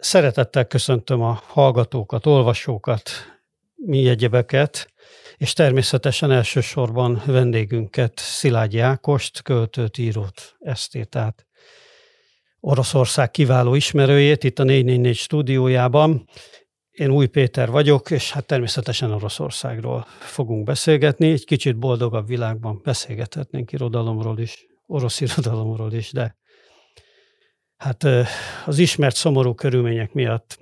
Szeretettel köszöntöm a hallgatókat, olvasókat, mi egyebeket, és természetesen elsősorban vendégünket, Szilágyi Ákost, költőt, írót, esztétát, Oroszország kiváló ismerőjét itt a 444 stúdiójában. Én Új Péter vagyok, és hát természetesen Oroszországról fogunk beszélgetni. Egy kicsit boldogabb világban beszélgethetnénk irodalomról is, orosz irodalomról is, de hát az ismert szomorú körülmények miatt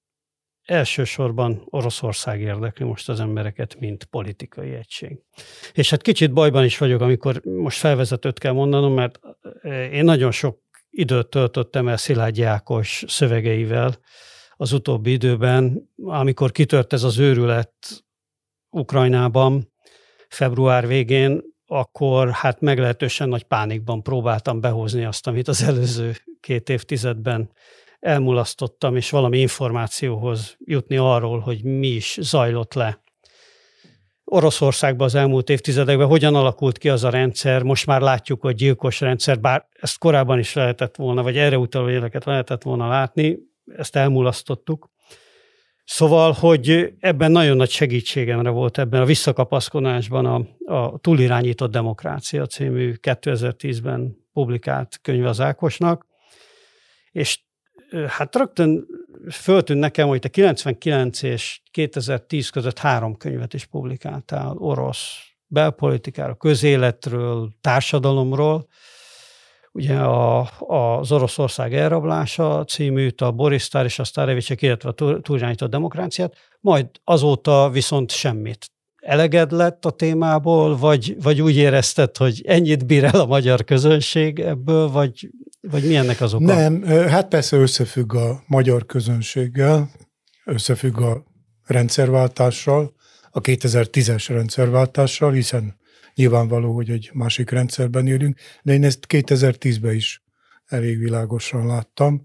elsősorban Oroszország érdekli most az embereket, mint politikai egység. És hát kicsit bajban is vagyok, amikor most felvezetőt kell mondanom, mert én nagyon sok időt töltöttem el Szilágyi Ákos szövegeivel az utóbbi időben, amikor kitört ez az őrület Ukrajnában február végén, akkor hát meglehetősen nagy pánikban próbáltam behozni azt, amit az előző 2 évtizedben elmulasztottam, és valami információhoz jutni arról, hogy mi is zajlott le Oroszországban az elmúlt évtizedekben, hogyan alakult ki az a rendszer. Most már látjuk, hogy gyilkos rendszer, bár ezt korábban is lehetett volna, vagy erre utaló éleket lehetett volna látni, ezt elmulasztottuk. Szóval, hogy ebben nagyon nagy segítségemre volt ebben a visszakapaszkodásban a Túlirányított demokrácia című 2010-ben publikált könyv az Ákosnak, és hát rögtön föltűnt nekem, hogy te 99 és 2010 között 3 könyvet is publikáltál orosz belpolitikáról, közéletről, társadalomról. Ugye az Oroszország elrablása címűt, a Boris Tár és a Sztárevicsek, illetve a Túlirányított demokráciát, majd azóta viszont semmit. Eleged lett a témából, vagy úgy érezted, hogy ennyit bír el a magyar közönség ebből, vagy mi ennek az oka? Nem, hát persze összefügg a magyar közönséggel, összefügg a rendszerváltással, a 2010-es rendszerváltással, hiszen nyilvánvaló, hogy egy másik rendszerben élünk, de én ezt 2010-ben is elég világosan láttam,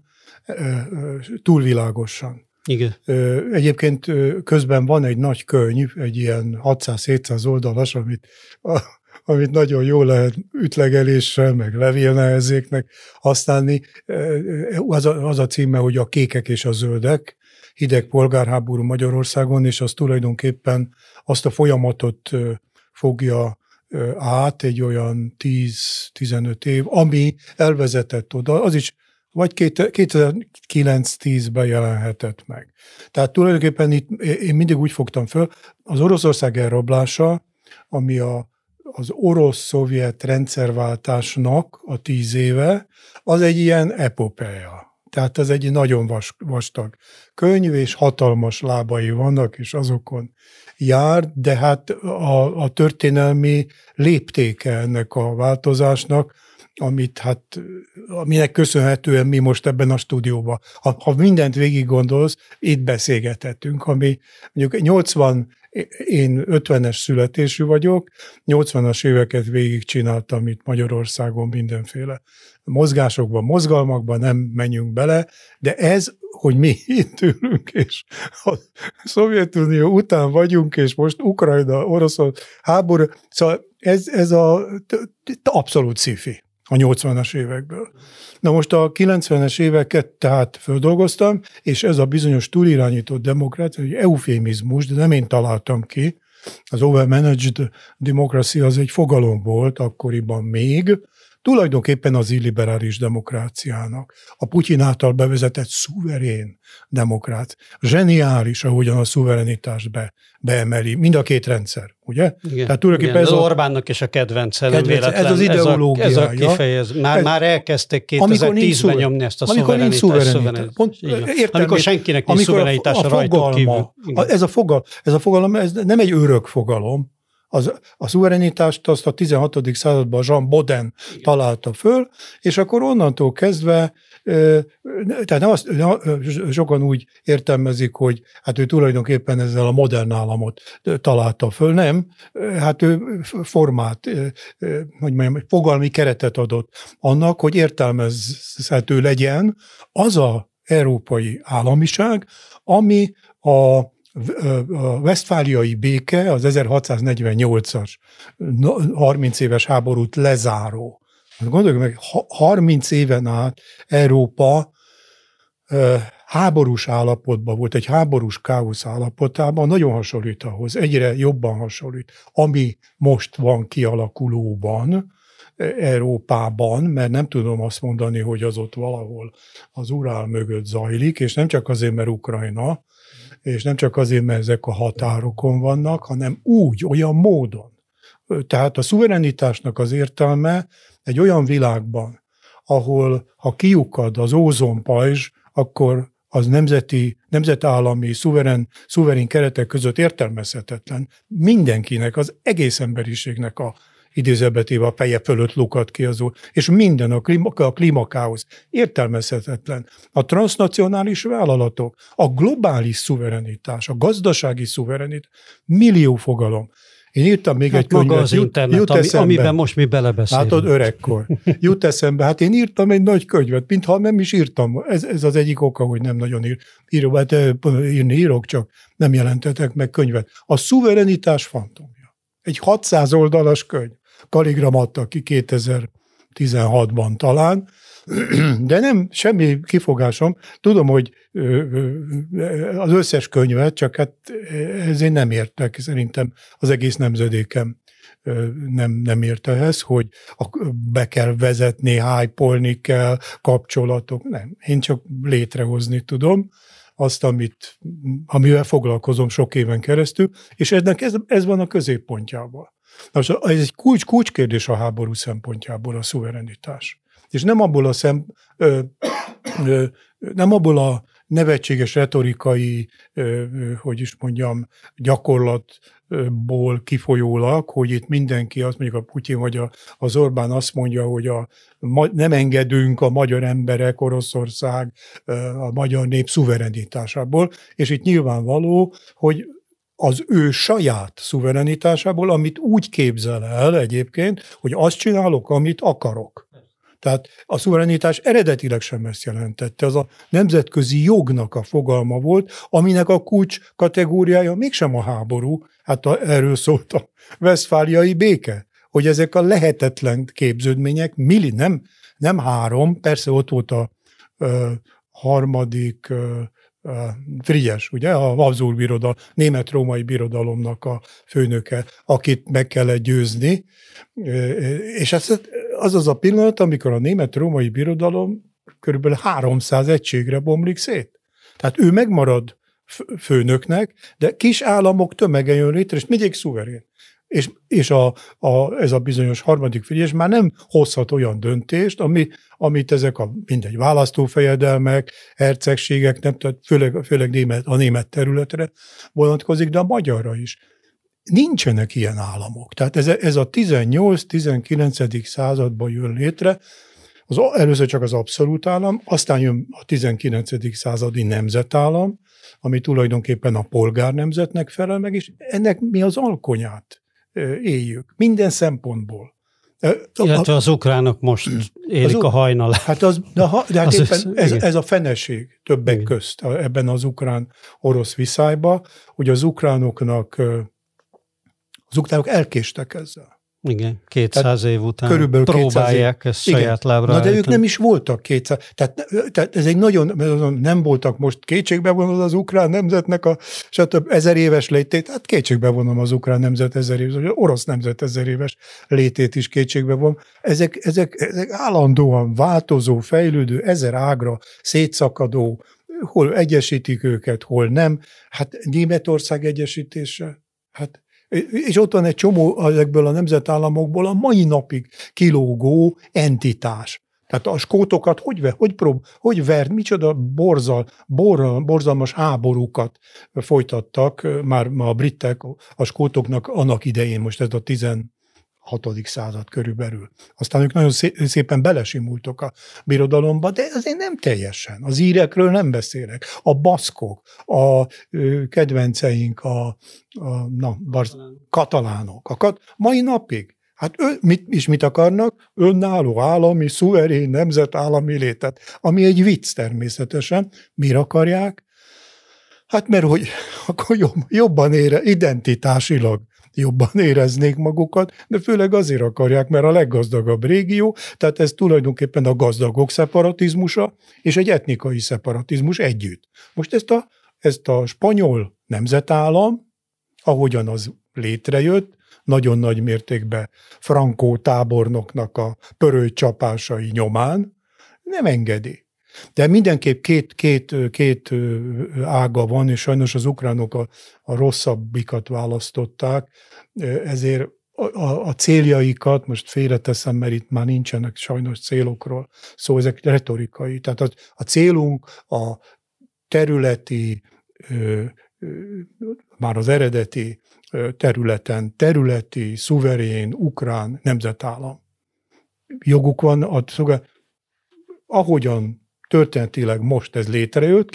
túl világosan. Igen. Egyébként közben van egy nagy könyv, egy ilyen 600-700 oldalas, amit nagyon jól lehet ütlegeléssel, meg levélnehezéknek használni. Az a címe, hogy A kékek és a zöldek, hideg polgárháború Magyarországon, és az tulajdonképpen azt a folyamatot fogja át egy olyan 10-15 év, ami elvezetett oda, az is vagy 2009-10-ben jelenhetett meg. Tehát tulajdonképpen itt én mindig úgy fogtam föl, az Oroszország elrablása, ami az orosz-szovjet rendszerváltásnak a 10 éve, az egy ilyen epopéja. Tehát ez egy nagyon vastag könyv, és hatalmas lábai vannak, és azokon jár, de hát a történelmi léptéke ennek a változásnak, aminek köszönhetően mi most ebben a stúdióban, ha mindent végig gondolsz, itt beszélgethetünk, ami mondjuk én 50-es születésű vagyok, 80-as éveket végigcsináltam itt Magyarországon mindenféle mozgásokban, mozgalmakban, nem menjünk bele, de ez, hogy mi itt ülünk, és a Szovjetunió után vagyunk, és most Ukrajna, Oroszország háború, szóval ez abszolút sci-fi a 80-as évekből. Na most a 90-es éveket tehát földolgoztam, és ez a bizonyos túlirányított demokrácia, egy eufémizmus, de nem én találtam ki, az overmanaged democracy az egy fogalom volt akkoriban még, tulajdonképpen az illiberális demokráciának, a Putyin által bevezetett szuverén demokrácia. Zseniális, ahogyan a szuverenitást beemeli. Mind a két rendszer, ugye? Igen. Tehát tulajdonképpen ez Orbánnak is a kedvence, nem véletlen. Ez az ideológiája. Ez a kifejezés. Már elkezdték 2010-ben nyomni ezt a szuverenitást. Amikor senkinek nincs szuverenitása rajtuk kívül. Ez a fogalom, ez nem egy örök fogalom. A szuverenitást azt a 16. században Jean Bodin találta föl, és akkor onnantól kezdve, tehát sokan úgy értelmezik, hogy hát ő tulajdonképpen ezzel a modern államot találta föl, nem, hát ő formát, hogy mondjam, fogalmi keretet adott annak, hogy értelmezhető legyen az a európai államiság, ami a vesztfáliai béke, az 1648-as 30 éves háborút lezáró. Gondoljuk meg, 30 éven át Európa háborús állapotban volt, egy háborús káosz állapotában, nagyon hasonlít ahhoz, egyre jobban hasonlít, ami most van kialakulóban, Európában, mert nem tudom azt mondani, hogy az ott valahol az Urál mögött zajlik, és nem csak azért, mert Ukrajna, és nem csak azért, mert ezek a határokon vannak, hanem úgy, olyan módon. Tehát a szuverenitásnak az értelme egy olyan világban, ahol ha kiukad az ózonpajzs, akkor az nemzetállami, szuverén keretek között értelmezhetetlen. Mindenkinek, az egész emberiségnek a idézőbetéve a feje fölött lukat ki az és minden a klímakáosz értelmezhetetlen. A transznacionális vállalatok, a globális szuverenitás, a gazdasági szuverenitás, millió fogalom. Én írtam még egy könyvet. Maga az internet, amiben most mi belebeszélünk. Látod, öregkor. Jut eszembe. Hát én írtam egy nagy könyvet, mintha nem is írtam. Ez az egyik oka, hogy nem nagyon írok, csak nem jelentetek meg könyvet. A szuverenitás fantomja. Egy 600 oldalas könyv. Kaligram adta ki 2016-ban talán, de nem, semmi kifogásom. Tudom, hogy az összes könyvet, csak hát ezért nem értek. Szerintem az egész nemzedékem nem ért ehhez, hogy be kell vezetni, hype-olni kell, kapcsolatok. Nem, én csak létrehozni tudom azt, amivel foglalkozom sok éven keresztül, és ennek ez van a középpontjában. Ez egy kulcskérdés a háború szempontjából a szuverenitás. És nem abból a nevetséges retorikai, gyakorlatból kifolyólag, hogy itt mindenki, azt mondjuk a Putyin vagy az Orbán azt mondja, hogy nem engedünk a magyar emberek, Oroszország, a magyar nép szuverenitásából, és itt nyilvánvaló, hogy az ő saját szuverenitásából, amit úgy képzel el egyébként, hogy azt csinálok, amit akarok. Tehát a szuverenitás eredetileg sem ezt jelentette. Az a nemzetközi jognak a fogalma volt, aminek a kulcs kategóriája mégsem a háború, hát erről szólt a vesztfáliai béke, hogy ezek a lehetetlen képződmények, nem három, persze ott volt a harmadik Frigyes, ugye, a Habsburg birodalom, német-római birodalomnak a főnöke, akit meg kellett győzni, és az a pillanat, amikor a német-római birodalom körülbelül 300 egységre bomlik szét. Tehát ő megmarad főnöknek, de kis államok tömege jön létre, és mindig szuverén. És ez a bizonyos harmadik Frigyes már nem hozhat olyan döntést, amit ezek mindegy választófejedelmek, hercegségek, nem, tehát főleg a német területre vonatkozik, de a magyarra is. Nincsenek ilyen államok. Tehát ez a 18-19. században jön létre, először csak az abszolút állam, aztán jön a 19. századi nemzetállam, ami tulajdonképpen a polgárnemzetnek felel meg, és ennek mi az alkonyát éljük. Minden szempontból. Illetve az ukránok most élik a hajnalát. Hát ez a feneség többek közt ebben az ukrán-orosz viszályban, hogy az ukránok elkéstek ezzel. Igen, 200 év után körülbelül próbálják ezt saját lábra. Na de ők nem is voltak 200. Tehát ez egy nem voltak most kétségbe vonod az ukrán nemzetnek stb. 1000 éves létét, hát kétségbe vonom az ukrán nemzet 1000 éves, az orosz nemzet 1000 éves létét is kétségbe vonom. Ezek állandóan változó, fejlődő, 1000 ágra szétszakadó, hol egyesítik őket, hol nem. Hát Németország egyesítése, hát és ott van egy csomó ezekből a nemzetállamokból a mai napig kilógó entitás. Tehát a skótokat hogy vert, micsoda borzalmas háborúkat folytattak már a britek, a skótoknak annak idején, most ez a 16. század körülbelül. Aztán ők nagyon szépen belesimultak a birodalomba, de azért nem teljesen. Az írekről nem beszélek. A baszkok, a kedvenceink, katalánok. Mai napig. Hát mit akarnak? Önálló állami, szuverén, nemzetállami létet. Ami egy vicc természetesen. Miért akarják? Hát mert hogy akkor jobban ére identitásilag jobban éreznék magukat, de főleg azért akarják, mert a leggazdagabb régió, tehát ez tulajdonképpen a gazdagok szeparatizmusa és egy etnikai szeparatizmus együtt. Most ezt a spanyol nemzetállam, ahogyan az létrejött, nagyon nagy mértékben Franco tábornoknak a pörőcsapásai nyomán nem engedi. De mindenképp két ága van, és sajnos az ukránok a rosszabbikat választották, ezért a céljaikat, most félreteszem, mert itt már nincsenek sajnos célokról, szóval ezek retorikai. Tehát a célunk a területi, már az eredeti területen, területi, szuverén, ukrán nemzetállam. Joguk van, ahogyan történetileg most ez létrejött,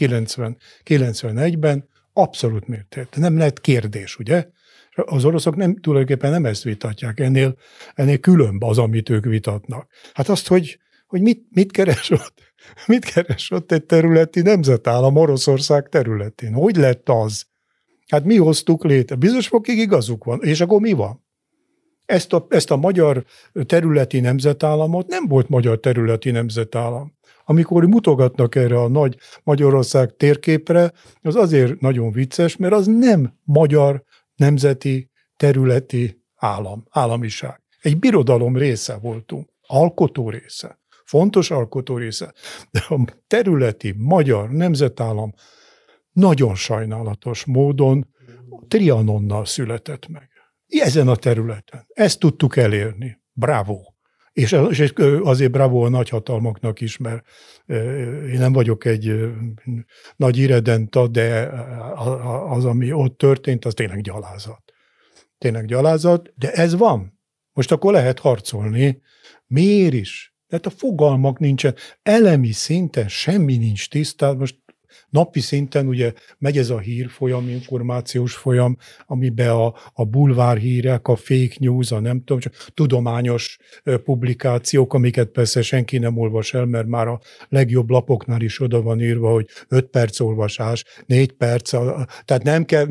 91-ben, abszolút mértékben. Nem lehet kérdés, ugye? Az oroszok tulajdonképpen nem ezt vitatják, ennél különb az, amit ők vitatnak. Hát azt, hogy mit keres ott? Mit keres ott egy területi nemzetállam Oroszország területén? Hogy lett az? Hát mi hoztuk létre? Bizonyos fokig igazuk van. És akkor mi van? Ezt a magyar területi nemzetállamot nem volt magyar területi nemzetállam. Amikor mutogatnak erre a nagy Magyarország térképre, az azért nagyon vicces, mert az nem magyar nemzeti területi államiság. Egy birodalom része voltunk, alkotó része, fontos alkotó része. De a területi magyar nemzetállam nagyon sajnálatos módon Trianonnal született meg. Ezen a területen. Ezt tudtuk elérni. Bravo! És azért bravo a nagyhatalmaknak is, mert én nem vagyok egy nagy irredenta, de az, ami ott történt, az tényleg gyalázat. Tényleg gyalázat, de ez van. Most akkor lehet harcolni. Miért is? Tehát a fogalmak nincsen. Elemi szinten semmi nincs tisztán. Most napi szinten ugye megy ez a hírfolyam, információs folyam, amiben a bulvárhírek, a fake news, a nem tudom, csak tudományos publikációk, amiket persze senki nem olvas el, mert már a legjobb lapoknál is oda van írva, hogy 5 perc olvasás, 4 perc, tehát nem kell,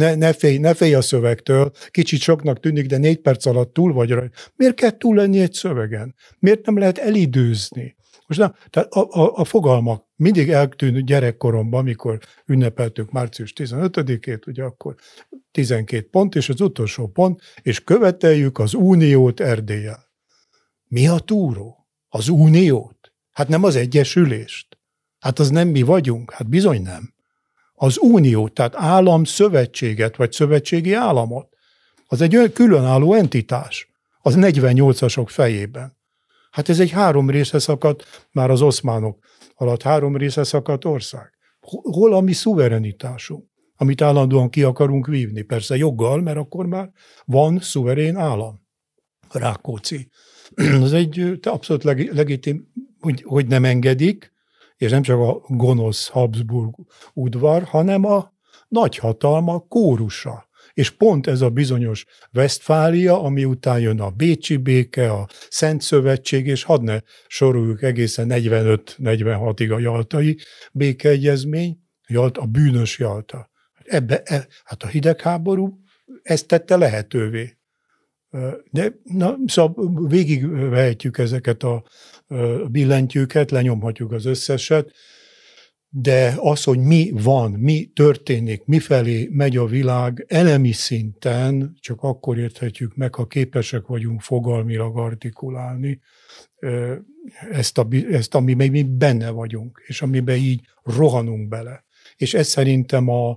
ne félj a szövegtől, kicsit soknak tűnik, de 4 perc alatt túl vagy rajta. Miért kell túl lenni egy szövegen? Miért nem lehet elidőzni? Most nem, tehát a fogalmak mindig eltűnő gyerekkoromban, amikor ünnepeltük március 15-ét, ugye akkor 12 pont, és az utolsó pont, és követeljük az uniót Erdéllyel. Mi a túró? Az uniót? Hát nem az egyesülést. Hát az nem mi vagyunk? Hát bizony nem. Az unió, tehát államszövetséget, vagy szövetségi államot, az egy különálló entitás, az 48-asok fejében. Hát ez egy 3 részre szakadt, már az oszmánok alatt 3 részre szakadt ország. Hol a mi szuverenitásunk, amit állandóan ki akarunk vívni? Persze joggal, mert akkor már van szuverén állam. Rákóczi. Ez egy abszolút legitim, hogy nem engedik, és nem csak a gonosz Habsburg udvar, hanem a nagyhatalma kórusa. És pont ez a bizonyos Westfália, ami után jön a Bécsi béke, a Szent Szövetség, és hadd ne soroljuk egészen 45-46-ig a jaltai békeegyezmény, a bűnös Jalta. Hát a hidegháború ezt tette lehetővé. De szóval végigvehetjük ezeket a billentyűket, lenyomhatjuk az összeset, de az, hogy mi van, mi történik, mifelé megy a világ, elemi szinten csak akkor érthetjük meg, ha képesek vagyunk fogalmilag artikulálni ezt amiben mi benne vagyunk, és amiben így rohanunk bele. És ez szerintem a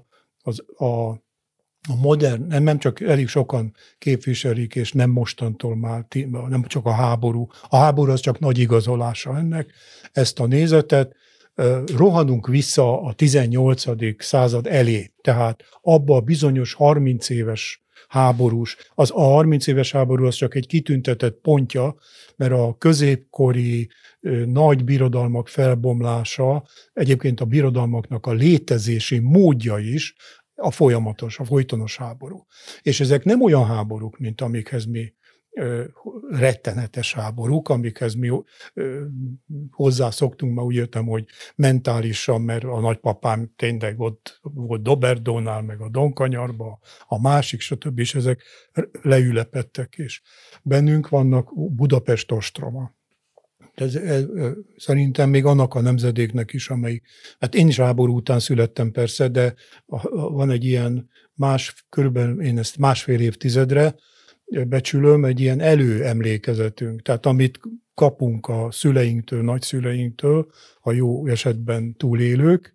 modern, nem csak elég sokan képviselik, és nem mostantól már, nem csak a háború. A háború az csak nagy igazolása ennek, ezt a nézetet, rohanunk vissza a 18. század elé, tehát abba a bizonyos 30 éves háborús, a 30 éves háború az csak egy kitüntetett pontja, mert a középkori nagy birodalmak felbomlása, egyébként a birodalmaknak a létezési módja is a folytonos háború. És ezek nem olyan háborúk, mint amikhez mi rettenetes háborúk, amikhez mi hozzászoktunk, már úgy értem, hogy mentálisan, mert a nagypapám tényleg ott volt Doberdónál, meg a Donkanyarba, a másik, stb. És ezek leülepedtek, és bennünk vannak Budapest ostroma. Szerintem még annak a nemzedéknek is, amely, hát én is háború után születtem persze, de van egy ilyen körülbelül én ezt másfél évtizedre becsülöm, egy ilyen előemlékezetünk. Tehát amit kapunk a szüleinktől, nagyszüleinktől, a jó esetben túlélők,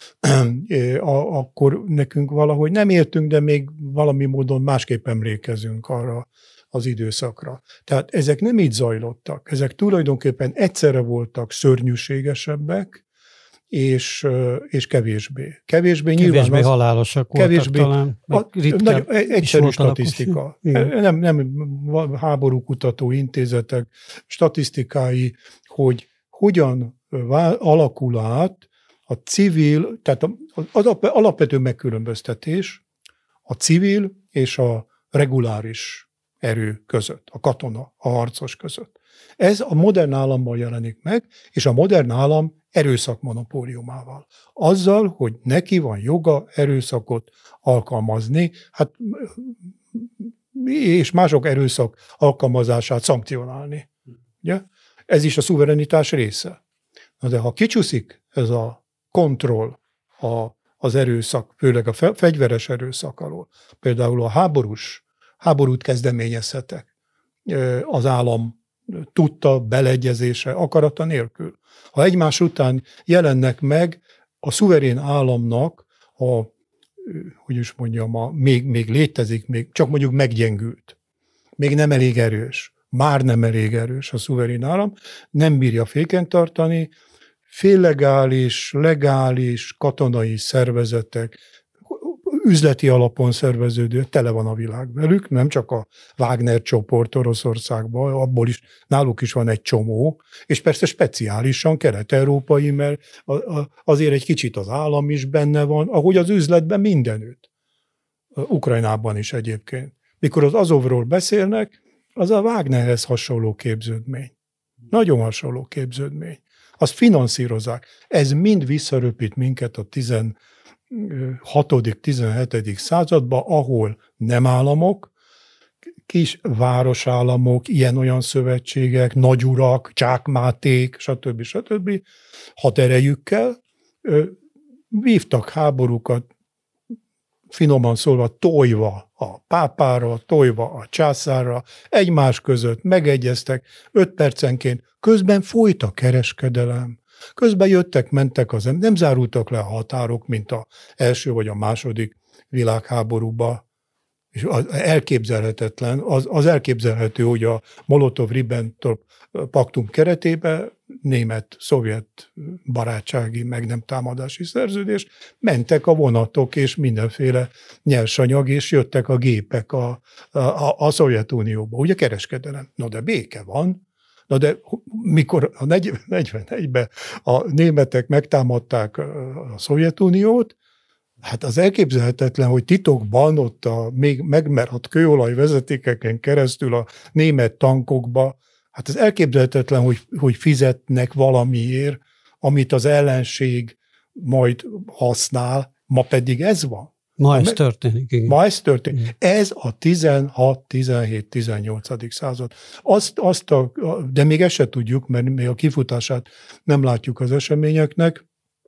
akkor nekünk valahogy nem értünk, de még valami módon másképp emlékezünk arra az időszakra. Tehát ezek nem így zajlottak. Ezek tulajdonképpen egyszerre voltak szörnyűségesebbek, és kevésbé. Kevésbé halálosak voltak talán. Egyszerű statisztika. Nem háborúkutató intézetek statisztikái, hogy hogyan alakul át a civil, tehát az alapvető megkülönböztetés a civil és a reguláris erő között, a katona, a harcos között. Ez a modern államban jelenik meg, és a modern állam erőszak monopóliumával. Azzal, hogy neki van joga erőszakot alkalmazni, hát, és mások erőszak alkalmazását szankcionálni. Ugye? Ez is a szuverenitás része. Na de ha kicsúszik ez a kontroll az erőszak, főleg a fegyveres erőszak alól, például a háborút kezdeményezhetek az állam tudta, beleegyezése, akarata nélkül. Ha egymás után jelennek meg a szuverén államnak hogy is mondjam, még létezik, még csak mondjuk meggyengült, még nem elég erős, már nem elég erős a szuverén állam, nem bírja féken tartani, féllegális, legális katonai szervezetek, üzleti alapon szerveződő, tele van a világ velük, nem csak a Wagner csoport Oroszországban, abból is, náluk is van egy csomó, és persze speciálisan kelet-európai, mert azért egy kicsit az állam is benne van, ahogy az üzletben mindenütt. Ukrajnában is egyébként. Mikor az Azovról beszélnek, az a Wagnerhez hasonló képződmény. Nagyon hasonló képződmény. Azt finanszírozzák. Ez mind visszaröpít minket a 16., 17. században, ahol nem államok, kis városállamok, ilyen-olyan szövetségek, nagyurak, csákmáték, stb. Haderejükkel vívtak háborúkat, finoman szólva tojva a pápára, tojva a császárra, egymás között megegyeztek 5 percenként, közben folyt a kereskedelem. Közben jöttek, mentek nem zárultak le a határok, mint az első vagy a második világháborúba. És elképzelhetetlen, az elképzelhető, hogy a Molotov-Ribbentrop paktum keretében német-szovjet barátsági, meg nem támadási szerződés, mentek a vonatok és mindenféle nyersanyag, és jöttek a gépek a Szovjetunióba. Ugye kereskedelem. No, de béke van. Na de mikor a 41-ben a németek megtámadták a Szovjetuniót, hát az elképzelhetetlen, hogy titokban ott a még megmaradt kőolaj vezetékeken keresztül a német tankokba, hát az elképzelhetetlen, hogy fizetnek valamiért, amit az ellenség majd használ, ma pedig ez van. Ma ez történik. Igen. Ma ez történik. Ez a 16, 17, 18. század. De még ezt se tudjuk, mert még a kifutását nem látjuk az eseményeknek,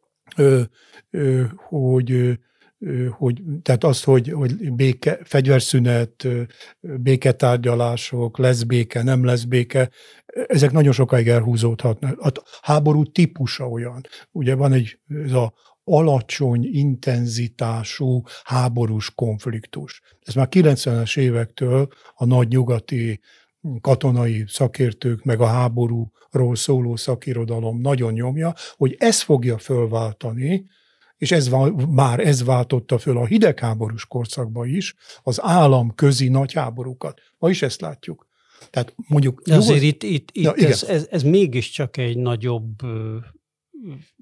tehát azt, hogy béke, fegyverszünet, béketárgyalások, lesz béke, nem lesz béke, ezek nagyon sokáig elhúzódhatnak. A háború típusa olyan. Ugye van ez a alacsony intenzitású háborús konfliktus. Ez már 90-es évektől a nagy nyugati katonai szakértők, meg a háborúról szóló szakirodalom nagyon nyomja, hogy ez fogja fölváltani, és ez váltotta föl a hidegháborús korszakban is az államközi nagyháborúkat. Ma is ezt látjuk. Tehát mondjuk... De azért itt ez mégiscsak egy nagyobb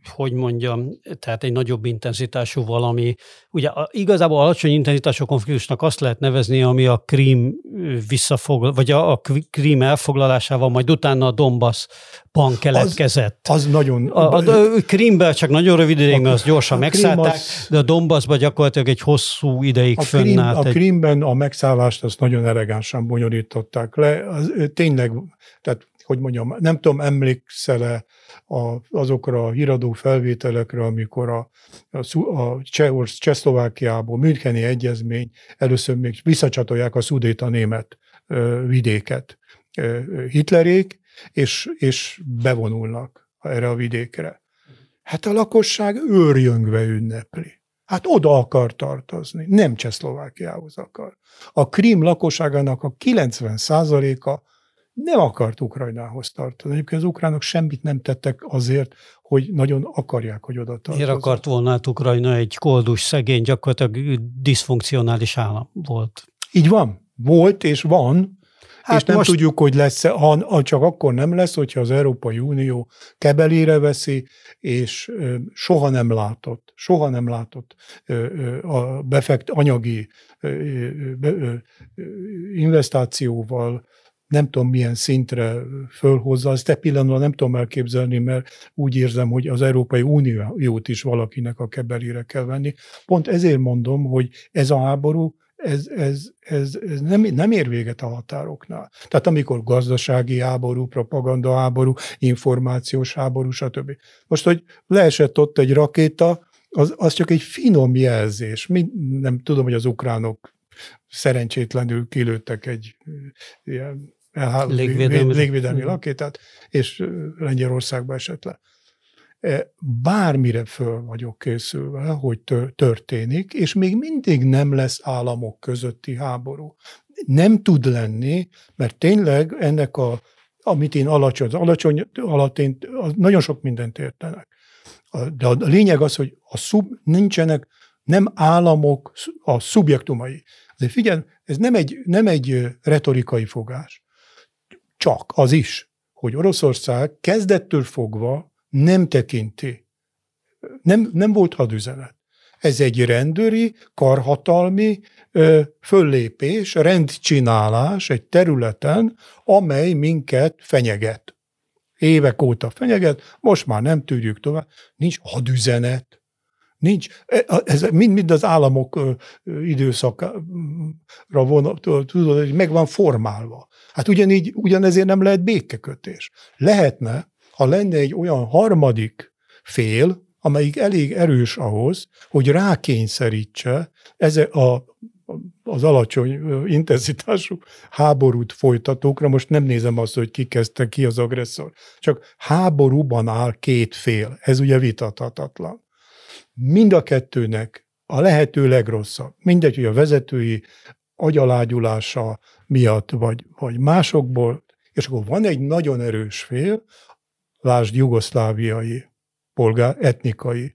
hogy mondjam, tehát egy nagyobb intenzitású valami. Ugye igazából alacsony intenzitású konfliktusnak azt lehet nevezni, ami a Krím vagy a Krím elfoglalásával, majd utána a Donbassban keletkezett. Az nagyon... A Krímben csak nagyon rövid ideig, mert azt gyorsan megszállták, de a Donbassban gyakorlatilag egy hosszú ideig fönnállt. A Krímben a megszállást azt nagyon elegánsan bonyolították le. Tényleg, tehát hogy mondjam, nem tudom, emlékszel-e azokra a híradó felvételekre, amikor a Csehszlovákiából Müncheni egyezmény először még visszacsatolják a szudéta-német vidéket Hitlerék, és bevonulnak erre a vidékre. Hát a lakosság őrjöngve ünnepli. Hát oda akar tartozni, nem Csehszlovákiához akar. A Krím lakosságának a 90%-a nem akart Ukrajnához tartozni. Egyébként az ukránok semmit nem tettek azért, hogy nagyon akarják, hogy oda tartozni. Miért akart volna hát Ukrajna egy koldus, szegény, gyakorlatilag diszfunkcionális állam volt? Így van. Volt és van, hát és nem tudjuk, hogy lesz, csak akkor nem lesz, hogyha az Európai Unió kebelére veszi, és soha nem látott anyagi investációval, nem tudom milyen szintre fölhozza, ezt pillanatban nem tudom elképzelni, mert úgy érzem, hogy az Európai Uniót is valakinek a kebelére kell venni. Pont ezért mondom, hogy ez a háború, ez nem ér véget a határoknál. Tehát amikor gazdasági háború, propaganda háború, információs háború, stb. Most, hogy leesett ott egy rakéta, az csak egy finom jelzés. Nem tudom, hogy az ukránok szerencsétlenül kilőttek egy ilyen légvédelmi rakétát, és Lengyelországba esett le. Bármire föl vagyok készülve, hogy történik, és még mindig nem lesz államok közötti háború. Nem tud lenni, mert tényleg ennek amit én alacsony alatt én nagyon sok mindent értenek. De a lényeg az, hogy nincsenek nem államok a szubjektumai. De figyelj, ez nem egy retorikai fogás. Csak az is, hogy Oroszország kezdettől fogva nem tekinti. Nem volt hadüzenet. Ez egy rendőri, karhatalmi föllépés, rendcsinálás egy területen, amely minket fenyeget. Évek óta fenyeget, most már nem tűrjük tovább. Nincs hadüzenet. Nincs. Ez mind az államok időszakra tudod, hogy meg van formálva. Hát ugyanezért nem lehet békekötés. Lehetne, ha lenne egy olyan harmadik fél, amelyik elég erős ahhoz, hogy rákényszerítse az alacsony intenzitású háborút folytatókra. Most nem nézem azt, hogy ki kezdte, ki az agresszor. Csak háborúban áll két fél. Ez ugye vitathatatlan. Mind a kettőnek a lehető legrosszabb. Mindegy, hogy a vezetői agyalágyulása miatt, vagy másokból, és akkor van egy nagyon erős fél, lásd jugoszláviai, etnikai,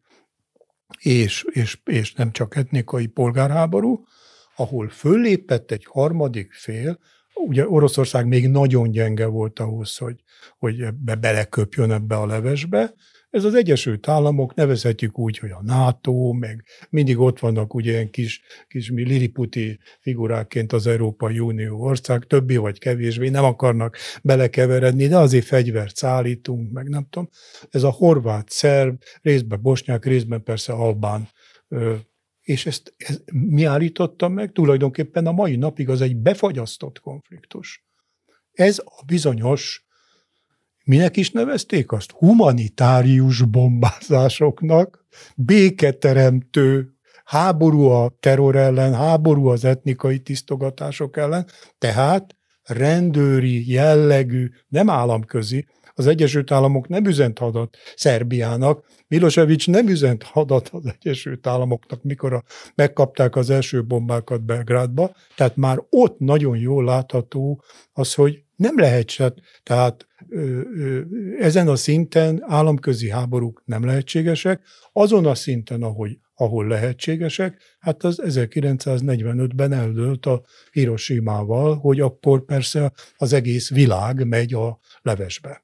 és nem csak etnikai polgárháború, ahol föllépett egy harmadik fél, ugye Oroszország még nagyon gyenge volt ahhoz, hogy ebbe beleköpjön ebbe a levesbe. Ez az Egyesült Államok, nevezhetjük úgy, hogy a NATO, meg mindig ott vannak ugye ilyen kis liliputi figurákként az Európai Unió ország, többé vagy kevésbé nem akarnak belekeveredni, de azért fegyvert szállítunk, meg nem tudom. Ez a horvát, szerb, részben bosnyák, részben persze albán. És ezt mi állította meg? Tulajdonképpen a mai napig az egy befagyasztott konfliktus. Ez a bizonyos, minek is nevezték azt? Humanitárius bombázásoknak, béketeremtő, háború a terror ellen, háború az etnikai tisztogatások ellen, tehát rendőri jellegű, nem államközi, az Egyesült Államok nem üzent hadat Szerbiának, Milosevic nem üzent hadat az Egyesült Államoknak, mikor megkapták az első bombákat Belgrádba, tehát már ott nagyon jól látható az, hogy nem lehetett, tehát ezen a szinten államközi háborúk nem lehetségesek, azon a szinten, ahol lehetségesek, hát az 1945-ben eldőlt a Hiroshimával, hogy akkor persze az egész világ megy a levesbe.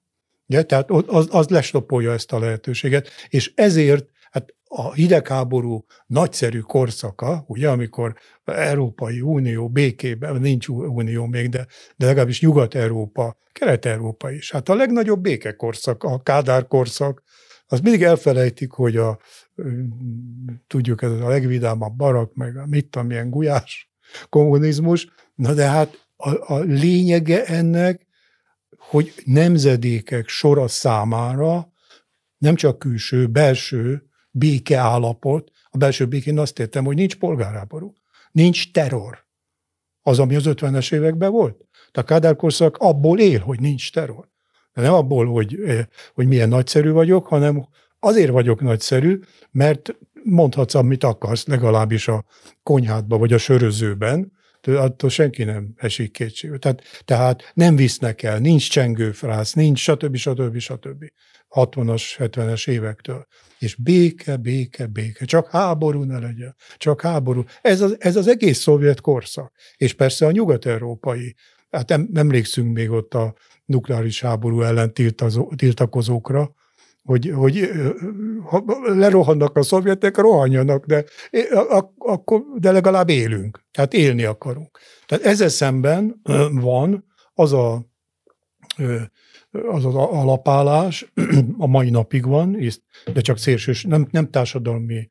Ja, tehát az lestoppolja ezt a lehetőséget, és ezért hát a hidegháború nagyszerű korszaka, ugye, amikor Európai Unió békében, nincs unió még, de legalábbis Nyugat-Európa, Kelet-Európa is. Hát a legnagyobb békekorszak, a Kádár korszak, az mindig elfelejtik, hogy tudjuk, ez a legvidámabb barak, meg milyen gulyás kommunizmus, na de hát a lényege ennek, hogy nemzedékek sora számára nem csak külső, belső békeállapot, a belső békén azt értem, hogy nincs polgárháború, nincs terror. Az, ami az 50-es években volt. A Kádár korszak abból él, hogy nincs terror. De nem abból, hogy milyen nagyszerű vagyok, hanem azért vagyok nagyszerű, mert mondhatsz, amit akarsz, legalábbis a konyhádba vagy a sörözőben, attól senki nem esik kétségbe. Tehát nem visznek el, nincs csengőfrász, nincs stb. 60-as, 70-es évektől. És béke, csak háború ne legyen, csak háború. Ez az egész szovjet korszak. És persze a nyugat-európai, hát emlékszünk még ott a nukleáris háború ellen tiltakozókra, hogy ha lerohannak a szovjetek, rohanjanak, de legalább élünk. Tehát élni akarunk. Tehát ezzel szemben van az az alapállás, a mai napig van, de csak szélsős, nem társadalmi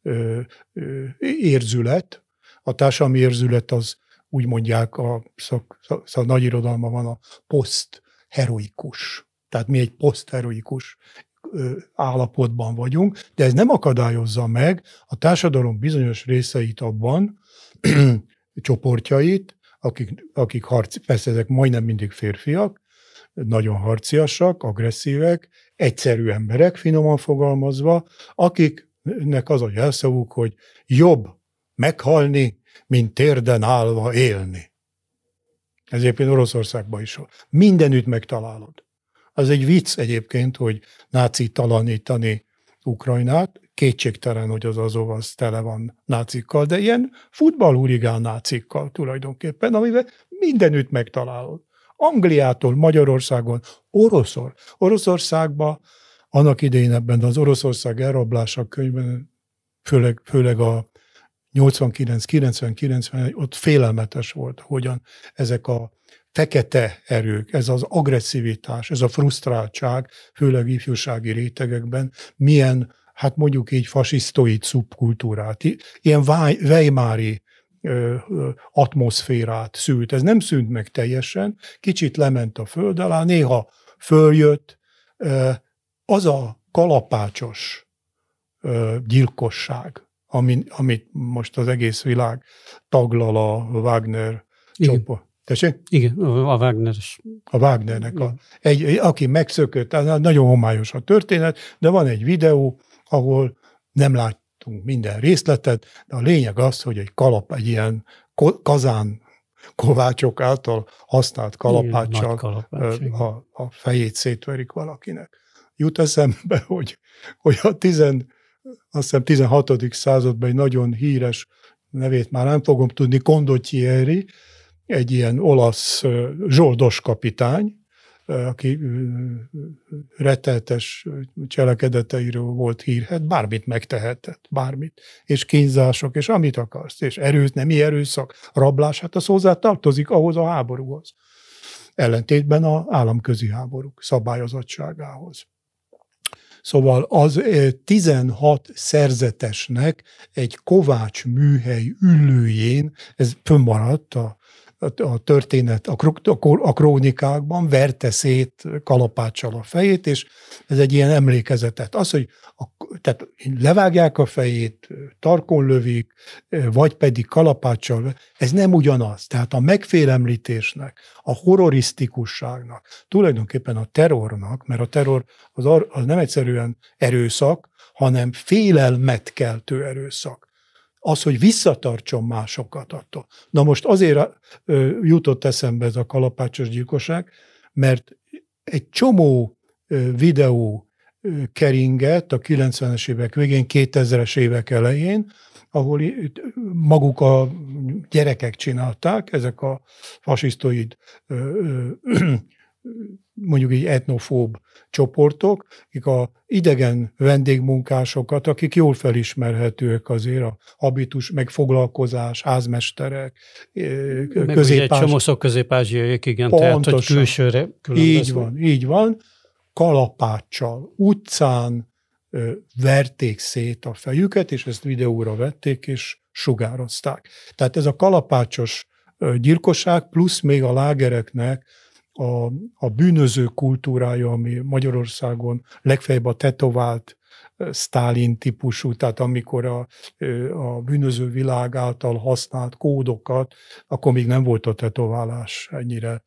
érzület. A társadalmi érzület az, úgy mondják, a nagy irodalma van, a posztheroikus. Tehát mi egy posztheroikus állapotban vagyunk, de ez nem akadályozza meg a társadalom bizonyos részeit abban, csoportjait, akik persze ezek majdnem mindig férfiak, nagyon harciasak, agresszívek, egyszerű emberek, finoman fogalmazva, akiknek az a jelszavuk, hogy jobb meghalni, mint térden állva élni. Ez egyébként Oroszországban is van. Mindenütt megtalálod. Az egy vicc egyébként, hogy nácitalanítani Ukrajnát, kétségtelen, hogy az Azov az tele van nácikkal, de ilyen futballhurigán nácikkal tulajdonképpen, amivel mindenütt megtalálod. Angliától, Magyarországon, Oroszországban, annak idején ebben az Oroszország elrablása könyvben, főleg a 89-90, ott félelmetes volt, hogyan ezek a fekete erők, ez az agresszivitás, ez a frusztráltság, főleg ifjúsági rétegekben, milyen, hát mondjuk így fasisztoid szubkultúrát, ilyen weimári atmoszférát szült. Ez nem szűnt meg teljesen, kicsit lement a föld alá, néha följött. Az a kalapácsos gyilkosság, amit most az egész világ taglal a Wagner csoport. Tessék? Igen, a Wagner-es. A Wagnernek. Aki megszökött, nagyon homályos a történet, de van egy videó, ahol nem láttunk minden részletet, de a lényeg az, hogy egy ilyen kazán kovácsok által használt kalapáccsal a fejét szétverik valakinek. Jut eszembe, hogy azt hiszem 16. században egy nagyon híres, nevét már nem fogom tudni, Condottieri, egy ilyen olasz zsoldos kapitány, aki rettenetes cselekedeteiről volt hírhedt, bármit megtehetett, bármit, és kínzások, és amit akarsz, és nemi erőszak, rablás, hát az hozzá tartozik ahhoz a háborúhoz. Ellentétben az államközi háborúk szabályozottságához. Szóval az 16 szerzetesnek egy kovács műhely ülőjén, ez fönnmaradt a történet, a krónikákban, verte szét kalapáccsal a fejét, és ez egy ilyen emlékezetet. Az, hogy tehát levágják a fejét, tarkon lövik, vagy pedig kalapáccsal, ez nem ugyanaz. Tehát a megfélemlítésnek, a horrorisztikusságnak, tulajdonképpen a terrornak, mert a terror az nem egyszerűen erőszak, hanem félelmet keltő erőszak. Az, hogy visszatartson másokat attól. Na most azért jutott eszembe ez a kalapácsos gyilkosság, mert egy csomó videó keringett a 90-es évek végén, 2000-es évek elején, ahol maguk a gyerekek csinálták, ezek a fasisztoid mondjuk így etnofób csoportok, akik a idegen vendégmunkásokat, akik jól felismerhetőek azért a habitus, megfoglalkozás, házmesterek, egy csomószor közép-ázsiaiak, igen, pontosan, tehát, hogy külsőre különböznek. Így van, kalapáccsal, utcán verték szét a fejüket, és ezt videóra vették, és sugározták. Tehát ez a kalapácsos gyilkosság, plusz még a lágereknek a bűnöző kultúrája, ami Magyarországon legfeljebb a tetovált Sztálin típusú, tehát amikor a bűnöző világ által használt kódokat, akkor még nem volt a tetoválás ennyire,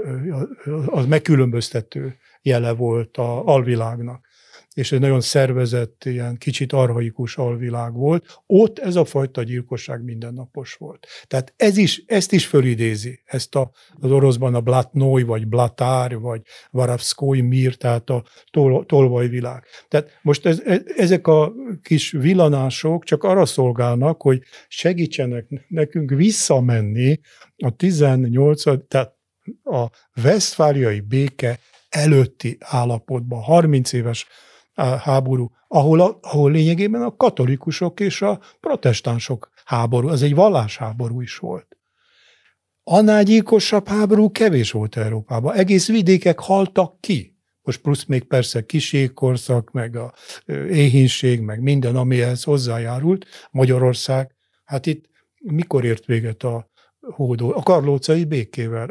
az megkülönböztető jele volt az alvilágnak. És egy nagyon szervezett, ilyen kicsit archaikus alvilág volt. Ott ez a fajta gyilkosság mindennapos volt. Tehát ezt is fölidézi, ezt az oroszban a blatnói, vagy blatár, vagy varavszkói mír, tehát a tolvajvilág. Tehát most ezek a kis villanások csak arra szolgálnak, hogy segítsenek nekünk visszamenni a 18. tehát a vesztfáliai béke előtti állapotban, 30 éves háború, ahol lényegében a katolikusok és a protestánsok háború, az egy vallásháború is volt. Annál gyilkosabb háború kevés volt Európában. Egész vidékek haltak ki. Most plusz még persze kiségkorszak, meg a éhínség, meg minden, amihez hozzájárult. Magyarország, hát itt mikor ért véget a hódó? A karlócai békével.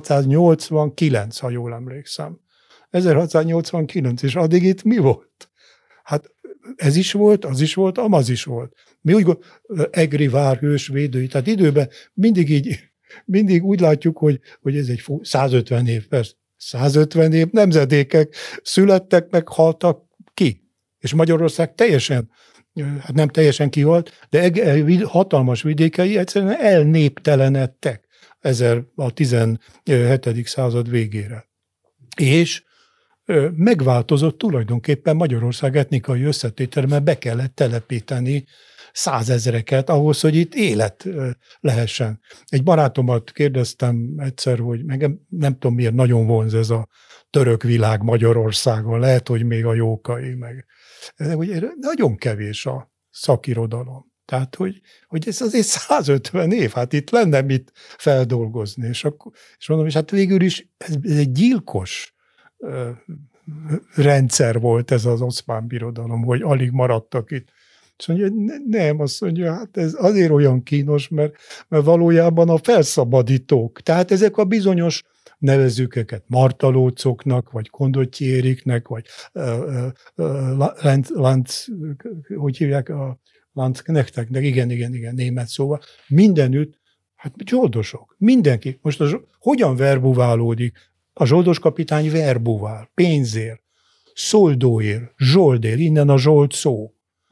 1689, ha jól emlékszem. 1689, és addig itt mi volt? Hát ez is volt, az is volt, amaz is volt. Mi úgy egri várhős védői, tehát időben mindig úgy látjuk, hogy ez egy 150 év, persze, 150 év nemzedékek születtek, meg haltak ki. És Magyarország teljesen, hát nem teljesen kihalt, de hatalmas vidékei egyszerűen elnéptelenedtek a 17. század végére. És megváltozott tulajdonképpen Magyarország etnikai összetétele, mert be kellett telepíteni 100 000-eket ahhoz, hogy itt élet lehessen. Egy barátomat kérdeztem egyszer, hogy nem tudom miért nagyon vonz ez a török világ Magyarországon, lehet, hogy még a jókai, de hogy nagyon kevés a szakirodalom. Tehát, hogy ez azért 150 év, hát itt lenne mit feldolgozni. És mondom, és hát végül is ez egy gyilkos rendszer volt ez az Oszmán Birodalom, hogy alig maradtak itt. És mondja, nem, azt mondja, hát ez azért olyan kínos, mert valójában a felszabadítók, tehát ezek a bizonyos, nevezzük őket martalócoknak, vagy kondottyériknek, vagy hogy hívják a Landsknechteknek, igen, német szóval, mindenütt, hát zsoldosok, mindenki. Most hogyan verbuválódik? A zsoldoskapitány verbuvál, pénzért, szoldóért, zsoldért, innen a zsold szó.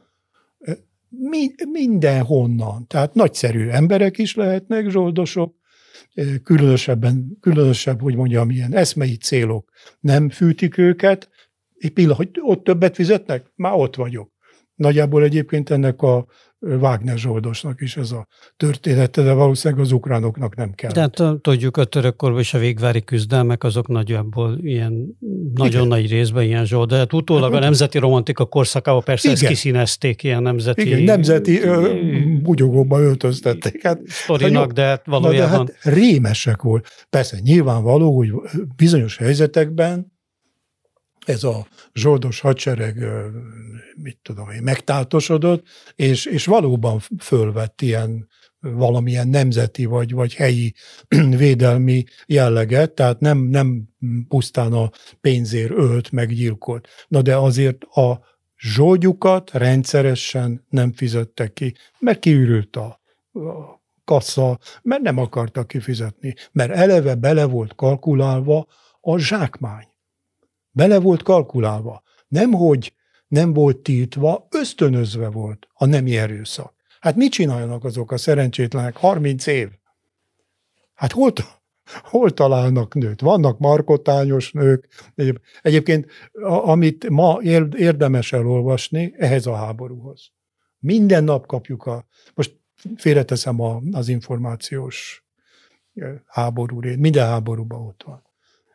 Mindenhonnan. Tehát nagyszerű emberek is lehetnek zsoldosok, különösebb, hogy mondjam, ilyen eszmei célok nem fűtik őket, hogy ott többet fizetnek, már ott vagyok. Nagyjából egyébként ennek a Wagner zsoldosnak is ez a története, de valószínűleg az ukránoknak nem kell. Tehát tudjuk, a törökkorban és a végvári küzdelmek, azok nagyjából ilyen, nagyon nagy részben ilyen zsold, de hát utólag a nemzeti romantika korszakában persze ezt kiszínezték, ilyen nemzeti... Igen, nemzeti bugyogóba öltöztették. Hát, sztorinak, de hát valójában... De hát rémesek volt. Persze nyilvánvaló, hogy bizonyos helyzetekben ez a zsoldos hadsereg, megtáltosodott, és valóban fölvett valamilyen nemzeti vagy helyi védelmi jelleget, tehát nem pusztán a pénzért ölt, meg gyilkolt. Na de azért a zsoldjukat rendszeresen nem fizettek ki, mert kiürült a kassa, mert nem akartak kifizetni, mert eleve bele volt kalkulálva a zsákmány. Bele volt kalkulálva. Nemhogy nem volt tiltva, ösztönözve volt a nemi erőszak. Hát mit csinálnak azok a szerencsétlenek 30 év? Hát hol találnak nőt? Vannak markotányos nők. Egyébként, amit ma érdemes elolvasni, ehhez a háborúhoz. Minden nap kapjuk most félreteszem az információs háború, minden háborúban ott van.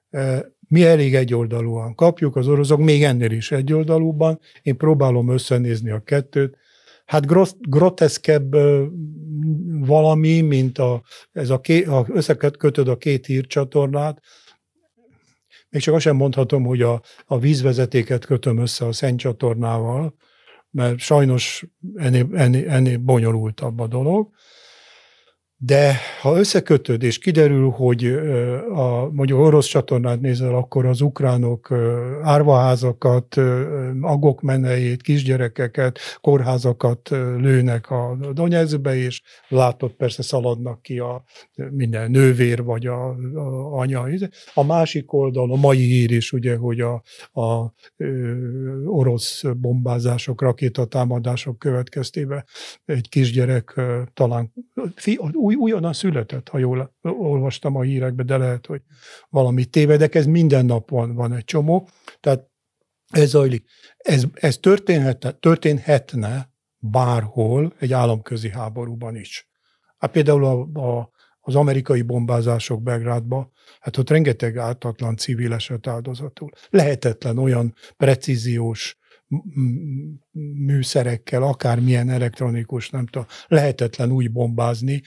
Mi elég egyoldalúan kapjuk, az oroszok még ennél is egyoldalúban. Én próbálom összenézni a kettőt. Hát groteszkebb valami, mint összekötöd a két hírcsatornát. Még csak azt sem mondhatom, hogy a vízvezetéket kötöm össze a szennycsatornával, mert sajnos ennél bonyolultabb a dolog. De ha összekötöd, és kiderül, hogy mondjuk orosz csatornát nézel, akkor az ukránok árvaházakat, agokmenejét, kisgyerekeket, kórházakat lőnek a Donyeckbe, és látod, persze szaladnak ki a minden nővér, vagy a anya. A másik oldal, a mai hír is, ugye, hogy a orosz bombázások, rakétatámadások következtében egy kisgyerek talán újonnan született, ha jól olvastam a hírekbe, de lehet, hogy valami tévedek, ez minden nap van egy csomó. Tehát ez zajlik. Ez történhetne bárhol egy államközi háborúban is. Hát például az amerikai bombázások Belgrádban, hát ott rengeteg ártatlan civil esett áldozatul. Lehetetlen olyan precíziós műszerekkel, akármilyen elektronikus, nem tudom, lehetetlen úgy bombázni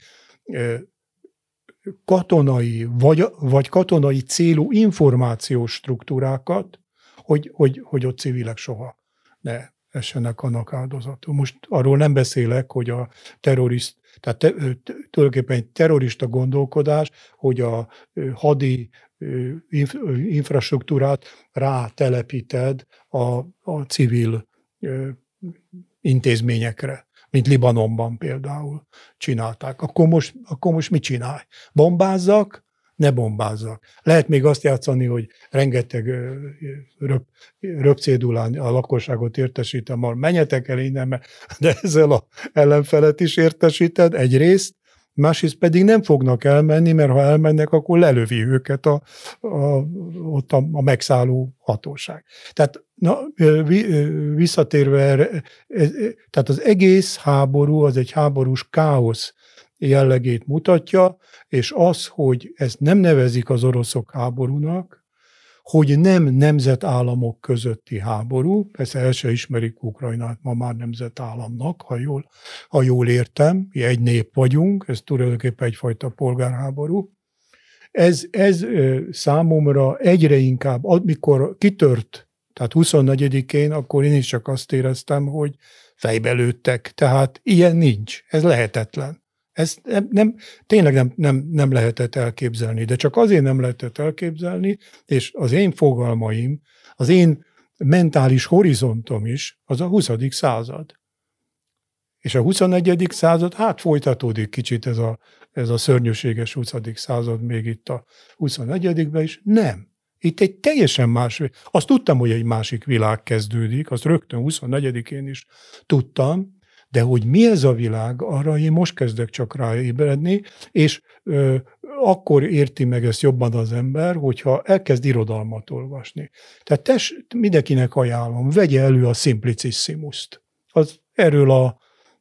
katonai, vagy katonai célú információs struktúrákat, hogy ott civilek soha ne essenek annak áldozatul. Most arról nem beszélek, hogy a tehát tulajdonképpen egy terrorista gondolkodás, hogy a hadi infrastruktúrát rátelepíted a civil intézményekre, mint Libanonban például csinálták. Akkor most mit csinálj? Bombázzak? Ne bombázzak. Lehet még azt játszani, hogy rengeteg röpcédulán a lakosságot értesítem, menjetek el innen, de ezzel az ellenfelet is értesíted egyrészt, másrészt pedig nem fognak elmenni, mert ha elmennek, akkor lelövi őket ott a megszálló hatóság. Tehát visszatérve erre, tehát az egész háború az egy háborús káosz jellegét mutatja, és az, hogy ezt nem nevezik az oroszok háborúnak, hogy nem nemzetállamok közötti háború, persze el se ismerik Ukrajnát ma már nemzetállamnak, ha jól értem, mi egy nép vagyunk, ez tulajdonképpen egyfajta polgárháború. Ez számomra egyre inkább, amikor kitört, tehát 24-én, akkor én is csak azt éreztem, hogy fejbe lőttek, tehát ilyen nincs, ez lehetetlen. Ezt tényleg nem lehetett elképzelni, de csak azért nem lehetett elképzelni, és az én fogalmaim, az én mentális horizontom is, az a 20. század. És a 21. század, hát folytatódik kicsit ez a szörnyűséges 20. század még itt a 21-ben is. Nem. Itt egy teljesen más, azt tudtam, hogy egy másik világ kezdődik, azt rögtön 24-én is tudtam, de hogy mi ez a világ, arra én most kezdek csak ráébredni, és akkor érti meg ezt jobban az ember, hogyha elkezd irodalmat olvasni. Tehát mindenkinek ajánlom, vegye elő a Simplicissimus-t. Az erről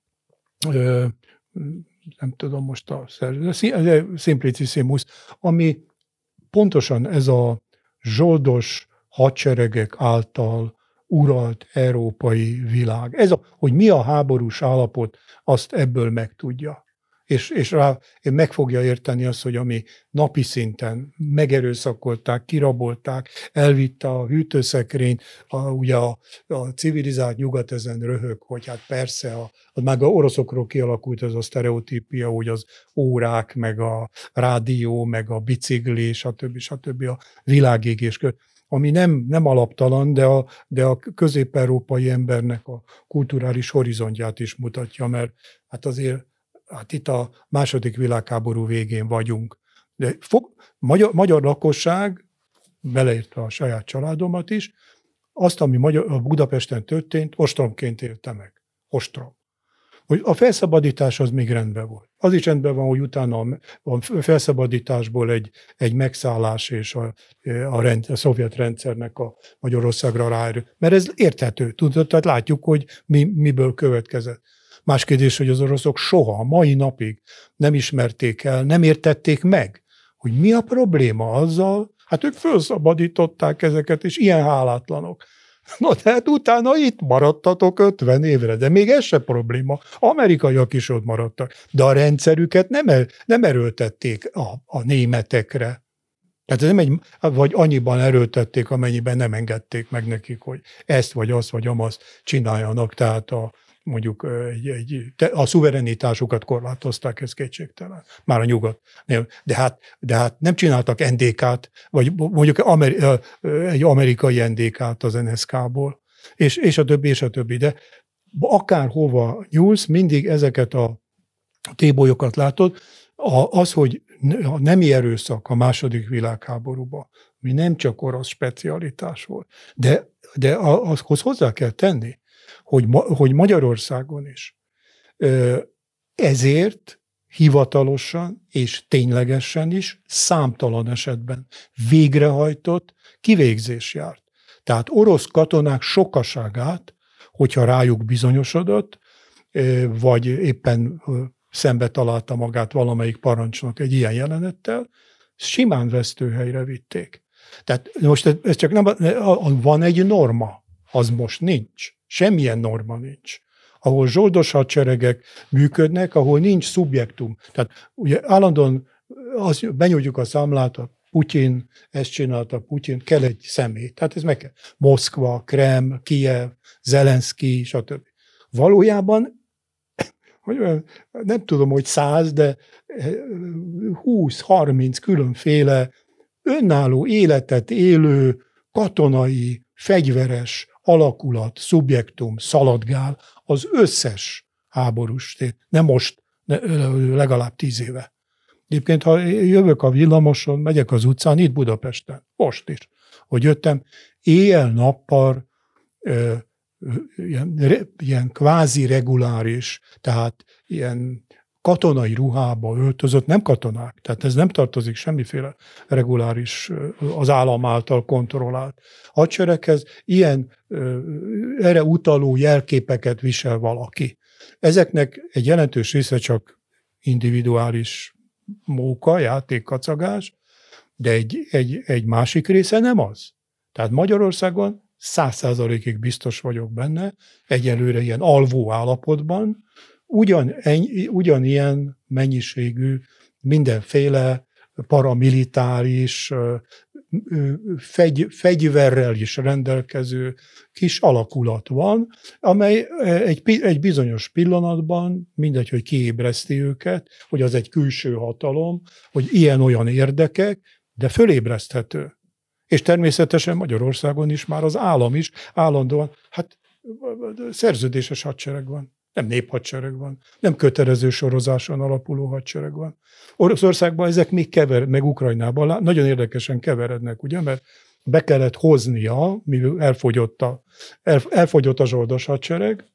nem tudom most a Simplicissimus, ami pontosan ez a zsoldos hadseregek által uralt európai világ. Hogy mi a háborús állapot, azt ebből megtudja. És rá meg fogja érteni azt, hogy ami napi szinten megerőszakolták, kirabolták, elvitte a hűtőszekrényt, ugye a civilizált nyugat ezen röhög, hogy hát persze, már a oroszokról kialakult ez a sztereotípia, hogy az órák, meg a rádió, meg a bicikli, stb. A világégés ami nem alaptalan, de a közép-európai embernek a kulturális horizontját is mutatja, mert hát azért itt a második világháború végén vagyunk. De magyar lakosság, beleértve a saját családomat is, azt, ami a Budapesten történt, ostromként élte meg. Ostrom. Hogy a felszabadítás az még rendben volt. Az is rendben van, hogy utána a felszabadításból egy megszállás és a szovjet rendszernek a Magyarországra ráerő. Mert ez érthető. Tehát látjuk, hogy miből következett. Más kérdés, hogy az oroszok soha, a mai napig nem ismerték el, nem értették meg, hogy mi a probléma azzal, Hát ők felszabadították ezeket, és ilyen hálátlanok. Na, tehát utána itt maradtatok 50 évre, de még ez se probléma. Amerikaiak is ott maradtak, de a rendszerüket nem erőltették a németekre. Tehát ez nem vagy annyiban erőltették, amennyiben nem engedték meg nekik, hogy ezt vagy azt vagy amazt csináljanak, tehát mondjuk a szuverenitásukat korlátozták, ez kétségtelen. Már a nyugat. De hát nem csináltak NDK-t, vagy mondjuk egy amerikai NDK-t az NSK-ból, és a többi, és a többi. De akárhova nyúlsz, mindig ezeket a tébolyokat látod. Az, hogy a nemi erőszak a második világháborúban, ami nem csak orosz specialitás volt, de ahhoz hozzá kell tenni, hogy Magyarországon is ezért hivatalosan és ténylegesen is számtalan esetben végrehajtott kivégzés járt. Tehát orosz katonák sokaságát, hogyha rájuk bizonyosodott, vagy éppen szembe találta magát valamelyik parancsnok egy ilyen jelenettel, simán vesztőhelyre vitték. Tehát most ez csak nem, van egy norma, az most nincs. Semmilyen norma nincs. Ahol zsoldos hadseregek működnek, ahol nincs szubjektum. Tehát ugye állandóan benyújtjuk a számlát, a Putyin, ezt csinálta Putyin, kell egy személy. Tehát ez meg kell. Moszkva, Kreml, Kijev, Zelenszky, stb. Valójában nem tudom, hogy 100, de 20-30 különféle önálló életet élő katonai, fegyveres alakulat, szubjektum szaladgál az összes háborús tér. Nem most, legalább 10 éve. Egyébként, ha jövök a villamoson, megyek az utcán, itt Budapesten, most is, hogy jöttem, éjjel-nappal ilyen kvázi reguláris, tehát ilyen katonai ruhába öltözött, nem katonák, tehát ez nem tartozik semmiféle reguláris, az állam által kontrollált hadsereghez, ilyen erre utaló jelképeket visel valaki. Ezeknek egy jelentős része csak individuális móka, játékkacagás, de egy másik része nem az. Tehát Magyarországon 100%-ig biztos vagyok benne, egyelőre ilyen alvó állapotban, ugyanilyen mennyiségű mindenféle paramilitáris, fegyverrel is rendelkező kis alakulat van, amely egy bizonyos pillanatban, mindegy, hogy kiébreszti őket, hogy az egy külső hatalom, hogy ilyen-olyan érdekek, de fölébreszthető. És természetesen Magyarországon is már az állam is állandóan, hát szerződéses hadsereg van, nem néphadsereg van, nem kötelező sorozáson alapuló hadsereg van. Oroszországban ezek még meg Ukrajnában nagyon érdekesen keverednek, ugye, mert be kellett hoznia, mivel elfogyott a zsoldos hadsereg,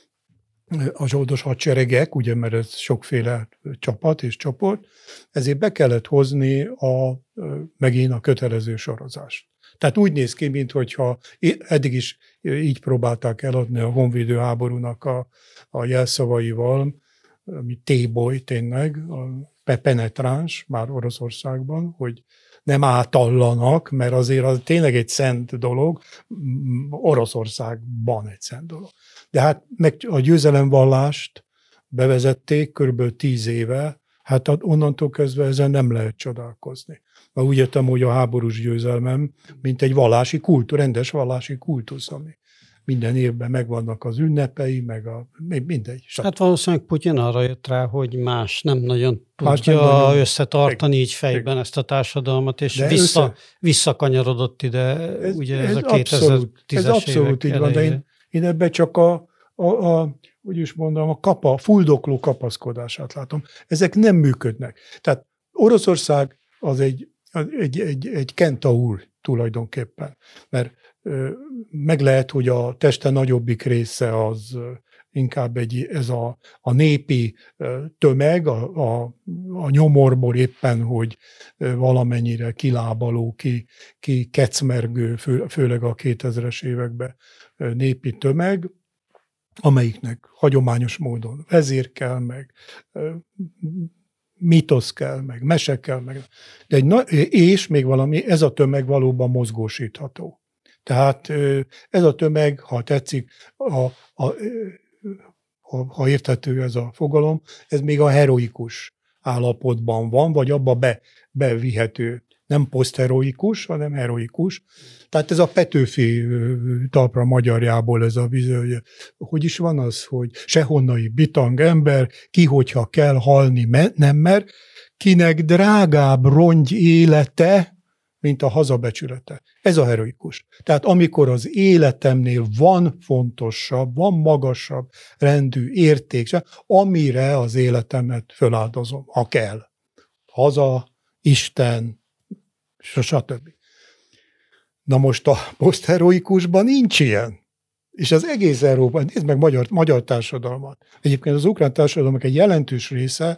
a zsoldos hadseregek, ugye, mert ez sokféle csapat és csoport, ezért be kellett hozni megint a kötelező sorozást. Tehát úgy néz ki, mintha eddig is így próbálták eladni a honvédő háborúnak a jelszavaival, ami téboly tényleg, penetráns már Oroszországban, hogy nem átallanak, mert azért az tényleg egy szent dolog, Oroszországban egy szent dolog. De hát meg a győzelemvallást bevezették kb. 10 éve, hát onnantól kezdve ezen nem lehet csodálkozni. Mert úgy értem, hogy a háborús győzelmem, mint egy vallási rendes vallási kultusz, ami minden évben megvannak az ünnepei, meg mindegy. Hát valószínűleg Putyin arra jött rá, hogy más nem nagyon tudja összetartani így fejben ezt a társadalmat, és visszakanyarodott ide, ugye ez a 2010-es ez abszolút így van, de én ebben csak hogy is mondom, a fuldokló kapaszkodását látom. Ezek nem működnek. Tehát Oroszország az egy kentaur tulajdonképpen, mert meg lehet, hogy a teste nagyobbik része az inkább ez a népi tömeg, a nyomorból éppen, hogy valamennyire kilábaló, kecmergő, főleg a 2000-es években népi tömeg, amelyiknek hagyományos módon vezér kell, mitosz kell, meg mese kell, meg. És még valami, ez a tömeg valóban mozgósítható. Tehát ez a tömeg, ha tetszik, ha érthető ez a fogalom, ez még a heroikus állapotban van, vagy abba bevihető. Nem posztheroikus, hanem heroikus. Tehát ez a Petőfi talpra magyarjából ez a bizony, hogy is van az, hogy sehonnai bitang ember, ki hogyha kell halni nem mer, kinek drágább rongy élete, mint a hazabecsülete. Ez a heroikus. Tehát amikor az életemnél van fontosabb, van magasabb rendű érték, amire az életemet föláldozom, ha kell. Haza, Isten, stb. Na most a posztheroikusban nincs ilyen. És az egész Európában, nézd meg magyar társadalmat. Egyébként az ukrán társadalmak egy jelentős része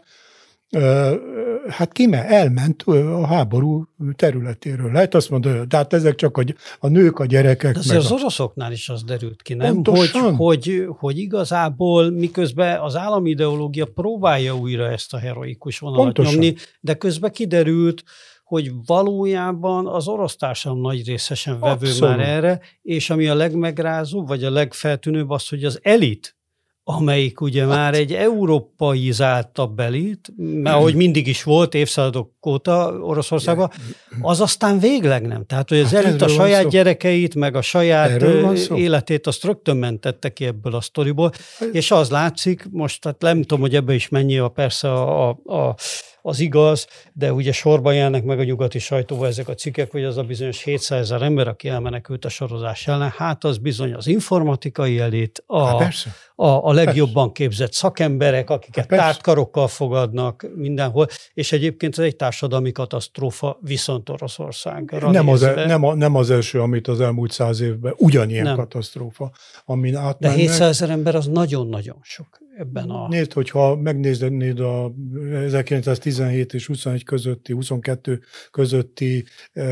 elment a háború területéről. Lehet azt mondani, de hát ezek csak a nők, a gyerekek. De az oroszoknál is az derült ki, nem? Hogy igazából miközben az állami ideológia próbálja újra ezt a heroikus vonalat nyomni, de közben kiderült, hogy valójában az orosz társadalom nagy része sem vevő már erre, és ami a legmegrázóbb, vagy a legfeltűnőbb az, hogy az elit, amelyik ugye már egy európaizáltabb elit, mert ahogy mindig is volt évszázadok óta Oroszországban, az aztán végleg nem. Tehát, hogy az elit a saját gyerekeit, meg a saját életét azt rögtön mentette ki ebből a sztoriból, és az látszik, most hát nem tudom, hogy ebbe is mennyi persze az igaz, de ugye sorban jelnek meg a nyugati sajtóban ezek a cikkek, hogy az a bizonyos 700 000 ember, aki elmenekült a sorozás ellen, hát az bizony az informatikai elit, a legjobban képzett szakemberek, akiket tártkarokkal fogadnak mindenhol, és egyébként ez egy társadalmi katasztrófa viszont Oroszországra. Nem az első, amit az elmúlt 100 évben ugyanilyen katasztrófa, amin átmennek. De 700 000 ember az nagyon-nagyon sok ebben a... Nézd, hogyha megnéznéd a 1917 és 21 közötti, 22 közötti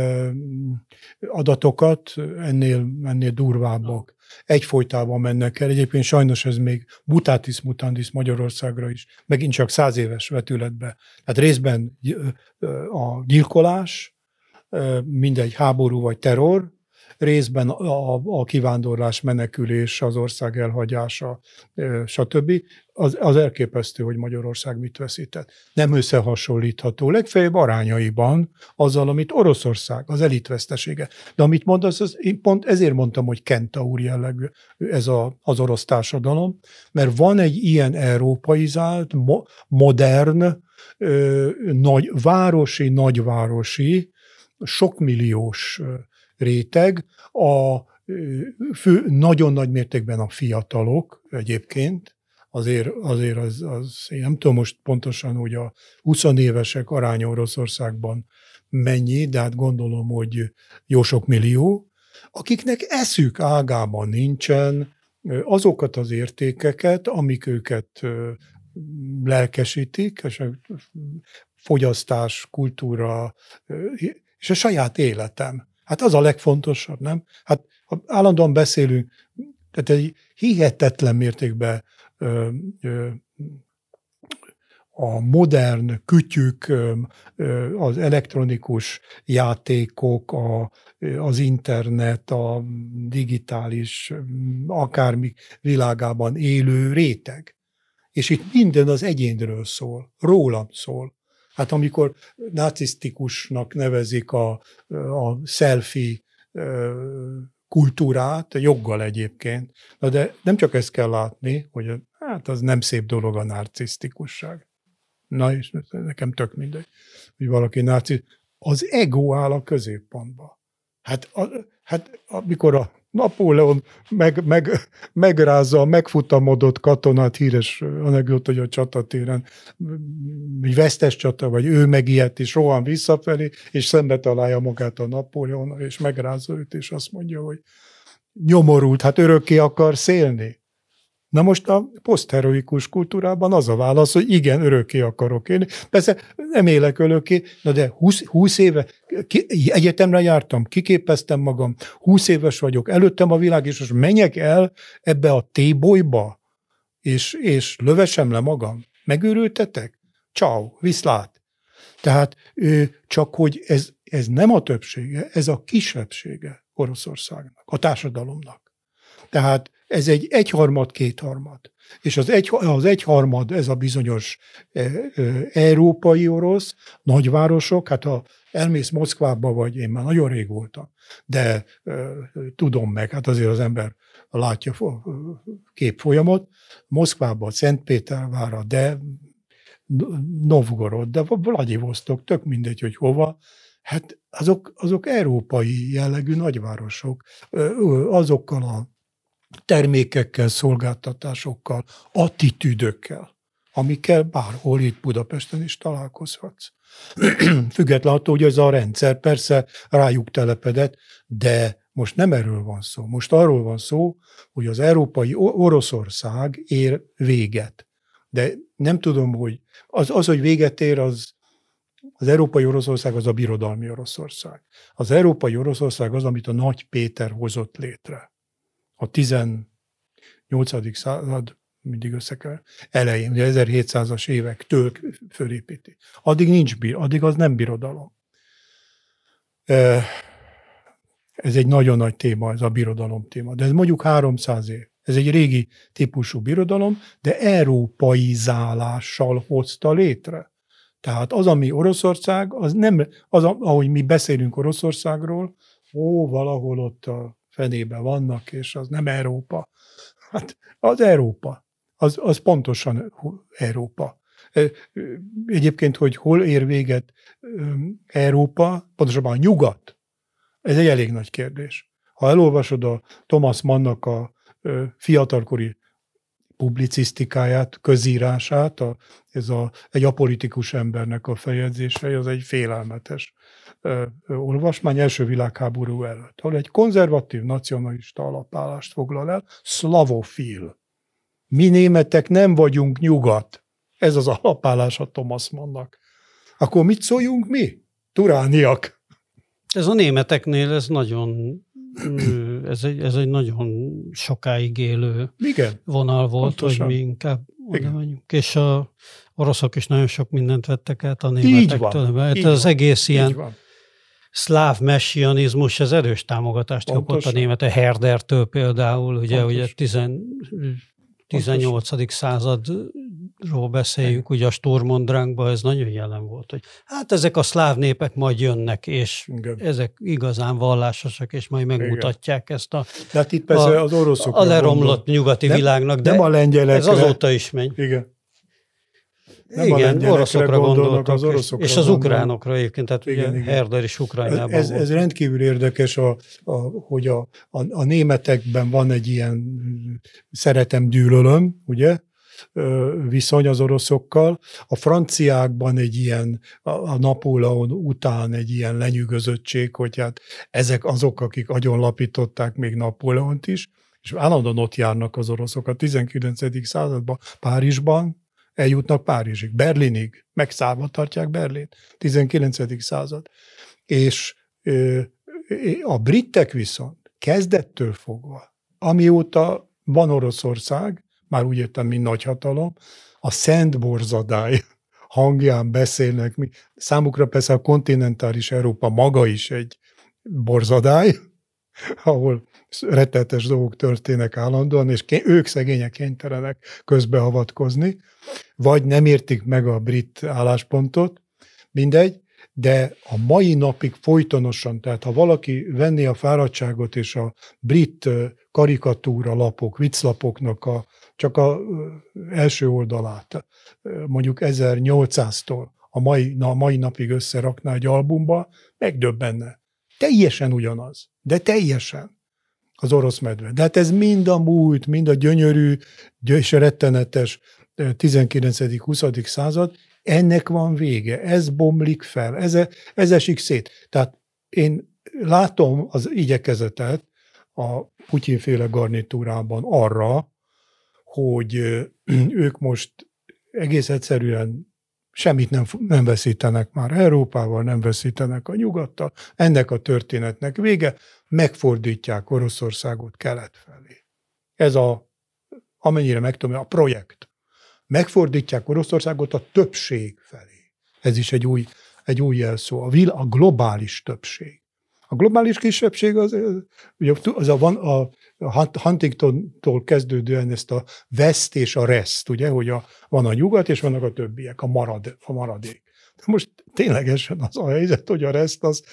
adatokat, ennél durvábbak. Egyfolytában mennek el. Egyébként sajnos ez még mutatis mutandis Magyarországra is, megint csak 100 éves vetületbe. Tehát részben a gyilkolás, mindegy háború vagy terror, részben a kivándorlás, menekülés, az ország elhagyása, stb. Az elképesztő, hogy Magyarország mit veszített. Nem összehasonlítható, legfeljebb arányaiban azzal, amit Oroszország, az elitvesztesége. De amit mondasz, én pont ezért mondtam, hogy kentaur jellegű ez az orosz társadalom, mert van egy ilyen európaizált, modern, nagyvárosi, sokmilliós réteg, nagyon nagy mértékben a fiatalok egyébként, azért én nem tudom most pontosan, hogy a 20 évesek aránya Oroszországban mennyi, de hát gondolom, hogy jó sok millió, akiknek eszük ágában nincsen azokat az értékeket, amik őket lelkesítik, és a fogyasztás, kultúra, és a saját életem. Hát az a legfontosabb, nem? Hát ha állandóan beszélünk, tehát egy hihetetlen mértékben a modern kütyük, az elektronikus játékok, az internet, a digitális akármi világában élő réteg. És itt minden az egyénről szól, rólam szól. Hát amikor narcisztikusnak nevezik a selfie kultúrát, joggal egyébként, de nem csak ezt kell látni, hogy hát az nem szép dolog a narcisztikusság. Na és nekem tök mindegy, hogy valaki az ego áll a középpontba. Hát amikor a Napóleon megrázza a megfutamodott katonát, híres anekdóta, hogy a csatatéren egy vesztes csata, vagy ő megijedt, és rohan visszafelé, és szembe találja magát a Napóleonnal, és megrázza őt, és azt mondja, hogy nyomorult, hát örökké akarsz élni. Na most a posztheroikus kultúrában az a válasz, hogy igen, örökké akarok élni. Persze nem élek örökké, de 20 éve egyetemre jártam, kiképeztem magam, 20 éves vagyok, előttem a világ, és most menjek el ebbe a tébolyba, és lövesem le magam. Megőrültetek? Ciao, viszlát. Tehát csak hogy ez nem a többsége, ez a kisebbsége Oroszországnak, a társadalomnak. Tehát ez egy egyharmad, kétharmad. És az egyharmad, ez a bizonyos európai orosz, nagyvárosok, hát ha elmész Moszkvába vagy, én már nagyon rég voltam, de tudom meg, hát azért az ember látja képfolyamot, Moszkvába, Szentpétervárra, de Novgorod, de Vladivostok, tök mindegy, hogy hova, hát azok európai jellegű nagyvárosok, azokkal a termékekkel, szolgáltatásokkal, attitűdökkel, amikkel bárhol itt Budapesten is találkozhatsz. Független attól, hogy ez a rendszer persze rájuk telepedett, de most nem erről van szó. Most arról van szó, hogy az európai Oroszország ér véget. De nem tudom, hogy hogy véget ér, az európai Oroszország az a birodalmi Oroszország. Az európai Oroszország az, amit a Nagy Péter hozott létre. A 18. század, mindig összekel, elején, ugye 1700-as évektől fölépíti. Addig az nem birodalom. Ez egy nagyon nagy téma, ez a birodalom téma. De ez mondjuk 300 év. Ez egy régi típusú birodalom, de európaizálással hozta létre. Tehát az, ami Oroszország, az nem, ahogy mi beszélünk Oroszországról, valahol ott a fenében vannak, és az nem Európa. Hát az Európa. Az pontosan Európa. Egyébként, hogy hol ér véget Európa, pontosabban a nyugat, ez egy elég nagy kérdés. Ha elolvasod a Thomas Mannnak a fiatalkori publicisztikáját, közírását, egy apolitikus embernek a feljegyzése, az egy félelmetes olvasmány első világháború előtt, ahol egy konzervatív nacionalista alapállást foglal el, szlavofil. Mi németek nem vagyunk nyugat. Ez az alapállás a Thomas Mannnak. Akkor mit szóljunk mi? Turániak. Ez a németeknél ez nagyon, ez egy nagyon sokáig élő vonal volt, pontosan. Hogy mi inkább oda vagyunk. És a oroszok is nagyon sok mindent vettek át a németektől. Hát az egész ilyen szláv messianizmus, ez erős támogatást kapott a németek. Herdertől például, ugye 18. századról beszéljük, ugye a Sturm und Drangban ez nagyon jelen volt, hogy hát ezek a szláv népek majd jönnek, és ezek igazán vallásosak, és majd megmutatják ezt a, hát itt persze az oroszokra a leromlott nyugati világnak, de nem a lengyelekre, ez azóta is megy. Igen, oroszokra gondoltak, az oroszokra és az ukránokra egyébként, tehát igen. Herder is Ukrajnában volt. Ez rendkívül érdekes, hogy a németekben van egy ilyen szeretem-gyűlölöm, ugye, viszony az oroszokkal. A franciákban egy ilyen, a Napóleon után egy ilyen lenyűgözöttség, hogy hát ezek azok, akik agyonlapították még Napóleont is, és állandóan ott járnak az oroszok a 19. században, Párizsban, eljutnak Párizsig, Berlinig, megszállva tartják Berlint, 19. század. És a britek viszont kezdettől fogva, amióta van Oroszország, már úgy értem, mint nagyhatalom, a szent borzadály hangján beszélnek. Számukra persze a kontinentális Európa maga is egy borzadály, ahol rettenetes dolgok történnek állandóan, és ők szegények kénytelenek közbeavatkozni, vagy nem értik meg a brit álláspontot, mindegy, de a mai napig folytonosan, tehát ha valaki venné a fáradtságot és a brit karikatúra lapok, vicclapoknak csak a első oldalát, mondjuk 1800-tól a mai napig összerakná egy albumba, megdöbbenne. Teljesen ugyanaz, de teljesen az orosz medve. De hát ez mind a múlt, mind a gyönyörű és rettenetes 19.-20. század, ennek van vége, ez bomlik fel, ez esik szét. Tehát én látom az igyekezetet a Putyin-féle garnitúrában arra, hogy ők most egész egyszerűen semmit nem veszítenek már Európával, nem veszítenek a nyugattal. Ennek a történetnek vége, megfordítják Oroszországot kelet felé. Ez amennyire megtudom, a projekt. megfordítják Oroszországot a többség felé. Ez is egy új jelszó. A globális többség. A globális kisebbség az a Huntingtontól kezdődően ezt a West és a Rest, ugye, hogy van a nyugat, és vannak a többiek, a maradék. Most ténylegesen az a helyzet, hogy a Rest az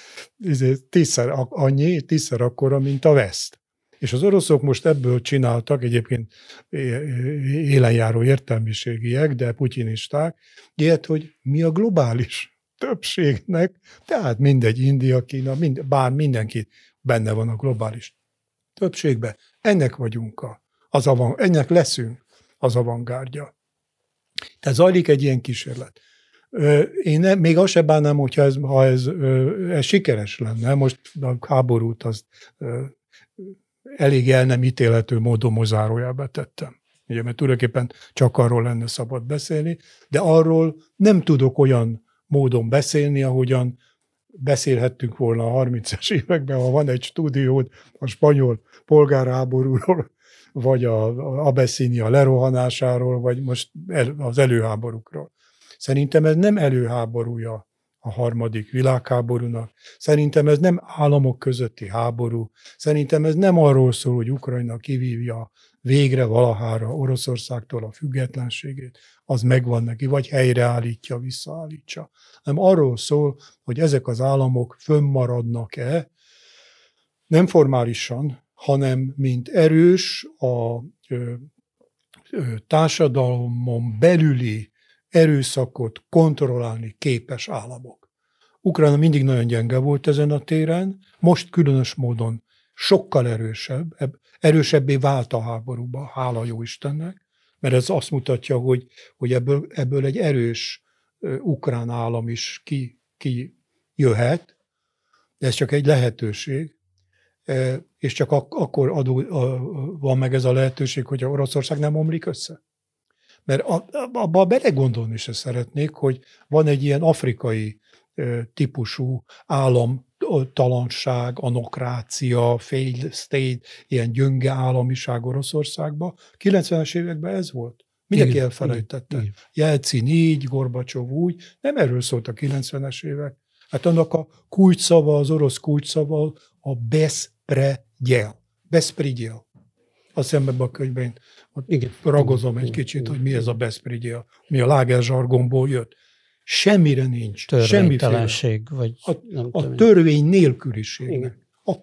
10-szer akkora, mint a West. És az oroszok most ebből csináltak, egyébként élenjáró értelmiségiek, de putyinisták, ilyet, hogy mi a globális többségnek, tehát mindegy, India, Kína, mindenki benne van a globális többségben. Ennek vagyunk, ennek leszünk az avantgárdja. Tehát zajlik egy ilyen kísérlet. Én még azt se bánnám, ha ez sikeres lenne. Most a háborút azt elég el nem ítélhető módon zárójelbe tettem. Ugye, mert tulajdonképpen csak arról lenne szabad beszélni, de arról nem tudok olyan módon beszélni, ahogyan beszélhettünk volna a 30-as években, ha van egy stúdiód a spanyol polgárháborúról, vagy a Abeszínia lerohanásáról, vagy most az előháborúkról. Szerintem ez nem előháborúja a harmadik világháborúnak. Szerintem ez nem államok közötti háború. Szerintem ez nem arról szól, hogy Ukrajna kivívja végre valahára Oroszországtól a függetlenségét, az megvan neki, vagy helyreállítja, visszaállítsa. Nem arról szól, hogy ezek az államok fönnmaradnak-e, nem formálisan, hanem mint erős a társadalmon belüli erőszakot kontrollálni képes államok. Ukrajna mindig nagyon gyenge volt ezen a téren, most különös módon sokkal erősebbé vált a háborúba, hála jó Istennek, mert ez azt mutatja, hogy ebből egy erős ukrán állam is kijöhet, de ez csak egy lehetőség, és csak akkor van meg ez a lehetőség, hogy a Oroszország nem omlik össze. Mert abban belegondolni se szeretnék, hogy van egy ilyen afrikai típusú államtalanság, anokrácia, failed state, ilyen gyönge államiság Oroszországban. 90-es években ez volt. Mindenki elfelejtette. Jelcin így, Gorbacsov úgy. Nem erről szólt a 90-es évek. Hát annak a kulcsszava, az orosz kulcsszava a Bespredyel. Bespredyel. Azt hiszem ebben a könyvben ragozom egy kicsit, hogy mi ez a Bespredyel, mi a lágerzsargonból jött. Semmire nincs. Törvénytelenség, vagy a törvény nélküliségnek.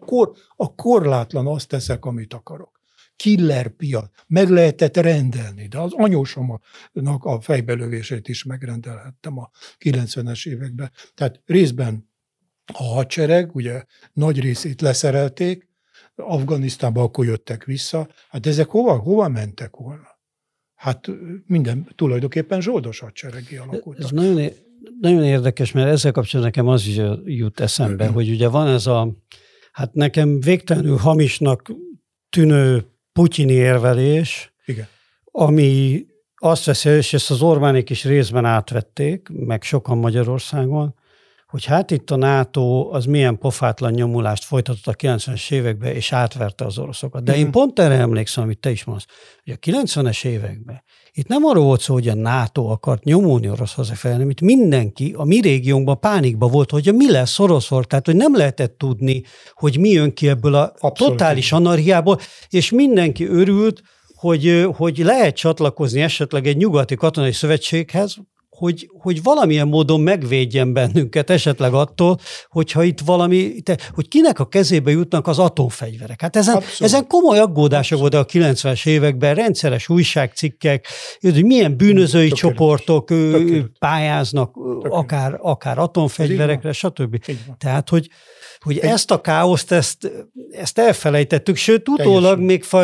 A korlátlan azt teszek, amit akarok. Killer piac. Meg lehetett rendelni, de az anyósomnak a fejbelövését is megrendelhettem a 90-es években. Tehát részben a hadsereg, ugye nagy részét leszerelték, Afganisztánba akkor jöttek vissza. Hát ezek hova mentek volna? Hát minden tulajdonképpen zsoldos hadseregi alakultak. Ez nagyon érdekes, mert ezzel kapcsolatban nekem az is jut eszembe, hogy ugye van ez hát nekem végtelenül hamisnak tűnő putyini érvelés, igen, ami azt veszi, és ezt az Orbánék is részben átvették, meg sokan Magyarországon, hogy hát itt a NATO az milyen pofátlan nyomulást folytatott a 90-es években, és átverte az oroszokat. De én pont erre emlékszem, amit te is mondsz, hogy a 90-es években itt nem arról volt szó, hogy a NATO akart nyomulni Oroszország felé, hanem itt mindenki a mi régiónkban pánikban volt, hogy mi lesz Oroszország, tehát hogy nem lehetett tudni, hogy mi jön ki ebből a totális anarchiából, és mindenki örült, hogy lehet csatlakozni esetleg egy nyugati katonai szövetséghez, hogy valamilyen módon megvédjen bennünket esetleg attól, hogyha itt hogy kinek a kezébe jutnak az atomfegyverek. Hát ezen komoly aggódások volt a 90-es években, rendszeres újságcikkek, hogy milyen bűnözői csoportok pályáznak akár atomfegyverekre, stb. Tehát, hogy ezt a káoszt, ezt elfelejtettük, sőt, utólag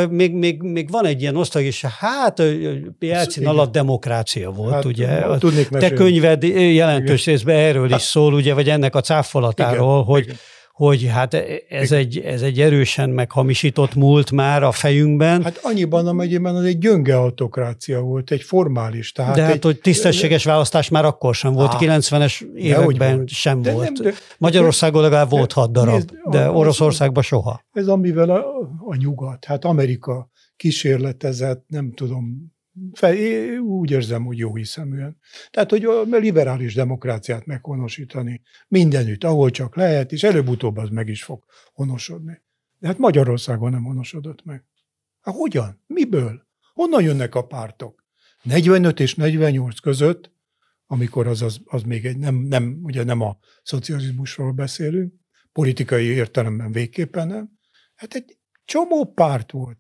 még van egy ilyen osztag, és hát Jelcin alatt demokrácia volt, hát, ugye. Te könyved jelentős részben erről is szól, ugye, vagy ennek a cáfolatáról, hogy hát ez egy erősen meghamisított múlt már a fejünkben. Hát annyiban, amelyben az egy gyönge autokrácia volt, egy formális. Tehát de hát, hogy tisztességes választás már akkor sem volt, 90-es években sem volt. Magyarországon legalább volt 6 darab, de Oroszországban soha. Ez amivel a nyugat, hát Amerika kísérletezett, nem tudom, úgy érzem, hogy jó hiszeműen. Tehát, hogy a liberális demokráciát meghonosítani mindenütt, ahol csak lehet, és előbb-utóbb az meg is fog honosodni. De hát Magyarországon nem honosodott meg. Hát hogyan? Miből? Honnan jönnek a pártok? 45 és 48 között, amikor az még egy ugye nem a szocializmusról beszélünk, politikai értelemben végképpen nem, hát egy csomó párt volt.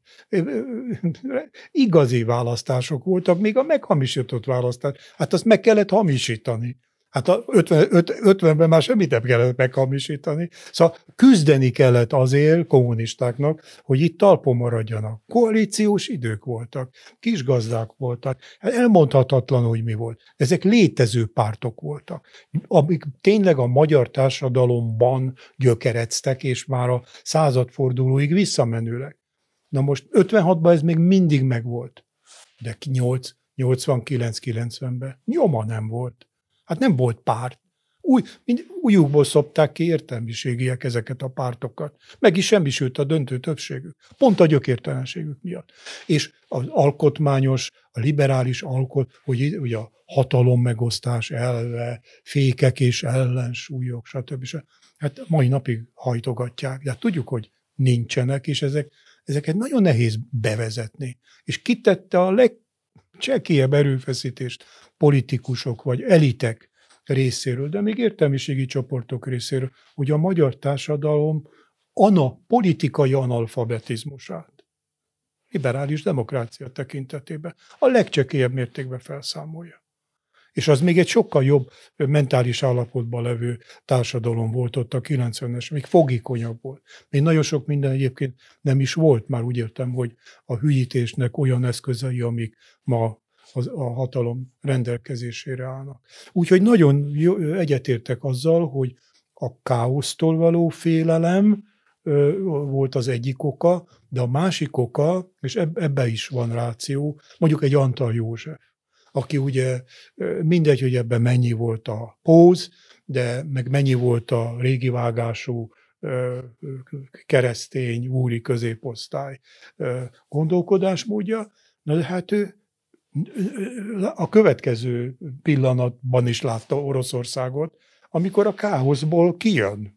Igazi választások voltak, még a meghamisított választás. Hát azt meg kellett hamisítani. Hát a 50-ben már semmit nem kellett meghamisítani. Szóval küzdeni kellett azért kommunistáknak, hogy itt talpon maradjanak. Koalíciós idők voltak, kisgazdák voltak. Hát elmondhatatlan, hogy mi volt. Ezek létező pártok voltak, amik tényleg a magyar társadalomban gyökereztek, és már a századfordulóig visszamenőleg. Na most 56-ban ez még mindig megvolt, de 89-90-ben nyoma nem volt. Hát nem volt párt. Újukból szopták ki értelmiségiek ezeket a pártokat. Meg is semmisült a döntő többségük. Pont a gyökértelenségük miatt. És az alkotmányos, a liberális hogy a hatalom megosztás elve, fékek és ellensúlyok, stb. Hát mai napig hajtogatják. De hát tudjuk, hogy nincsenek, és ezeket nagyon nehéz bevezetni. És kitette a legcsekélyebb erőfeszítést politikusok vagy elitek részéről, de még értelmiségi csoportok részéről, hogy a magyar társadalom politikai analfabetizmusát liberális demokrácia tekintetében a legcsekélyebb mértékben felszámolja. És az még egy sokkal jobb mentális állapotban levő társadalom volt ott a 90-es, még fogékonyabb volt. Még nagyon sok minden egyébként nem is volt, már úgy értem, hogy a hülyítésnek olyan eszközei, amik ma a hatalom rendelkezésére állnak. Úgyhogy nagyon egyetértek azzal, hogy a káosztól való félelem volt az egyik oka, de a másik oka, és ebbe is van ráció, mondjuk egy Antal József, aki ugye mindegy, hogy ebben mennyi volt a póz, de meg mennyi volt a régi vágású keresztény, úri középosztály gondolkodásmódja, na de hát ő a következő pillanatban is látta Oroszországot, amikor a káoszból kijön.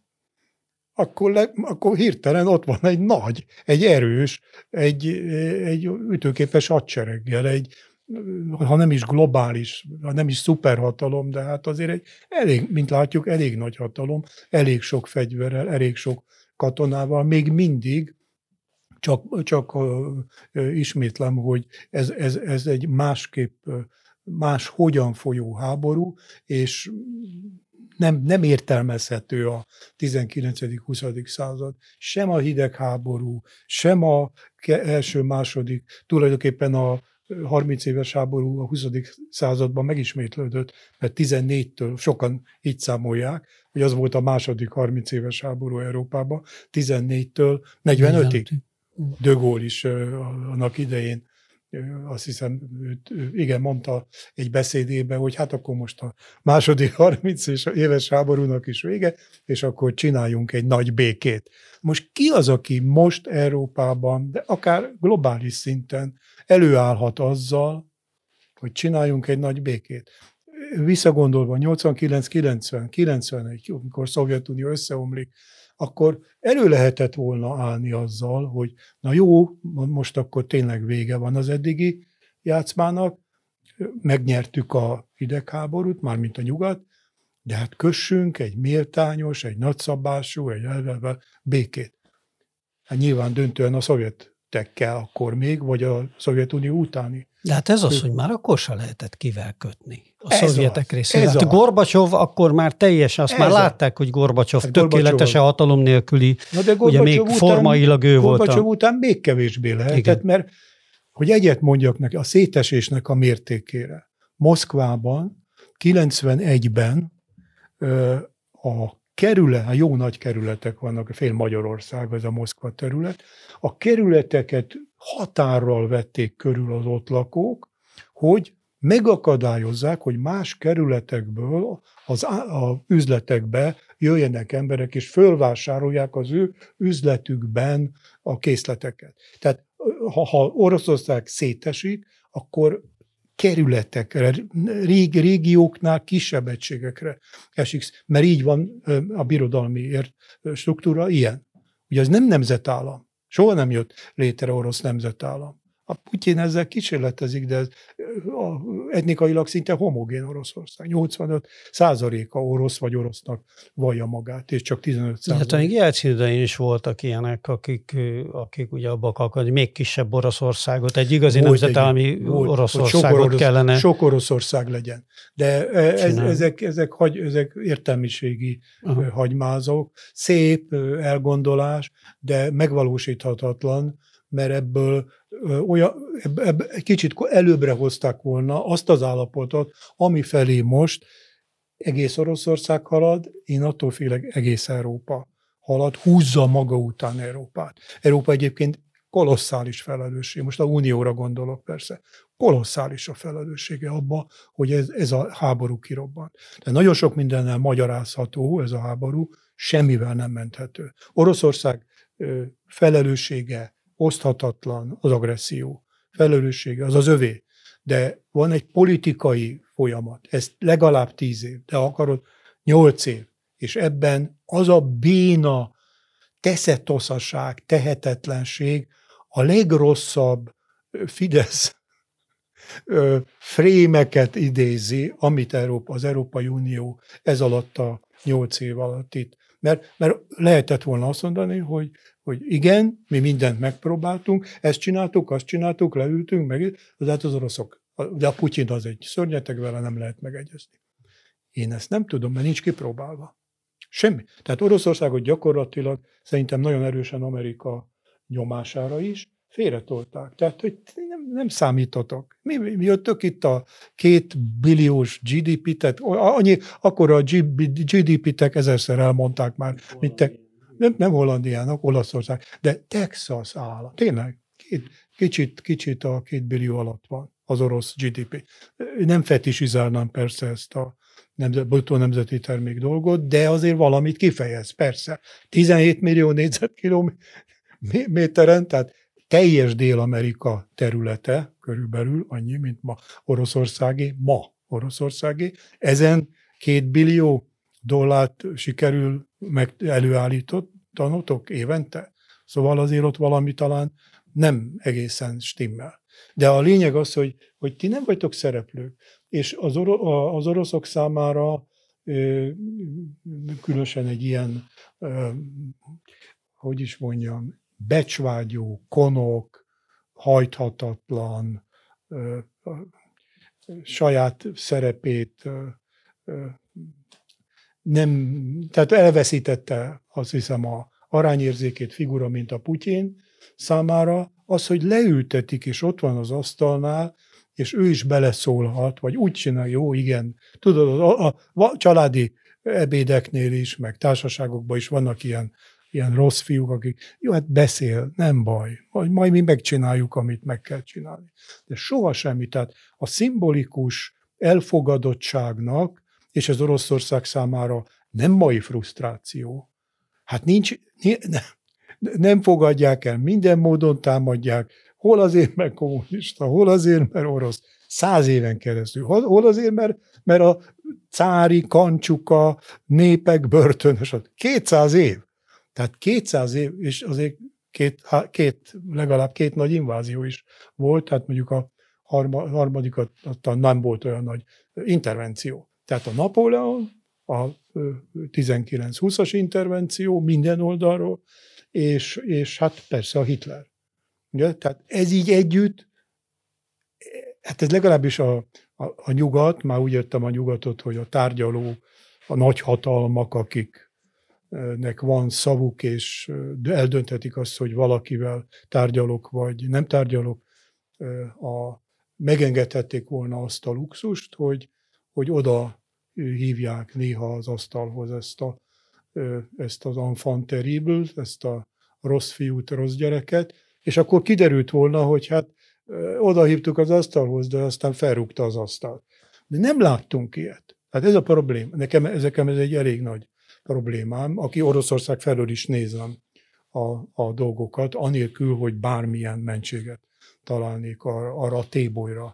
Akkor hirtelen ott van egy erős, egy ütőképes hadsereggel, ha nem is globális, ha nem is szuperhatalom, de hát azért mint látjuk, elég nagy hatalom, elég sok fegyverrel, elég sok katonával, még mindig, csak ismétlem, hogy ez egy máshogyan folyó háború, és nem értelmezhető a 19.-20. század, sem a hidegháború, sem a első-második, tulajdonképpen a 30 éves háború a 20. században megismétlődött, mert 14-től sokan így számolják, hogy az volt a második 30 éves háború Európában, 14-től 45-ig. De Gaulle is annak idején, azt hiszem, igen, mondta egy beszédében, hogy hát akkor most a második 30 éves háborúnak is vége, és akkor csináljunk egy nagy békét. Most ki az, aki most Európában, de akár globális szinten előállhat azzal, hogy csináljunk egy nagy békét? Visszagondolva 89-90-91, amikor Szovjetunió összeomlik, akkor elő lehetett volna állni azzal, hogy na jó, most akkor tényleg vége van az eddigi játszmának, megnyertük a hidegháborút, mármint a nyugat, de hát kössünk egy méltányos, egy nagyszabású, egy elvelvel békét. Hát nyilván döntően a szovjetekkel akkor még, vagy a Szovjetunió utáni. De hát ez az, hogy már akkor se lehetett kivel kötni a szovjetek részéről. Hát Gorbacsov akkor már teljes, azt már látták, hogy Gorbacsov tökéletesen hatalom nélküli, ugye még formailag ő volt. Gorbacsov után még kevésbé lehetett, mert hogy egyet mondjak neki, a szétesésnek a mértékére. Moszkvában 91-ben a jó nagy kerületek vannak, fél Magyarország, az a Moszkva terület, a kerületeket határral vették körül az ott lakók, hogy megakadályozzák, hogy más kerületekből az üzletekbe jöjjenek emberek, és fölvásárolják az ő üzletükben a készleteket. Tehát ha Oroszország szétesik, akkor kerületekre, régióknál kisebb egységekre esik, mert így van a birodalmi struktúra ilyen. Ugye ez nem nemzetállam. Soha nem jött létre orosz nemzetállam. A Putyin ezzel kísérletezik, de ez etnikailag szinte homogén Oroszország. 85%-a orosz vagy orosznak vallja magát, és csak 15%. Hát még Jelcin idején is voltak ilyenek, akik ugye abba akarnak, hogy még kisebb Oroszországot, egy igazi nemzetállami Oroszországot kellene. Sok Oroszország legyen. De ezek értelmiségi hagymázok, szép elgondolás, de megvalósíthatatlan, mert ebből kicsit előbbre hozták volna azt az állapotot, ami felé most egész Oroszország halad, én attól félek egész Európa halad, húzza maga után Európát. Európa egyébként kolosszális felelősség, most a Unióra gondolok persze, kolosszális a felelőssége abba, hogy ez a háború kirobban. De nagyon sok mindennel magyarázható ez a háború, semmivel nem menthető. Oroszország felelőssége oszthatatlan, az agresszió felelőssége, az övé. De van egy politikai folyamat, ez legalább 10 év, de akarod 8 év, és ebben az a béna teszetoszaság, tehetetlenség, a legrosszabb Fidesz frémeket idézi, amit az Európai Unió ez alatt a 8 év alatt itt. Mert lehetett volna azt mondani, hogy igen, mi mindent megpróbáltunk, ezt csináltuk, azt csináltuk, leültünk, meg, de hát az oroszok, de a Putyin az egy szörnyeteg, vele nem lehet megegyezni. Én ezt nem tudom, mert nincs kipróbálva. Semmi. Tehát Oroszországot gyakorlatilag szerintem nagyon erősen Amerika nyomására is félretolták. Tehát, hogy nem számítotok. Mi jöttök itt a 2 billiós GDP-tet, akkor a GDP-tek 1000-szer elmondták már, mint te. Nem Hollandiának, Olaszország, de Texas áll. Tényleg, kicsit a 2 billió alatt van az orosz GDP. Nem fetisizálnám persze ezt a bruttó nemzeti termék dolgot, de azért valamit kifejez, persze. 17 millió négyzetkilométeren, tehát teljes Dél-Amerika területe, körülbelül annyi, mint ma Oroszországé, ezen 2 billió dollárt sikerül előállítanotok évente. Szóval azért ott valami talán nem egészen stimmel. De a lényeg az, hogy ti nem vagytok szereplők, és az oroszok számára különösen egy ilyen, hogy is mondjam, becsvágyó, konok, hajthatatlan, saját szerepét nem, tehát elveszítette, azt hiszem, a arányérzékét figura, mint a Putyin számára, az, hogy leültetik, és ott van az asztalnál, és ő is beleszólhat, vagy úgy csinál, jó, igen. Tudod, a családi ebédeknél is, meg társaságokban is vannak ilyen rossz fiúk, akik, jó, hát beszél, nem baj, majd mi megcsináljuk, amit meg kell csinálni. De soha semmi. Tehát a szimbolikus elfogadottságnak, és az Oroszország számára nem mai frusztráció. Hát nem fogadják el, minden módon támadják, hol azért, mert kommunista, hol azért, mert orosz, 100 éven keresztül, hol azért, mert a cári, kancsuka, népek börtönös, 200 év. Tehát 200 év, és azért legalább 2 nagy invázió is volt, tehát mondjuk a harmadikat nem volt olyan nagy intervenció. Tehát a Napóleon, a 19-20-as intervenció minden oldalról, és hát persze a Hitler. Ugye? Tehát ez így együtt, hát ez legalábbis a nyugat, már úgy értem a nyugatot, hogy a tárgyaló, a nagyhatalmak, akiknek van szavuk, és eldönthetik azt, hogy valakivel tárgyalok, vagy nem tárgyalok, megengedhették volna azt a luxust, hogy oda hívják néha az asztalhoz ezt az enfant terrible, ezt a rossz fiút, rossz gyereket, és akkor kiderült volna, hogy hát oda hívtuk az asztalhoz, de aztán felrúgta az asztalt. De nem láttunk ilyet. Hát ez a probléma. Nekem ez egy elég nagy problémám, aki Oroszország felől is nézem a dolgokat, anélkül, hogy bármilyen mentséget találnék arra a tébolyra,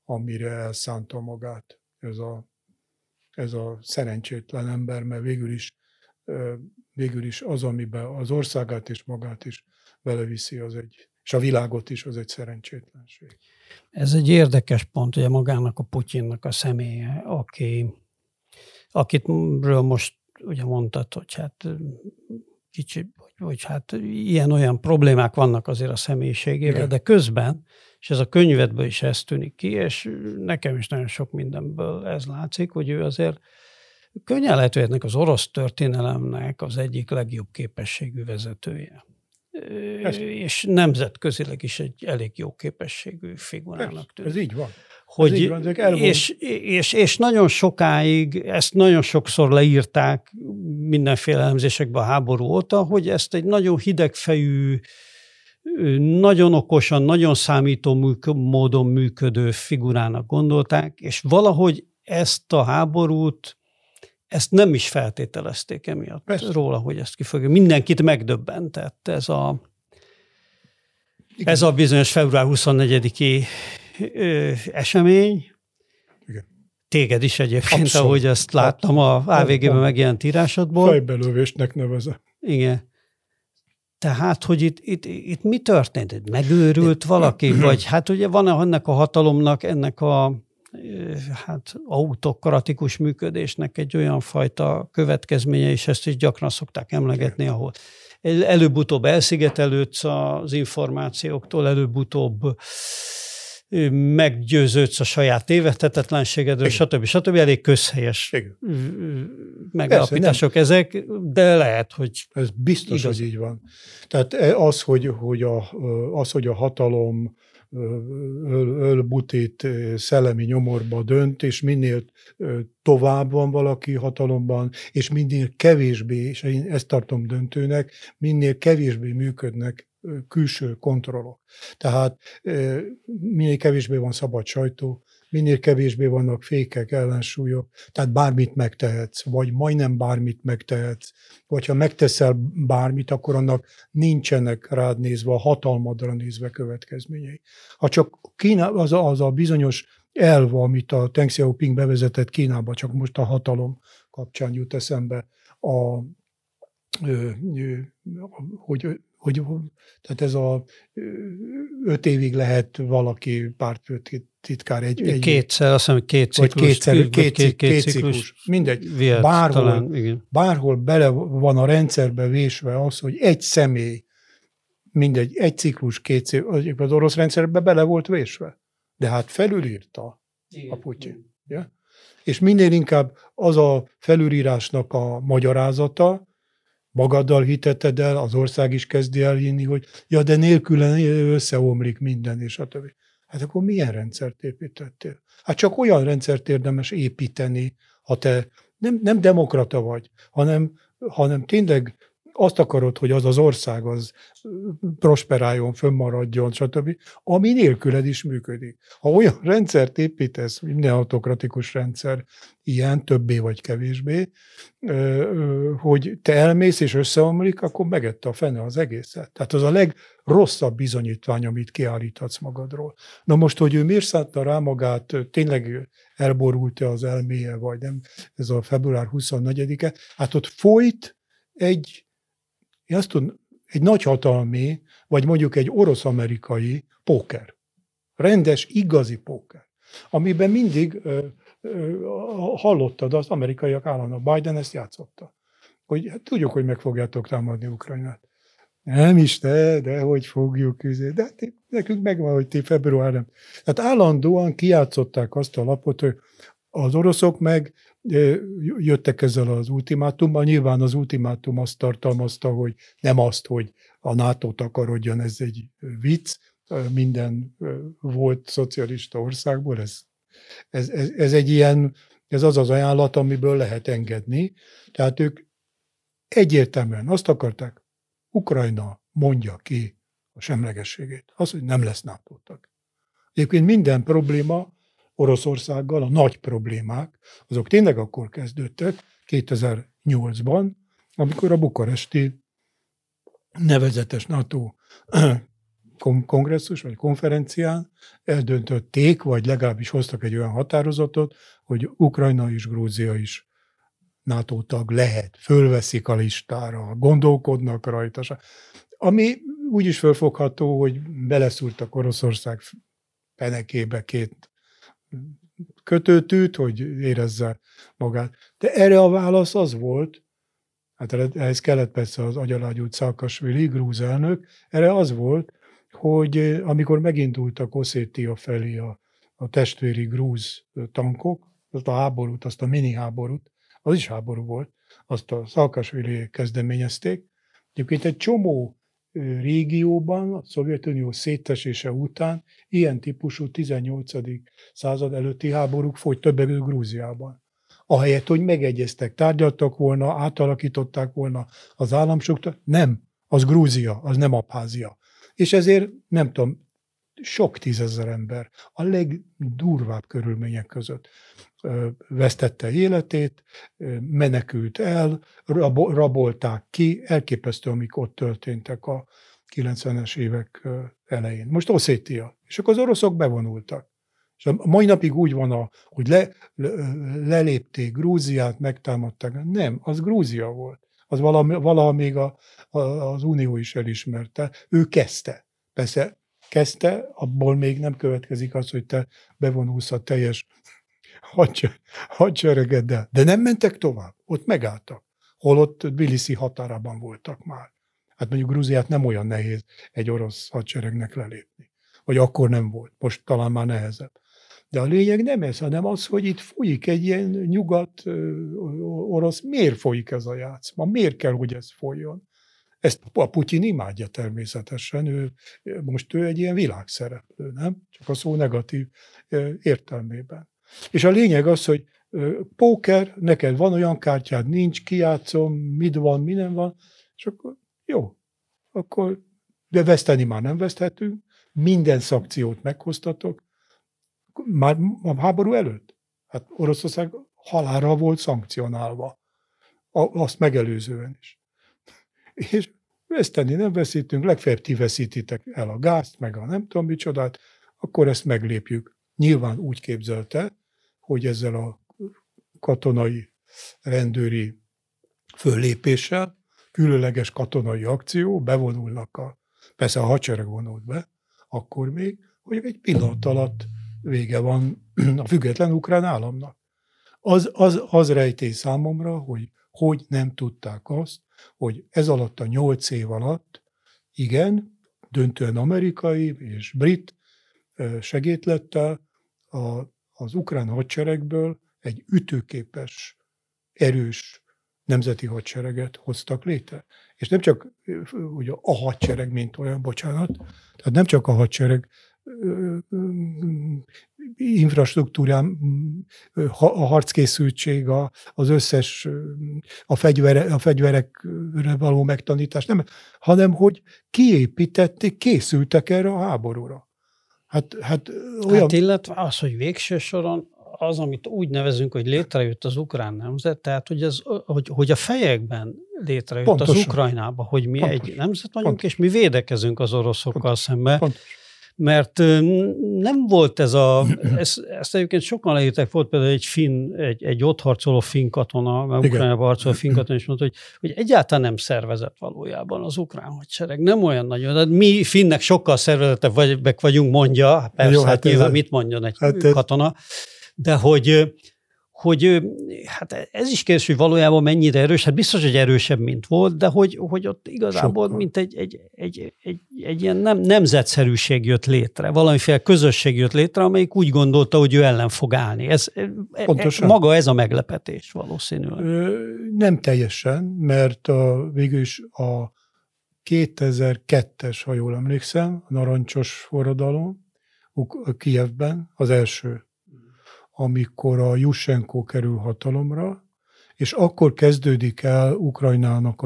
amire elszánta magát ez a szerencsétlen ember, mert végül is az, amiben az országát és magát is beleviszi, és a világot is, az egy szerencsétlenség. Ez egy érdekes pont, ugye magának a Putyinnak a személye, akitről most ugye mondtad, hogy hát kicsit, hogy hát ilyen-olyan problémák vannak azért a személyiségével, igen. De közben, és ez a könyvedből is ez tűnik ki, és nekem is nagyon sok mindenből ez látszik, hogy ő azért könnyen lehet, hogy ennek az orosz történelemnek az egyik legjobb képességű vezetője. És nemzetközileg is egy elég jó képességű figurának tűnik. Ez így van. Hogy, és nagyon sokáig, ezt nagyon sokszor leírták mindenféle elemzésekben a háború óta, hogy ezt egy nagyon hidegfejű, nagyon okosan, nagyon számító módon működő figurának gondolták, és valahogy ezt a háborút, ezt nem is feltételezték emiatt róla, hogy ezt ki fogja. Mindenkit megdöbbentett ez a bizonyos február 24-i esemény. Igen. Téged is egyébként, abszolút, ahogy ezt láttam a AVG-ben megjelent írásodból. Fejbelövésnek nevezem. Igen. Tehát, hogy itt mi történt? Megőrült valaki? Vagy hát ugye van ennek a hatalomnak, ennek a autokratikus működésnek egy olyan fajta következménye, és ezt is gyakran szokták emlegetni, ahol előbb-utóbb elszigetelődsz az információktól, előbb-utóbb meggyőződsz a saját tévedhetetlenségedről, stb. Elég közhelyes megállapítások ezek, de lehet, hogy ez biztos, igaz. Hogy így van. Tehát az, hogy a hatalom ölbutít szellemi nyomorba dönt, és minél tovább van valaki hatalomban, és minél kevésbé, és én ezt tartom döntőnek, minél kevésbé működnek külső kontrollok. Tehát minél kevésbé van szabad sajtó, minél kevésbé vannak fékek, ellensúlyok, tehát bármit megtehetsz, vagy majdnem bármit megtehetsz, vagy ha megteszel bármit, akkor annak nincsenek rád nézve, a hatalmadra nézve következményei. Ha csak Kína, az a bizonyos elv, amit a Deng Xiaoping bevezetett Kínába, csak most a hatalom kapcsán jut eszembe, tehát ez 5 évig lehet valaki pártfőtitkár kétszer, azt hiszem, két ciklus. Mindegy. Bárhol bele van a rendszerbe vésve az, hogy egy személy, mindegy, egy ciklus, az orosz rendszerbe bele volt vésve. De hát felülírta a Putyin. Ja? És minél inkább az a felülírásnak a magyarázata, magaddal hiteted el, az ország is kezdi el hinni, hogy ja, de nélküle összeomlik minden, és a többi. Hát akkor milyen rendszert építettél? Hát csak olyan rendszert érdemes építeni, ha te nem demokrata vagy, hanem tényleg azt akarod, hogy az ország az prosperáljon, fönnmaradjon, stb., ami nélküled is működik. Ha olyan rendszert építesz, minden autokratikus rendszer ilyen, többé vagy kevésbé, hogy te elmész és összeomlik, akkor megette a fene az egészet. Tehát az a legrosszabb bizonyítvány, amit kiállíthatsz magadról. Na most, hogy ő miért szánta rá magát, tényleg elborult-e az elméje, vagy nem, ez a február 24-e, hát ott folyt egy nagyhatalmi, vagy mondjuk egy orosz-amerikai póker. Rendes, igazi póker. Amiben mindig hallottad, az amerikaiak állandóan, Biden ezt játszotta. Hogy hát tudjuk, hogy meg fogjátok támadni Ukrajnát. Nem is, de hogy fogjuk. De hát nekünk megvan, hogy ti február nem. Tehát állandóan kijátszották azt a lapot, hogy az oroszok meg jöttek ezzel az ultimátummal. Nyilván az ultimátum azt tartalmazta, hogy nem azt, hogy a NATO takarodjon, ez egy vicc, minden volt szocialista országból, ez egy ilyen, ez az az ajánlat, amiből lehet engedni. Tehát ők egyértelműen azt akarták, Ukrajna mondja ki a semlegességét. Az, hogy nem lesz NATO-tag. Egyébként minden probléma Oroszországgal, a nagy problémák, azok tényleg akkor kezdődtek, 2008-ban, amikor a bukaresti nevezetes NATO kongresszus vagy konferencián eldöntötték, vagy legalábbis hoztak egy olyan határozatot, hogy Ukrajna és Grúzia is NATO tag lehet, fölveszik a listára, gondolkodnak rajta. Ami úgy is fölfogható, hogy beleszúrtak Oroszország fenekébe két kötőtűt, hogy érezze magát. De erre a válasz az volt, hát ehhez kellett persze az agyalágyult Száakasvili, grúz elnök, erre az volt, hogy amikor megindultak Oszétia felé a testvéri grúz tankok, azt a háborút, azt a mini háborút, az is háború volt, azt a Száakasvili kezdeményezték. Egyébként egy csomó régióban, a Szovjetunió szétesése után ilyen típusú 18. század előtti háborúk folyt, többek között Grúziában. Ahelyett, hogy megegyeztek, tárgyaltak volna, átalakították volna az államstruktúrát, nem, az Grúzia, az nem Abházia. És ezért, nem tudom, sok tízezer ember a legdurvább körülmények között vesztette életét, menekült el, rabolták ki, elképesztő, amik ott történtek a 90-es évek elején. Most Oszétia. És akkor az oroszok bevonultak. És a mai napig úgy van, hogy lelépték Grúziát, megtámadták. Nem, az Grúzia volt. Az valaha még az Unió is elismerte. Ő kezdte. Persze kezdte, abból még nem következik az, hogy te bevonulsz a teljes hadseregeddel. De nem mentek tovább. Ott megálltak. Holott Tbilisi határában voltak már. Hát mondjuk Grúziát nem olyan nehéz egy orosz hadseregnek lelépni. Vagy akkor nem volt. Most talán már nehezebb. De a lényeg nem ez, hanem az, hogy itt folyik egy ilyen nyugat-orosz. Miért folyik ez a játszma? Miért kell, hogy ez folyjon? Ezt a Putyin imádja természetesen. Most ő egy ilyen világszereplő, nem? Csak a szó negatív értelmében. És a lényeg az, hogy póker, neked van olyan kártyád, nincs, kijátszom, mit van, mi nem van, és akkor jó, akkor, de veszteni már nem veszthetünk, minden szankciót meghoztatok, már a háború előtt. Hát Oroszország halálra volt szankcionálva, azt megelőzően is. És veszteni nem veszítünk, legfeljebb ti veszítitek el a gázt, meg a nem tudom micsodát, akkor ezt meglépjük. Nyilván úgy képzelte, hogy ezzel a katonai, rendőri föllépéssel, különleges katonai akció, bevonulnak persze a hadsereg vonult be, akkor még, hogy egy pillanat alatt vége van a független ukrán államnak. Az rejtély számomra, hogy nem tudták azt, hogy ez alatt a 8 év alatt, igen, döntően amerikai és brit segédlettel az ukrán hadseregből egy ütőképes, erős nemzeti hadsereget hoztak létre. És nem csak ugye, a hadsereg, mint olyan, bocsánat, tehát nem csak a hadsereg infrastruktúrám, a harckészültség, az összes, a fegyverekre való megtanítás, nem, hanem hogy kiépítették, készültek erre a háborúra. Hát illetve az, hogy végső soron az, amit úgy nevezünk, hogy létrejött az ukrán nemzet, tehát hogy a fejekben létrejött pontosan. Az Ukrajnába, hogy mi pontosan. Egy nemzet vagyunk, és mi védekezünk az oroszokkal szemben. Mert nem volt ezt egyébként sokan leírták, volt például egy ott harcoló finn katona, mert Ukrajnában harcoló finn katona is mondta, hogy egyáltalán nem szervezett valójában az ukrán hadsereg. Nem olyan nagyon. De mi finnek sokkal szervezettebbek vagyunk, mondja, persze, jó, hát nyilván mit mondjon egy katona, de hogy hát ez is kérdés, hogy valójában mennyire erős, hát biztos, hogy erősebb, mint volt, de hogy ott igazából sokkal. Mint egy ilyen nemzetszerűség jött létre, valamiféle közösség jött létre, amelyik úgy gondolta, hogy ő ellen fog állni. Maga ez a meglepetés valószínűleg. Nem teljesen, mert végül is a 2002-es, ha jól emlékszem, a narancsos forradalom Kijevben az első, amikor a Jushchenko kerül hatalomra, és akkor kezdődik el Ukrajnának a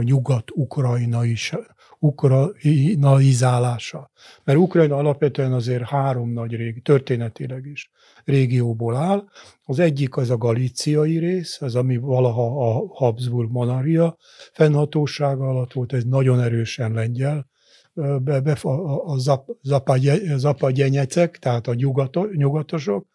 nyugat-ukrajnaizálása. Mert Ukrajna alapvetően azért 3 nagy történetileg is régióból áll. Az egyik az a galíciai rész, az ami valaha a Habsburg monarchia fennhatósága alatt volt, ez nagyon erősen lengyel zapadjenyecek, tehát a nyugatosok,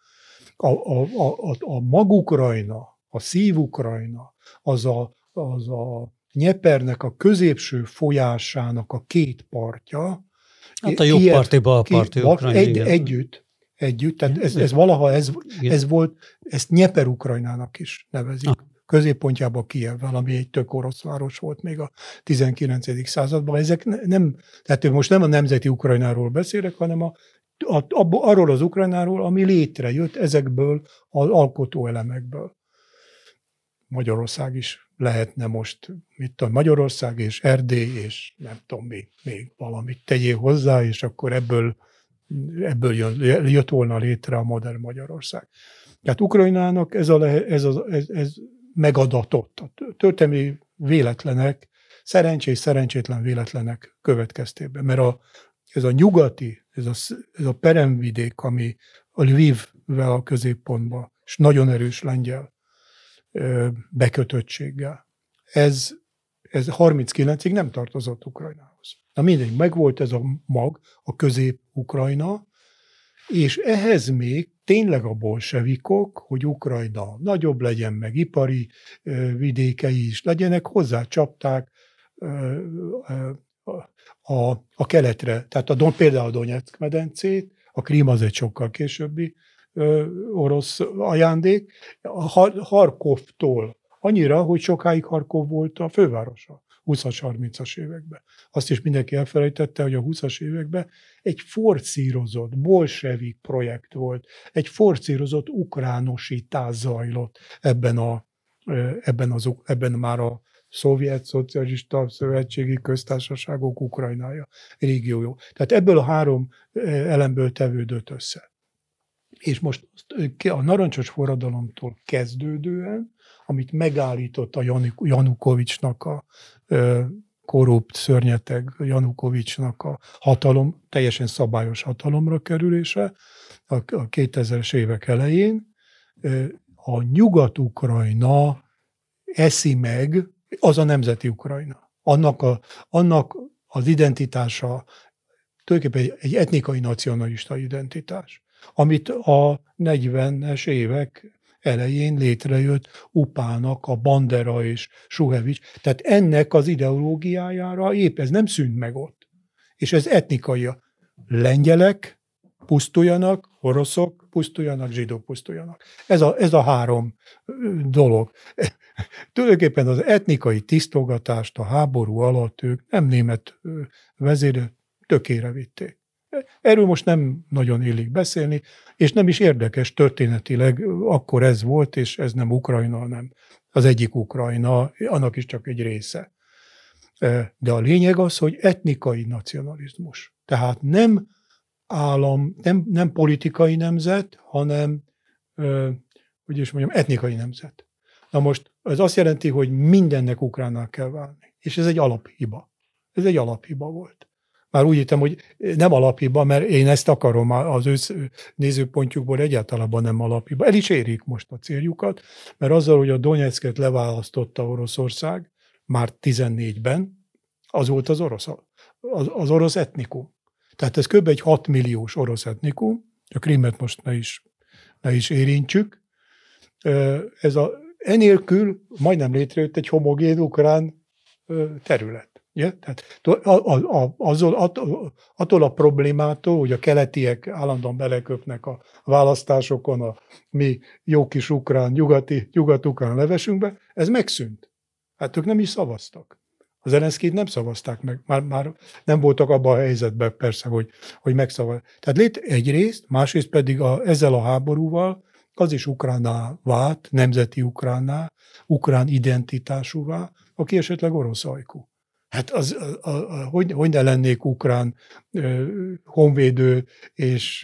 a mag-Ukrajna, a szív-Ukrajna, az a Nyepernek a középső folyásának a két partja. Hát a jobbparti, balparti Ukrajna. Együtt, tehát ez valaha ez volt, ezt Nyeper-Ukrajnának is nevezik. Középpontjában Kijevvel, ami egy tök orosz város volt még a 19. században. Ezek nem, tehát most nem a nemzeti Ukrajnáról beszélek, hanem arról az Ukrajnáról, ami létrejött ezekből az alkotóelemekből. Magyarország is lehetne most, Magyarország és Erdély, és nem tudom, még valamit tegyél hozzá, és akkor ebből jött volna létre a modern Magyarország. Tehát Ukrajnának ez megadatott. A történelmi véletlenek, szerencsétlen véletlenek következtében. Mert ez a nyugati, ez a peremvidék, ami a Lvivvel a középpontban, és nagyon erős lengyel bekötöttséggel, ez 39-ig nem tartozott Ukrajnához. Na mindegy, megvolt ez a mag, a közép-Ukrajna, és ehhez még tényleg a bolsevikok, hogy Ukrajna nagyobb legyen, meg ipari vidékei is legyenek, hozzácsapták a keletre. Tehát például a Donyeck medencét, a Krím az egy sokkal későbbi orosz ajándék, Harkovtól annyira, hogy sokáig Harkov volt a fővárosa 20-as, 30-as években. Azt is mindenki elfelejtette, hogy a 20-as években egy forszírozott bolsevik projekt volt, egy forszírozott ukránosítás zajlott ebben már a szovjet, szocialista, szövetségi köztársaságok Ukrajnája, régiója. Tehát ebből a három elemből tevődött össze. És most a narancsos forradalomtól kezdődően, amit megállított a Janukovicsnak a korrupt, szörnyeteg Janukovicsnak a hatalom, teljesen szabályos hatalomra kerülése a 2000-es évek elején, a Nyugat-Ukrajna eszi meg, az a nemzeti Ukrajna. Annak az identitása tulajdonképpen egy etnikai nacionalista identitás, amit a 40-es évek elején létrejött UPA-nak a Bandera és Suhevics. Tehát ennek az ideológiájára épp ez nem szűnt meg ott. És ez etnikai. Lengyelek pusztuljanak, oroszok pusztuljanak, zsidók pusztuljanak. Ez a három dolog. Tulajdonképpen az etnikai tisztogatást a háború alatt ők nem német vezérő tökére vitték. Erről most nem nagyon illik beszélni, és nem is érdekes történetileg, akkor ez volt, és ez nem Ukrajna, hanem az egyik Ukrajna, annak is csak egy része. De a lényeg az, hogy etnikai nacionalizmus. Tehát nem állam, nem politikai nemzet, hanem, hogy is mondjam, etnikai nemzet. Na most ez azt jelenti, hogy mindennek ukránná kell válni. És ez egy alaphiba. Ez egy alaphiba volt. Már úgy hittem, hogy nem alaphiba, mert én ezt akarom, az ő nézőpontjukból egyáltalán nem alaphiba. El is érik most a céljukat, mert azzal, hogy a Donyecket leválasztotta Oroszország, már 14-ben, az volt az orosz etnikum. Tehát ez kb. Egy 6 milliós orosz etnikum, a Krímet most ne is érintsük. Enélkül majdnem létrejött egy homogén ukrán terület. Ja? Tehát attól a problémától, hogy a keletiek állandóan beleköpnek a választásokon a mi jó kis ukrán, nyugat-ukrán levesünkbe, ez megszűnt. Hát ők nem is szavaztak. Az Zelenszkijt nem szavazták meg. Már nem voltak abban a helyzetben persze, hogy megszavazták. Tehát egyrészt, másrészt pedig ezzel a háborúval az is ukránná vált, nemzeti ukránná, ukrán identitásúvá, aki esetleg orosz ajkú. Hát hogy ne lennék ukrán honvédő és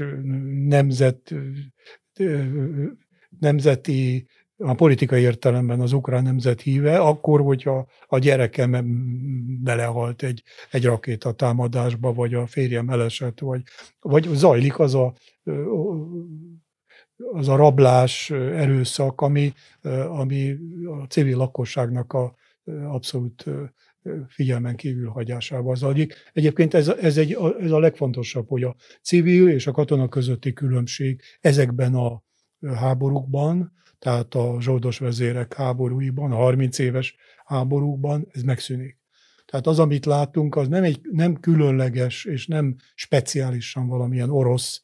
nemzeti, a politikai értelemben az ukrán nemzet híve, akkor, hogyha a gyerekem belehalt egy rakétatámadásba, vagy a férjem elesett, vagy zajlik az a rablás, erőszak, ami a civil lakosságnak a abszolút figyelmen kívül hagyásával zajlik. Egyébként ez a legfontosabb, hogy a civil és a katona közötti különbség ezekben a háborúkban, tehát a zsoldos vezérek háborúiban, a 30 éves háborúkban ez megszűnik. Tehát az, amit látunk, az nem különleges és nem speciálisan valamilyen orosz,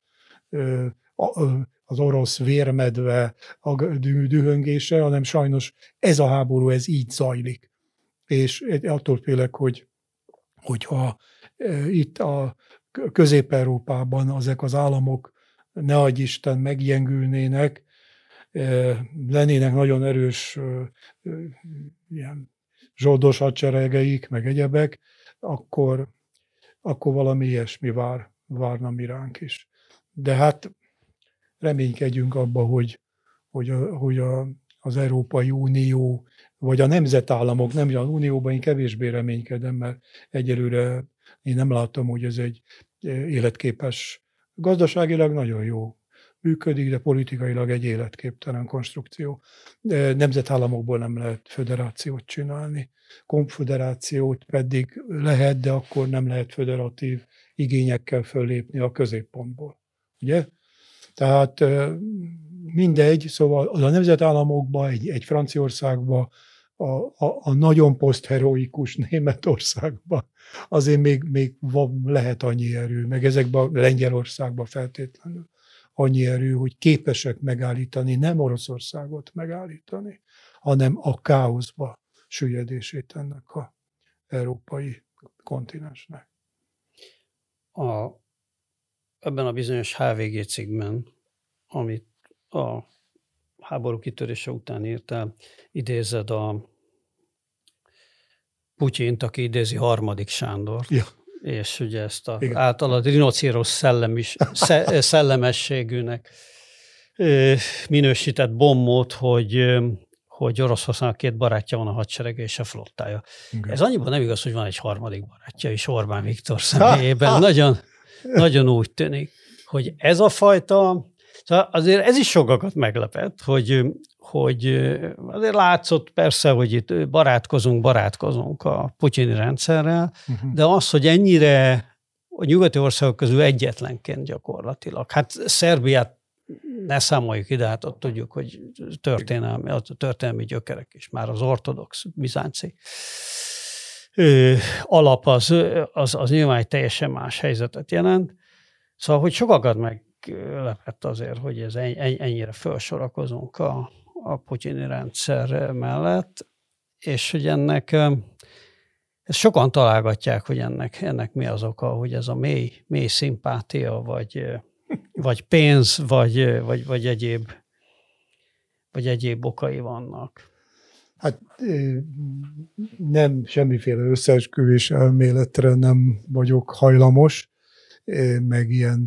az orosz vérmedve dühöngése, hanem sajnos ez a háború, ez így zajlik. És attól félek, hogyha itt a Közép-Európában ezek az államok, ne adj Isten, meggyengülnének, lennének nagyon erős ilyen zsoldos hadseregeik, meg egyebek, akkor valami ilyesmi várna mi ránk is. De hát reménykedjünk abba, hogy az Európai Unió, vagy a nemzetállamok, nem az Unióban én kevésbé reménykedem, mert egyelőre én nem látom, hogy ez egy életképes, gazdaságilag nagyon jó működik, de politikailag egy életképtelen konstrukció. Nemzetállamokból nem lehet föderációt csinálni. Konföderációt pedig lehet, de akkor nem lehet föderatív igényekkel föllépni a középpontból. Ugye? Tehát mindegy, szóval a nemzetállamokban, egy Franciaországban, a nagyon posztheroikus Németországban azért még lehet annyi erő, meg ezekben Lengyelországban feltétlenül annyi erő, hogy képesek megállítani, nem Oroszországot megállítani, hanem a káoszba süllyedését ennek az európai kontinensnek. Ebben a bizonyos HVG cikkben, amit a háború kitörése után írtál, idézed a Putyint, aki idézi Harmadik Sándort. Ja. És ugye ezt általad rinocéros szellemességűnek minősített bombót, hogy Oroszországnak 2 barátja van, a hadserege és a flottája. Igen. Ez annyiban nem igaz, hogy van egy harmadik barátja is Orbán Viktor személyében. Nagyon, nagyon úgy tűnik, hogy ez a fajta, szóval azért ez is sokakat meglepett, hogy azért látszott persze, hogy itt barátkozunk a putyini rendszerrel, de az, hogy ennyire a nyugati országok közül egyetlenként gyakorlatilag, hát Szerbiát ne számoljuk ide, hát ott tudjuk, hogy történelmi gyökerek is, már az ortodox bizánci alap az nyilván egy teljesen más helyzetet jelent. Szóval, hogy sokakat meglepett azért, hogy ez ennyire felsorakozunk a putyini rendszer mellett, és hogy ennek sokan találgatják, hogy ennek mi az oka, hogy ez a mély szimpátia, vagy pénz, vagy egyéb okai vannak. Hát nem, semmiféle összeesküvés elméletre nem vagyok hajlamos, meg ilyen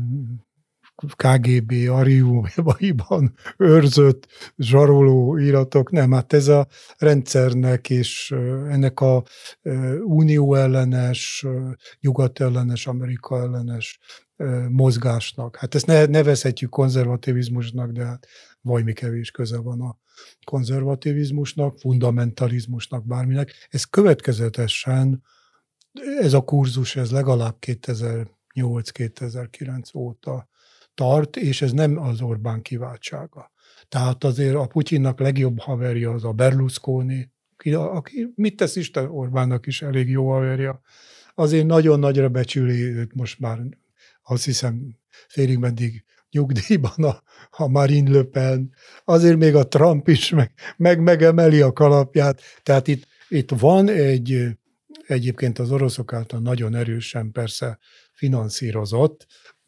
KGB archívumaiban őrzött zsaroló iratok, nem, hát ez a rendszernek és ennek a unió ellenes, nyugat ellenes, Amerika ellenes mozgásnak. Hát ezt nevezhetjük konzervativizmusnak, de hát vajmi kevés köze van a konzervativizmusnak, fundamentalizmusnak, bárminek. Ez következetesen, ez a kurzus, ez legalább 2008-2009 óta tart, és ez nem az Orbán kiváltsága. Tehát azért a Putyinnak legjobb haverja az a Berlusconi, aki mit tesz Isten, Orbánnak is elég jó haverja. Azért nagyon nagyra becsüli őt most már, azt hiszem, félig meddig nyugdíjban a Marine Le Pen, azért még a Trump is megemeli a kalapját. Tehát itt van egyébként az oroszok által nagyon erősen persze finanszírozott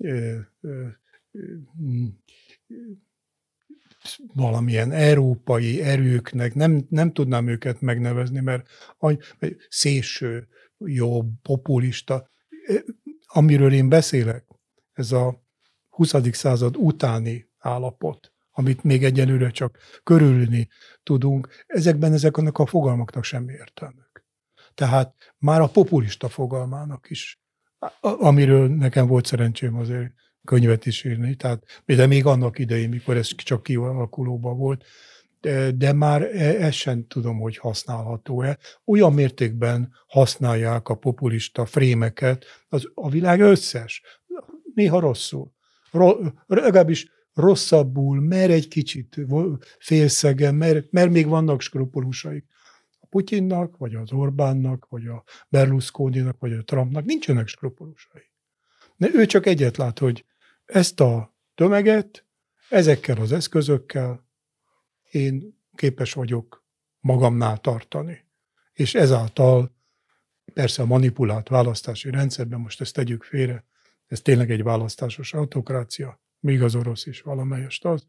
valamilyen európai erőknek, nem tudnám őket megnevezni, mert szélső, jobb, populista, amiről én beszélek, ez a 20. század utáni állapot, amit még egyelőre csak körülni tudunk, ezeknek a fogalmaknak semmi értelmük. Tehát már a populista fogalmának is, amiről nekem volt szerencsém azért könyvet is írni, de még annak idején, mikor ez csak kialakulóban volt. de már ezt sem tudom, hogy használható-e. Olyan mértékben használják a populista frémeket a világ összes. Néha rosszul. Legalábbis rosszabbul, mert egy kicsit félszegen, mert még vannak skrupulusaik. A Putyinnak, vagy az Orbánnak, vagy a Berlusconinak, vagy a Trumpnak nincsenek skrupulusai. De ő csak egyet lát, hogy ezt a tömeget ezekkel az eszközökkel én képes vagyok magamnál tartani. És ezáltal persze a manipulált választási rendszerben, most ezt tegyük félre, ez tényleg egy választásos autokrácia, még az orosz is valamelyest az,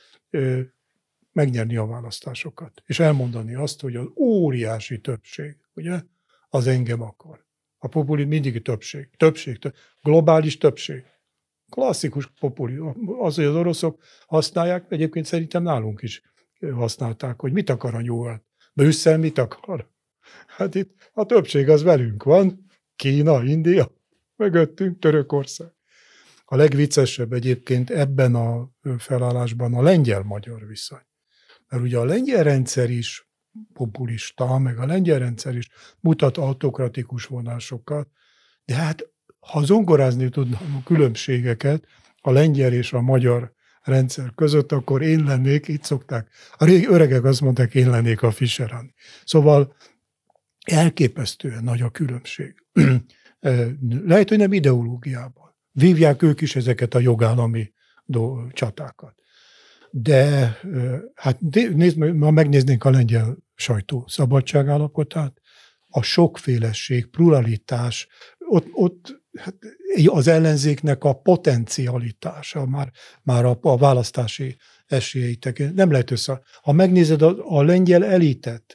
megnyerni a választásokat, és elmondani azt, hogy az óriási többség, ugye, az engem akar. A populizm mindig többség, globális többség. Klasszikus populizm. Az, hogy az oroszok használják, egyébként szerintem nálunk is használták, hogy mit akar a nyugat. Brüsszel mit akar? Hát itt a többség az velünk van, Kína, India, mögöttünk Törökország. A legviccesebb egyébként ebben a felállásban a lengyel-magyar viszony. Mert ugye a lengyel rendszer is populista, meg a lengyel rendszer is mutat autokratikus vonásokat, de hát ha zongorázni tudnám a különbségeket a lengyel és a magyar rendszer között, akkor én lennék, itt szokták, a régi öregek azt mondták, én lennék a Fischer. Szóval elképesztően nagy a különbség. Lehet, hogy nem ideológiában. Vívják ők is ezeket a jogállami csatákat. De hát ma megnéznénk a lengyel sajtó szabadságállapotát, a sokféleség, pluralitás, ott hát az ellenzéknek a potencialitása, már a választási esélyeitek nem lehet össze. Ha megnézed a lengyel elitet,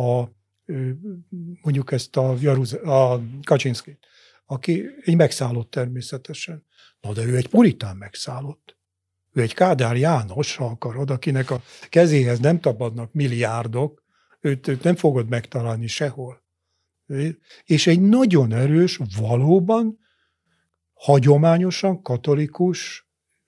mondjuk ezt a Kaczynszkit, aki egy megszállott természetesen. Na, de ő egy puritán megszállott. Ő egy Kádár János, ha akarod, akinek a kezéhez nem tapadnak milliárdok, őt nem fogod megtalálni sehol. És egy nagyon erős, valóban hagyományosan katolikus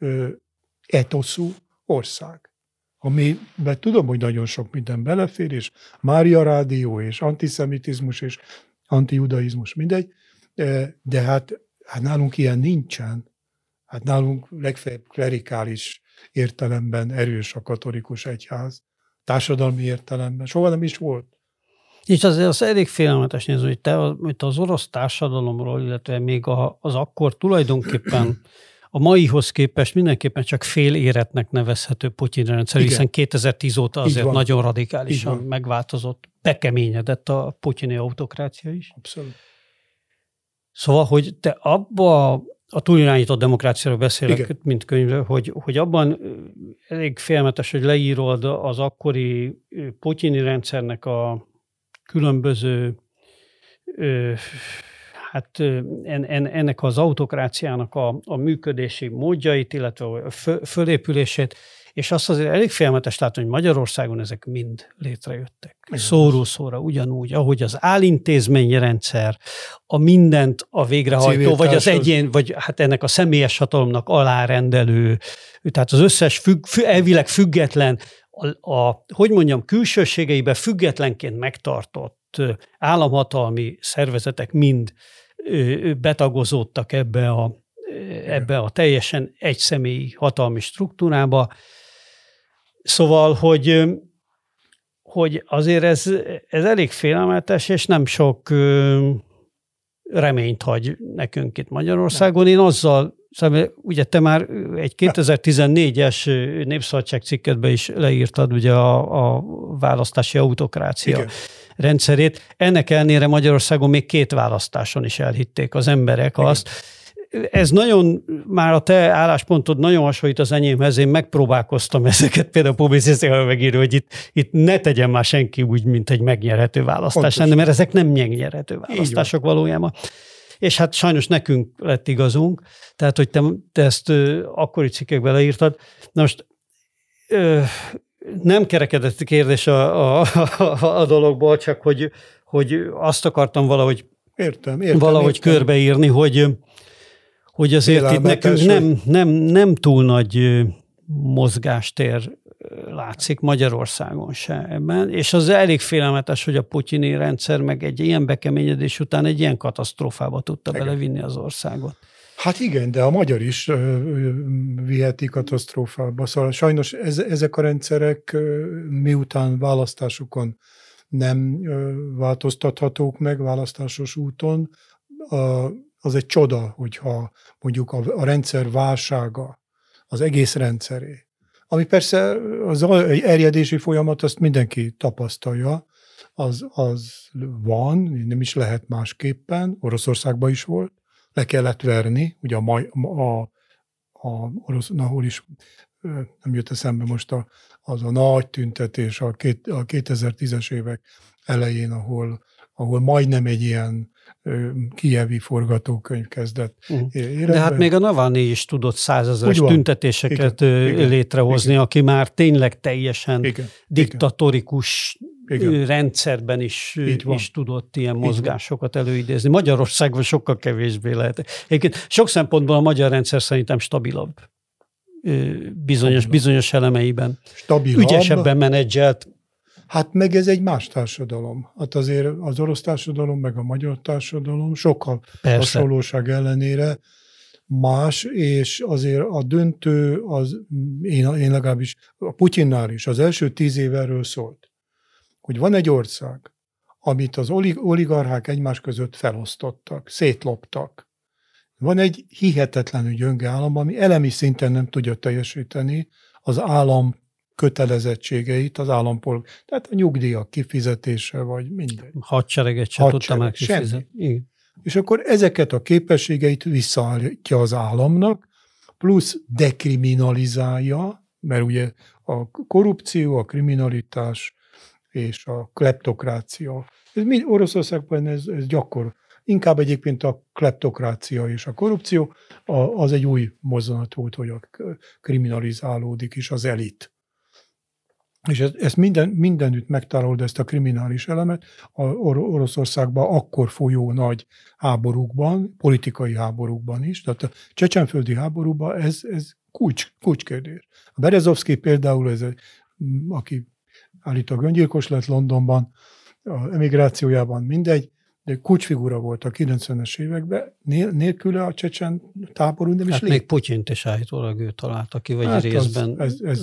etoszú ország. Amiben tudom, hogy nagyon sok minden belefér, és Mária Rádió, és antiszemitizmus, és antijudaizmus, mindegy, de hát nálunk ilyen nincsen. Hát nálunk legfeljebb klerikális értelemben erős a katolikus egyház, társadalmi értelemben. Soha nem is volt. És azért az elég félelmetes nézni, hogy te az orosz társadalomról, illetve még az akkor tulajdonképpen a maihoz képest mindenképpen csak fél éretnek nevezhető Putyin rendszer, hiszen 2010 óta azért nagyon radikálisan megváltozott, bekeményedett a putyini autokrácia is. Abszolút. Szóval, hogy te abba a túlirányított demokráciáról beszélek, igen, mint könyvről, hogy abban elég félelmetes, hogy leírod az akkori putyini rendszernek a különböző ennek az autokráciának a működési módjait, illetve a fölépülését, és azt azért elég félelmetes látni, hogy Magyarországon ezek mind létrejöttek. Szóró-szóra ugyanúgy, ahogy az állintézményrendszer, a mindent a végrehajtó, vagy az egyén, vagy hát ennek a személyes hatalomnak alárendelő, tehát az összes elvileg független, hogy mondjam, külsőségeiben függetlenként megtartott államhatalmi szervezetek mind betagozódtak ebbe a teljesen egyszemélyi hatalmi struktúrába. Szóval, hogy azért ez elég félelmetes, és nem sok reményt hagy nekünk itt Magyarországon. Én azzal, ugye te már egy 2014-es Népszabadság cikketben is leírtad ugye a választási autokrácia, igen, rendszerét. Ennek ellenére Magyarországon még 2 választáson is elhitték az emberek azt. Ez nagyon, már a te álláspontod nagyon hasonlít az enyémhez, én megpróbálkoztam ezeket például publicisztikával megírni, hogy itt ne tegyen már senki úgy, mint egy megnyerhető választás lenne, mert ezek nem megnyerhető választások valójában. És hát sajnos nekünk lett igazunk, tehát hogy te ezt akkori cikkekben leírtad. Na most nem kerekedett kérdés a dologból, csak hogy azt akartam valahogy értem. Körbeírni, hogy azért itt nekünk nem túl nagy mozgástér látszik, Magyarországon se ebben, és az elég félelmetes, hogy a putyini rendszer meg egy ilyen bekeményedés után egy ilyen katasztrófába tudta belevinni az országot. Hát igen, de a magyar is viheti katasztrófába. Szóval sajnos ezek a rendszerek miután választásokon nem változtathatók meg választásos úton, az egy csoda, hogyha mondjuk a rendszer válsága, az egész rendszeré. Ami persze az erjedési folyamat, azt mindenki tapasztalja, az van, nem is lehet másképpen, Oroszországban is volt, le kellett verni, ugye orosz, hol is nem jött eszembe most az a nagy tüntetés a 2010-es évek elején, ahol majdnem egy ilyen kijevi forgatókönyv kezdett életben. De hát még a Navalnyi is tudott 100 000 tüntetéseket létrehozni, igen. Aki már tényleg teljesen diktatórikus rendszerben is tudott ilyen mozgásokat előidézni. Magyarországban sokkal kevésbé lehet. Egyébként sok szempontból a magyar rendszer szerintem stabilabb. Bizonyos elemeiben. Stabilabb. Ügyesebben menedzselt. Hát meg ez egy más társadalom. Hát azért az orosz társadalom, meg a magyar társadalom sokkal hasonlóság ellenére más, és azért a döntő, én legalábbis a Putyinnál is az első 10 év erről szólt, hogy van egy ország, amit az oligarchák egymás között felosztottak, szétloptak. Van egy hihetetlenül gyönge állam, ami elemi szinten nem tudja teljesíteni az állam kötelezettségeit az állampolgár. Tehát a nyugdíjak kifizetése, vagy minden. Hadsereget sem tudta már kifizetni. És akkor ezeket a képességeit visszaállítja az államnak, plusz dekriminalizálja, mert ugye a korrupció, a kriminalitás és a kleptokrácia. Oroszországban ez gyakor. Inkább egyébként a kleptokrácia és a korrupció az egy új mozzanat volt, hogy kriminalizálódik is az elit. És ezt mindenütt megtalálod, ezt a kriminális elemet. Oroszországban akkor folyó nagy háborúkban, politikai háborúkban is, tehát a csecsenföldi háborúban ez kulcskérdés. A Berezovszky például, aki állítólag öngyilkos lett Londonban, a emigrációjában, mindegy, de kulcsfigura volt a 90-es években, nélküle a csecsen táború nem is hát még Putyint is állítólag ő találta ki, vagy részben.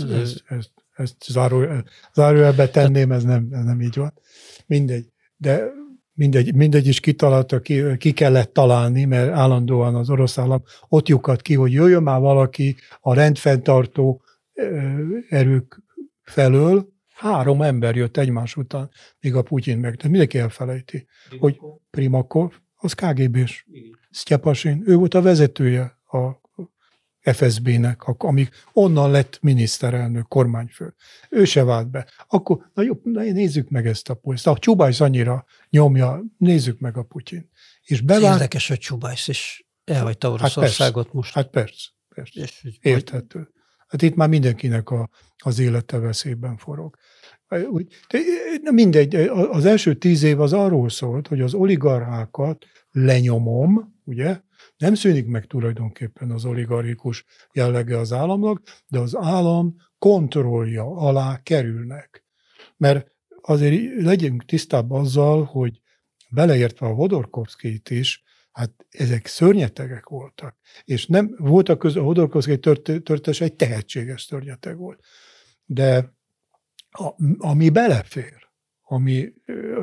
Ezt zárójelbe tenném, ez nem így van. Mindegy. De mindegy is kitalálta, ki kellett találni, mert állandóan az orosz állam ott lyukadt ki, hogy jöjjön már valaki a rendfenntartó erők felől. 3 ember jött egymás után, míg a Putyin meg. Tehát mindenki elfelejti, hogy Primakov, az KGB-s. Sztyepasin, ő volt a vezetője a FSB-nek, amíg onnan lett miniszterelnök, kormányfő. Ő se vált be. Akkor, na jó, nézzük meg ezt a Putyint. A Csubajsz annyira nyomja, nézzük meg a Putyin. És bevált... Érdekes, hogy Csubajsz is elhagyta Oroszországot most. Hát persze. Érthető. Hát itt már mindenkinek az élete veszélyben forog. Mindegy, az első 10 év az arról szólt, hogy az oligarchákat lenyomom, ugye? Nem szűnik meg tulajdonképpen az oligarchikus jellege az államnak, de az állam kontrollja alá kerülnek. Mert azért legyünk tisztább azzal, hogy beleértve a Hodorkovszkijt is, hát ezek szörnyetegek voltak. És nem voltak közül, a Hodorkovszkij történetes egy tehetséges szörnyeteg volt. De ami belefér, ami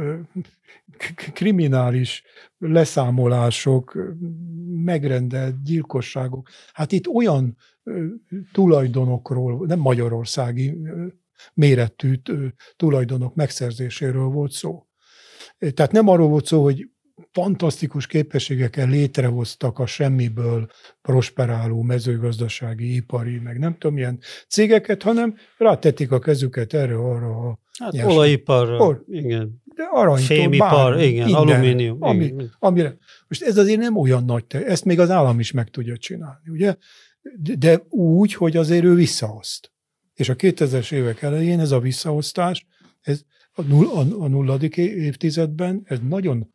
kriminális leszámolások, megrendelt gyilkosságok, hát itt olyan tulajdonokról, nem magyarországi méretű tulajdonok megszerzéséről volt szó. Tehát nem arról volt szó, hogy fantasztikus képességekkel létrehoztak a semmiből prosperáló mezőgazdasági, ipari, meg nem tudom milyen cégeket, hanem rátették a kezüket erre-arra. Hát olajiparra, igen. De aranytól, fémipar, igen, minden, alumínium. Amire. Most ez azért nem olyan nagy, ezt még az állam is meg tudja csinálni, ugye? De úgy, hogy azért ő visszaoszt. És a 2000-es évek elején ez a visszaosztás, ez a nulladik évtizedben, ez nagyon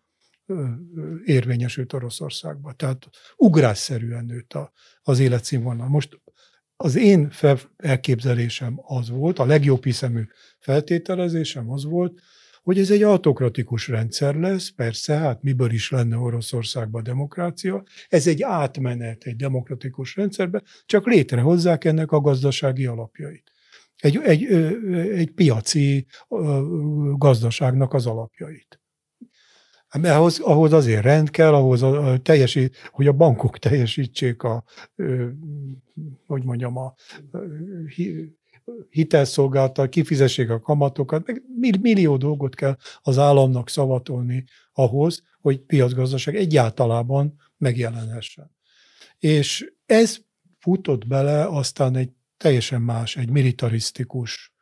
érvényesült Oroszországban. Tehát ugrásszerűen nőtt az életszínvonal. Most az én elképzelésem az volt, a legjobb hiszemű feltételezésem az volt, hogy ez egy autokratikus rendszer lesz, persze, hát miből is lenne Oroszországban demokrácia, ez egy átmenet egy demokratikus rendszerbe, csak létrehozzák ennek a gazdasági alapjait. Egy piaci gazdaságnak az alapjait. Mert ahhoz azért rend kell, hogy a bankok teljesítsék a hitelszolgáltat, kifizessék a kamatokat, meg millió dolgot kell az államnak szavatolni ahhoz, hogy piacgazdaság egyáltalában megjelenhessen. És ez futott bele aztán egy teljesen más, egy militarisztikus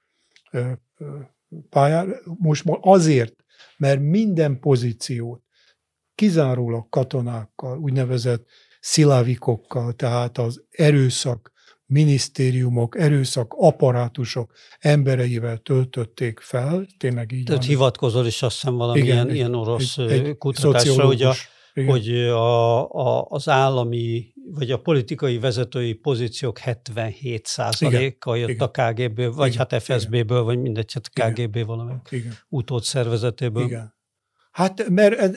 pályára. Most azért, mert minden pozíciót kizárólag katonákkal, úgynevezett szilávikokkal, tehát az erőszak minisztériumok, erőszak apparátusok embereivel töltötték fel, tényleg így. Tehát hivatkozol is azt hiszem valamilyen ilyen orosz kutatásra, hogy az állami, vagy a politikai vezetői pozíciók 77%-a jött a KGB-ből, vagy igen, hát FSB-ből, vagy mindegy, hát KGB valamelyik utódszervezetéből. Igen. Hát mert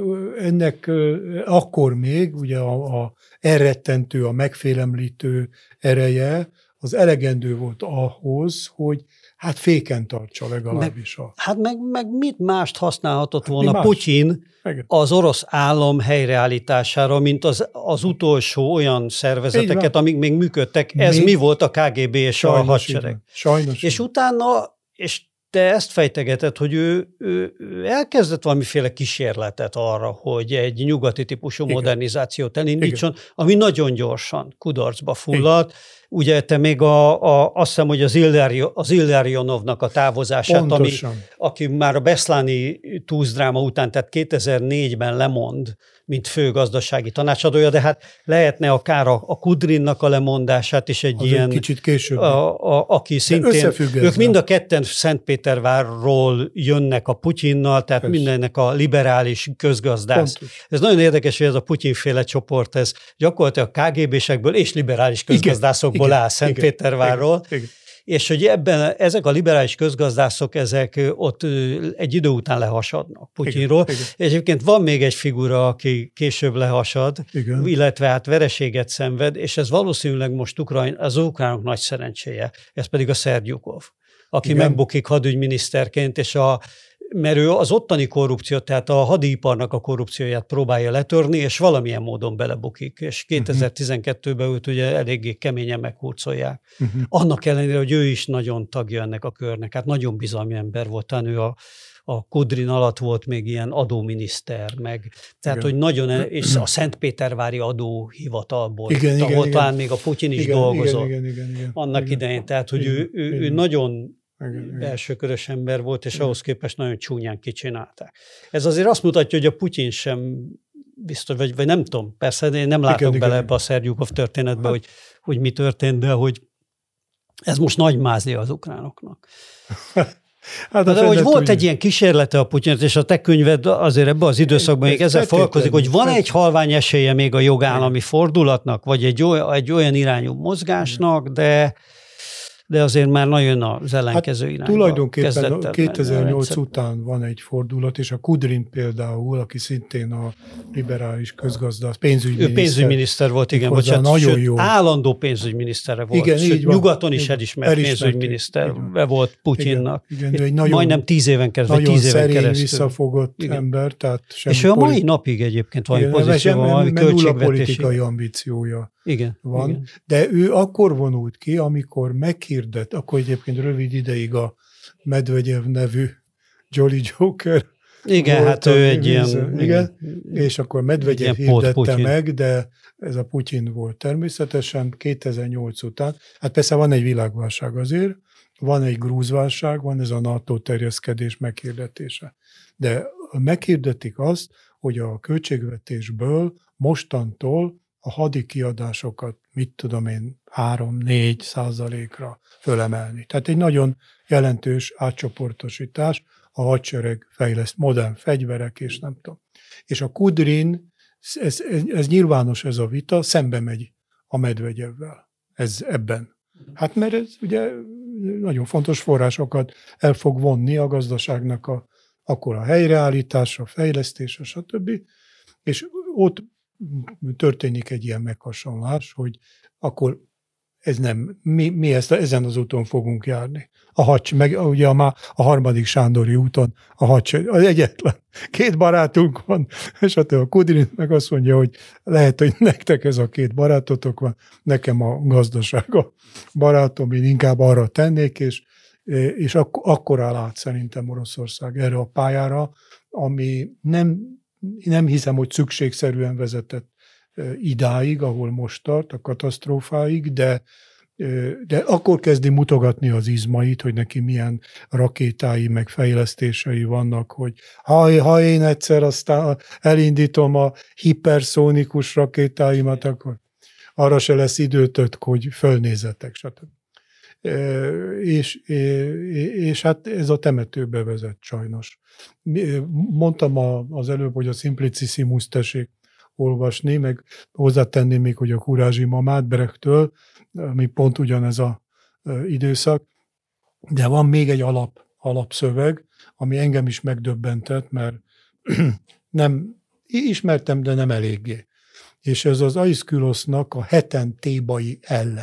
ennek akkor még ugye a elrettentő, a megfélemlítő ereje az elegendő volt ahhoz, hogy hát féken tartsa legalábbis meg mit mást használhatott volna Putyin az orosz állam helyreállítására, mint az utolsó olyan szervezeteket, amik még működtek. Ez mi volt a KGB és a hadsereg. Sajnos. És utána, és te ezt fejtegeted, hogy ő elkezdett valamiféle kísérletet arra, hogy egy nyugati típusú modernizációt elindítson, ami nagyon gyorsan kudarcba fulladt. Ugye te még azt hiszem, hogy az Illarionovnak a távozását, aki már a Beszláni túzdráma után, tehát 2004-ben lemond, mint főgazdasági tanácsadója, de hát lehetne akár a Kudrinnak a lemondását is egy ilyen... kicsit később. Aki szintén... Ők mind a ketten Szentpétervárról jönnek a Putyinnal, tehát mindennek a liberális közgazdász. Pontos. Ez nagyon érdekes, hogy ez a Putyin-féle csoport, ez gyakorlatilag KGB-sekből és liberális közgazdászokból áll Szentpétervárról. Igen. És hogy ezek a liberális közgazdászok, ezek ott egy idő után lehasadnak Putyinról. És egyébként van még egy figura, aki később lehasad, illetve hát vereséget szenved, és ez valószínűleg most az ukránok nagy szerencséje, ez pedig a Szergyukov, aki megbukik hadügyminiszterként, mert ő az ottani korrupciót, tehát a hadiiparnak a korrupcióját próbálja letörni, és valamilyen módon belebukik. És 2012-ben őt ugye eléggé keményen meghurcolják. Annak ellenére, hogy ő is nagyon tagja ennek a körnek. Hát nagyon bizalmi ember volt, talán ő a Kudrin alatt volt még ilyen adóminiszter, tehát hogy nagyon, és a Szentpétervári adóhivatalból, ahol talán még a Putyin is dolgozott annak idején. Tehát, hogy ő nagyon belsőkörös ember volt, és ahhoz képest nagyon csúnyán kicsinálták. Ez azért azt mutatja, hogy a Putyin sem biztos, vagy nem tudom, persze én nem látok bele ebbe a Szergyukov történetbe, hogy mi történt, de hogy ez most nagy mázlia az ukránoknak. De hogy volt egy ilyen kísérlete a Putyinet, és a te könyved azért ebben az időszakban még ezzel foglalkozik, hogy van egy halvány esélye még a jogállami fordulatnak, vagy egy olyan irányú mozgásnak, de azért már nagyon az ellenkező irányba. Tulajdonképpen 2008 után van egy fordulat, és a Kudrin például, aki szintén a liberális közgazdász, pénzügyminiszter volt, igen, bocsánat, nagyon jó. Állandó pénzügyminisztere volt. Igen, sőt, nyugaton is elismert pénzügyminiszter volt Putyinnak. Majdnem 10 éven keresztül. Nagyon szerény, visszafogott ember. Tehát és ő a mai napig egyébként valami pozícióban, valami költségvetési. Politikai ambíciója van. De ő akkor vonult ki, amikor akkor egyébként rövid ideig a Medvegyev nevű Jolly Joker. Igen, volt, hát ő egy ilyen... Igen, és akkor Medvegyev hirdette meg, de ez a Putyin volt természetesen 2008 után. Hát persze van egy világválság azért, van egy grúzválság, van ez a NATO terjeszkedés meghirdetése. De meghirdetik azt, hogy a költségvetésből mostantól a hadi kiadásokat, 3-4% fölemelni. Tehát egy nagyon jelentős átcsoportosítás, a hadsereg fejleszt modern fegyverek, és nem tudom. És a Kudrin, ez nyilvános ez a vita, szembe megy a Medvegyevvel. ez ebben. Hát mert ez ugye nagyon fontos forrásokat el fog vonni a gazdaságnak akkor a helyreállítása, fejlesztése, stb. És ott történik egy ilyen meghasonlás, hogy akkor ez nem, mi ezen az úton fogunk járni. Meg ugye a harmadik Sándori úton az egyetlen 2 barátunk van, és hát a Kudrin meg azt mondja, hogy lehet, hogy nektek ez a 2 barátotok van, nekem a gazdaság a barátom, én inkább arra tennék, és akkor áll át szerintem Oroszország erre a pályára, ami nem hiszem, hogy szükségszerűen vezetett idáig, ahol most tart, a katasztrófáig, de akkor kezdi mutogatni az izmait, hogy neki milyen rakétái, meg fejlesztései vannak, hogy ha én egyszer aztán elindítom a hiperszónikus rakétáimat, akkor arra se lesz időtök, hogy fölnézetek, stb. És hát ez a temetőbe vezet sajnos. Mondtam az előbb, hogy a Simplicissimus tessék olvasni, meg hozzátenném még, hogy a Kurázsi mamát Brechttől, ami pont ugyanez az időszak, de van még egy alapszöveg, ami engem is megdöbbentett, mert nem ismertem, de nem eléggé. És ez az Aiszkülosznak a Heten Thébai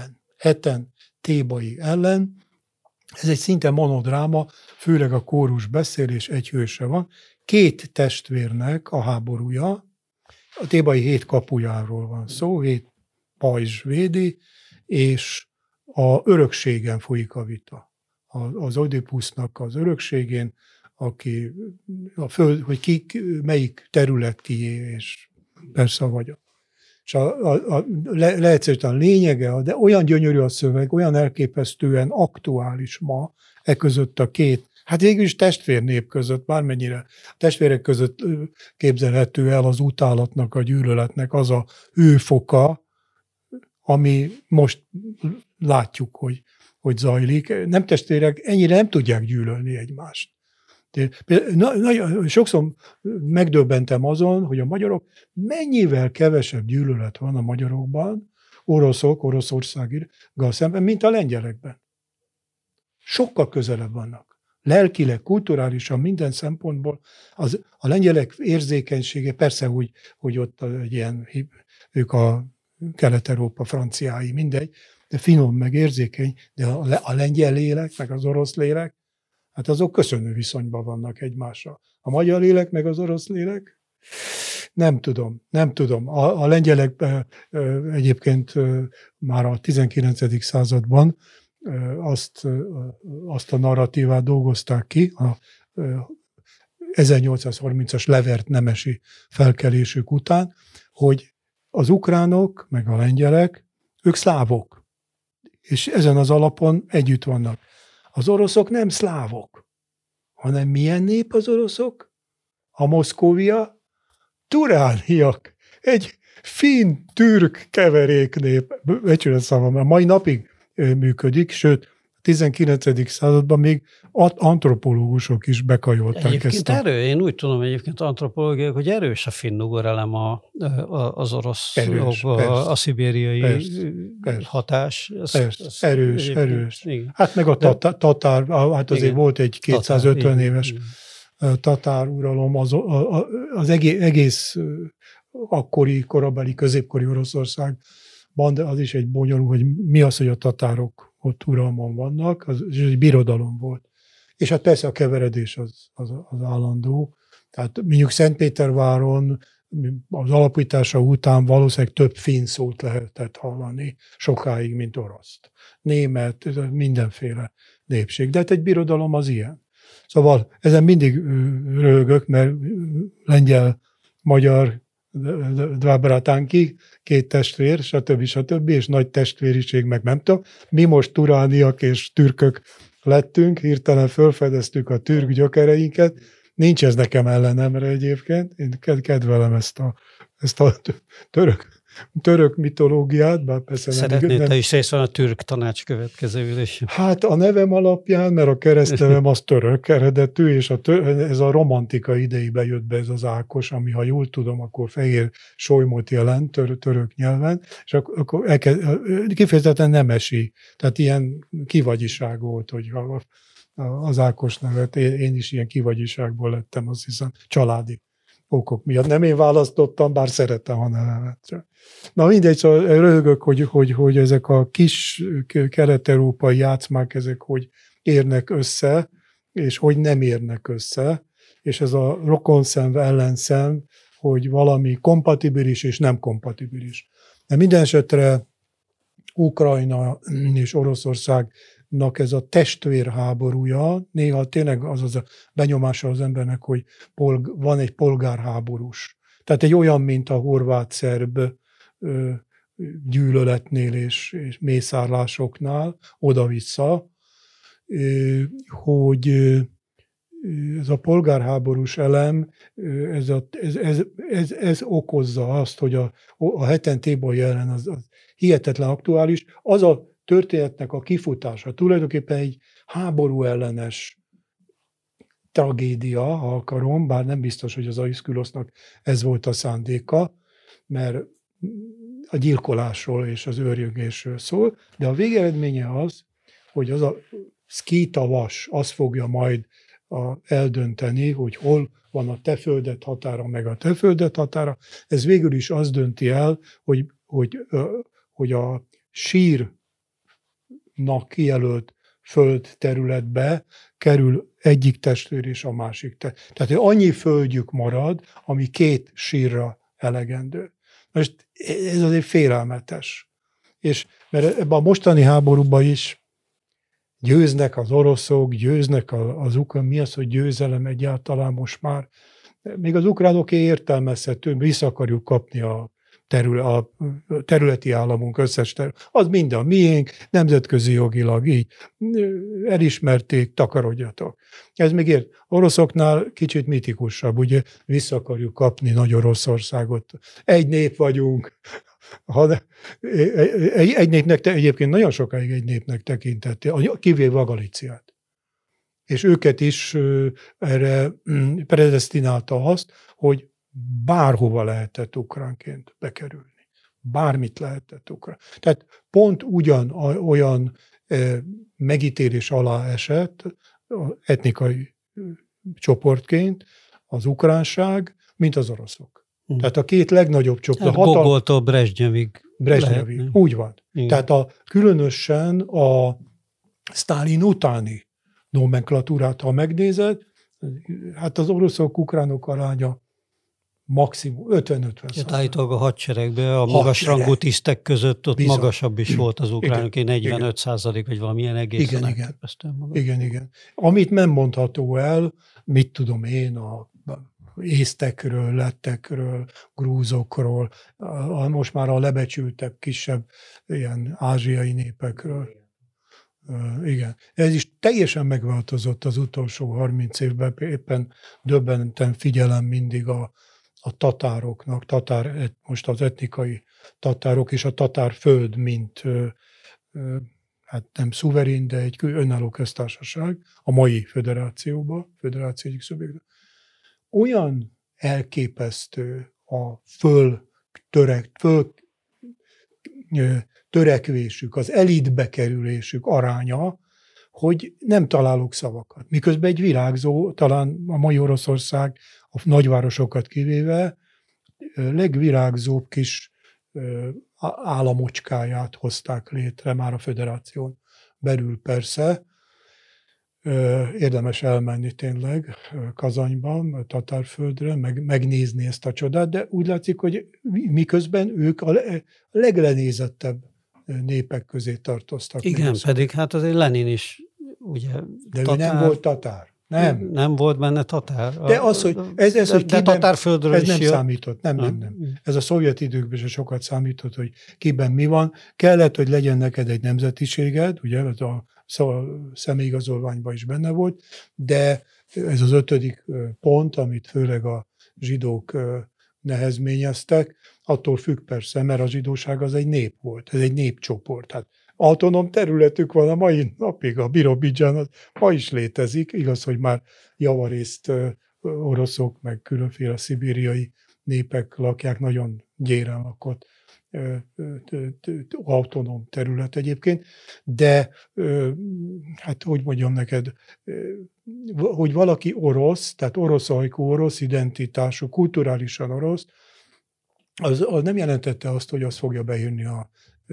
ellen, ez egy szinte monodráma, főleg a kórus beszél, és egy hőse van. 2 testvérnek a háborúja, a Thébai 7 kapujáról van szó, 7 pajzs védi, és a örökségen folyik a vita. Az Oidipusznak az örökségén, aki a föld, hogy melyik terület kié, és persze a vagyon. És leegyszerűen a lényege, de olyan gyönyörű a szöveg, olyan elképesztően aktuális ma, között a 2, hát végül is testvérnép között, bármennyire testvérek között képzelhető el az utálatnak, a gyűlöletnek az a hőfoka, ami most látjuk, hogy zajlik. Nem testvérek ennyire nem tudják gyűlölni egymást. Sokszor megdöbbentem azon, hogy a magyarok mennyivel kevesebb gyűlölet van a magyarokban, Oroszországgal szemben, mint a lengyelekben. Sokkal közelebb vannak. Lelkileg, kulturálisan, minden szempontból a lengyelek érzékenysége, persze, hogy ott egy ilyen, ők a Kelet-Európa franciái, mindegy, de finom, meg érzékeny, de a lengyel lélek, meg az orosz lélek, hát azok köszönő viszonyban vannak egymással. A magyar lélek, meg az orosz lélek? Nem tudom. A lengyelek egyébként már a 19. században azt a narratívát dolgozták ki, a 1830-as levert nemesi felkelésük után, hogy az ukránok, meg a lengyelek, ők szlávok. És ezen az alapon együtt vannak. Az oroszok nem szlávok, hanem milyen nép az oroszok? A Moszkóvia? Turániak. Egy finn-türk keveréknép. Becsület szavam, a mai napig működik, sőt, a 19. században még antropológusok is bekajolták egyébként ezt. Én úgy tudom egyébként antropológiai, hogy erős a finn-ugor elem az orosz, a szibériai hatás. Erős. Igen. Hát meg a tatár, hát azért igen. Volt egy 250 éves tatár uralom, az egész akkori, korabeli, középkori Oroszországban, de az is egy bonyolult, hogy mi az, hogy a tatárok ott uralmon vannak, az egy birodalom volt. És hát persze a keveredés az állandó. Tehát mondjuk Szentpéterváron az alapítása után valószínűleg több finn szót lehetett hallani sokáig, mint oroszt. Német, mindenféle népség. De hát egy birodalom az ilyen. Szóval ezen mindig röhögök, mert lengyel, magyar, Dvábratánki, 2 testvér, stb. És nagy testvériség, meg nem tudom. Mi most turániak és türkök lettünk, hirtelen felfedeztük a türk gyökereinket. Nincs ez nekem ellenemre egyébként. Én kedvelem ezt a török mitológiát, bár persze Szeretnél te is részt van a türk tanács következő ülésén? Hát a nevem alapján, mert a keresztnevem az török eredetű, és ez a romantika idejébe jött be ez az Ákos, ami, ha jól tudom, akkor fehér solymot jelent török nyelven, és akkor kifejezetten nemesi, tehát ilyen kivagyiság volt, hogy az Ákos nevet, én is ilyen kivagyiságból lettem, azt hiszem, családi okok miatt. Nem én választottam, bár szerettem a nevemet. Na mindegy, szóval röhögök, hogy ezek a kis kelet-európai játszmák, ezek hogy érnek össze, és hogy nem érnek össze, és ez a rokonszem, ellenszem, hogy valami kompatibilis és nem kompatibilis. De minden esetre Ukrajna és Oroszországnak ez a testvérháborúja, néha tényleg az a benyomása az embernek, hogy van egy polgárháborús. Tehát egy olyan, mint a horvát-szerb gyűlöletnél és mészárlásoknál, oda-vissza, hogy ez a polgárháborús elem, ez okozza azt, hogy a hetentéban jelen az hihetetlen aktuális. Az a történetnek a kifutása tulajdonképpen egy háború ellenes tragédia, ha akarom, bár nem biztos, hogy az Aiszkülosznak ez volt a szándéka, mert a gyilkolásról és az őrjöngésről szól, de a végeredménye az, hogy az a szkíta vas, az fogja majd eldönteni, hogy hol van a te földet határa, meg a te földet határa. Ez végül is az dönti el, hogy a sírnak kijelölt földterületbe kerül egyik testvér és a másik testvér. Tehát annyi földjük marad, ami két sírra elegendő. Most ez azért félelmetes. És mert ebben a mostani háborúban is győznek az oroszok, győznek az ukrán, mi az, hogy győzelem egyáltalán most már? Még az ukránoké értelmezhető, vissza akarjuk kapni a területi államunk összes az mind a miénk, nemzetközi jogilag így elismerték, takarodjatok. Ez még ért. Oroszoknál kicsit mitikusabb, ugye vissza akarjuk kapni Nagy-Oroszországot. Egy nép vagyunk. Egy népnek, egyébként nagyon sokáig egy népnek tekintette, kivéve a Galíciát. És őket is erre predesztinálta azt, hogy bárhova lehetett ukránként bekerülni. Bármit lehetett ukrán. Tehát pont olyan megítélés alá esett etnikai csoportként az ukránság, mint az oroszok. Tehát a két legnagyobb csoport. Gogoltól Brezsnyevig. Brezsnyevig, úgy van. Igen. Tehát különösen a Sztálin utáni nomenklatúrát, ha megnézed, hát az oroszok-ukránok aránya maximum 50-50%. Állítólag a hadseregben a magasrangú tisztek között ott bizony. Magasabb is volt az ukránoké, 45%, vagy valamilyen egészen elképesztően magas. Igen. Amit nem mondható el, mit tudom én, a észtekről, lettekről, grúzokról, most már a lebecsültebb, kisebb ilyen ázsiai népekről. Igen. Ez is teljesen megváltozott az utolsó 30 évben, éppen döbbenten figyelem mindig a tatároknak, most az etnikai tatárok és a tatárföld, mint hát nem szuverén, de egy önálló köztársaság a mai federációban, federáció egyik szubjektum. Olyan elképesztő a törekvésük, az elitbe kerülésük aránya, hogy nem találok szavakat. Miközben egy virágzó, talán a mai Oroszország, a nagyvárosokat kivéve, legvirágzóbb kis államocskáját hozták létre már a föderáción belül persze. Érdemes elmenni tényleg Kazanyban, Tatárföldre, megnézni ezt a csodát, de úgy látszik, hogy miközben ők a leglenézettebb népek közé tartoztak. Igen, pedig hát azért Lenin is ugye de tatár, ő nem volt tatár. Nem volt benne tatár. De az, hogy ez hogy de Tatárföldről ez is nem jött. számított. Nem. Ez a szovjet időkben sem sokat számított, hogy kiben mi van. Kellett, hogy legyen neked egy nemzetiséged, ugye, ez a személyigazolványban is benne volt, de ez az 5. pont, amit főleg a zsidók nehezményeztek, attól függ persze, mert a zsidóság az egy nép volt, ez egy népcsoport. Tehát autonóm területük van a mai napig, a Birobidzsán az ma is létezik, igaz, hogy már javarészt oroszok, meg különféle szibériai népek lakják, nagyon gyéren lakott autonóm terület egyébként, de hát hogy mondjam neked, hogy valaki orosz, tehát orosz ajkú, orosz identitású, kulturálisan orosz, az nem jelentette azt, hogy azt fogja beírni a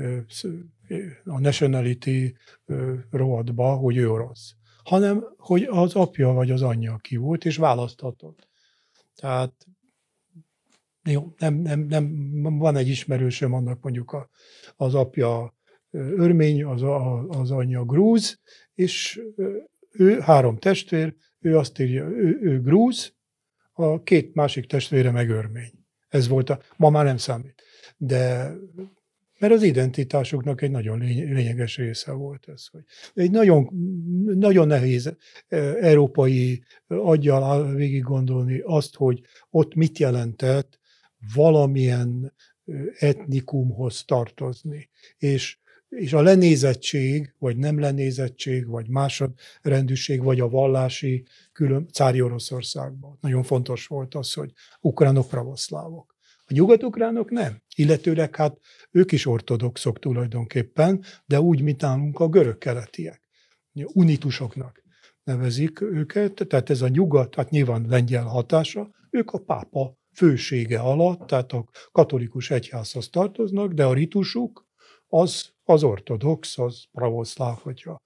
nationality rovatba, hogy ő orosz, hanem hogy az apja vagy az anyja ki volt, és választhatott. Tehát jó, nem van egy ismerősöm, annak mondjuk az apja örmény, az anyja grúz, és ő 3 testvér, ő azt írja, ő grúz, a 2 másik testvére meg örmény. Ez volt ma már nem számít. De mert az identitásuknak egy nagyon lényeges része volt ez. Hogy egy nagyon, nagyon nehéz európai aggyal végig gondolni azt, hogy ott mit jelentett valamilyen etnikumhoz tartozni. És a lenézettség, vagy nem lenézettség, vagy másodrendűség, vagy a vallási cári Oroszországban. Nagyon fontos volt az, hogy ukránok pravoszlávok. A nyugat-ukránok nem. Illetőleg hát ők is ortodoxok tulajdonképpen, de úgy, mint nálunk a görög-keletiek. Unitusoknak nevezik őket, tehát ez a nyugat, hát nyilván lengyel hatása, ők a pápa fősége alatt, tehát a katolikus egyházhoz tartoznak, de a ritusuk az ortodox, az pravoszláv, hogyha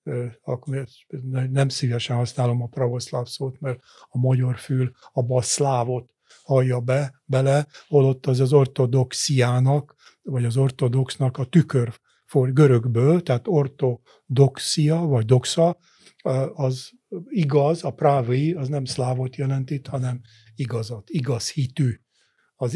nem szívesen használom a pravoszláv szót, mert a magyar fül abba a szlávot hallja bele, holott az ortodoxiának, vagy az ortodoxnak a tükör görögből, tehát ortodoxia, vagy doxa, az igaz, a právi, az nem szlávot jelent itt, hanem igazat, igaz hitű, az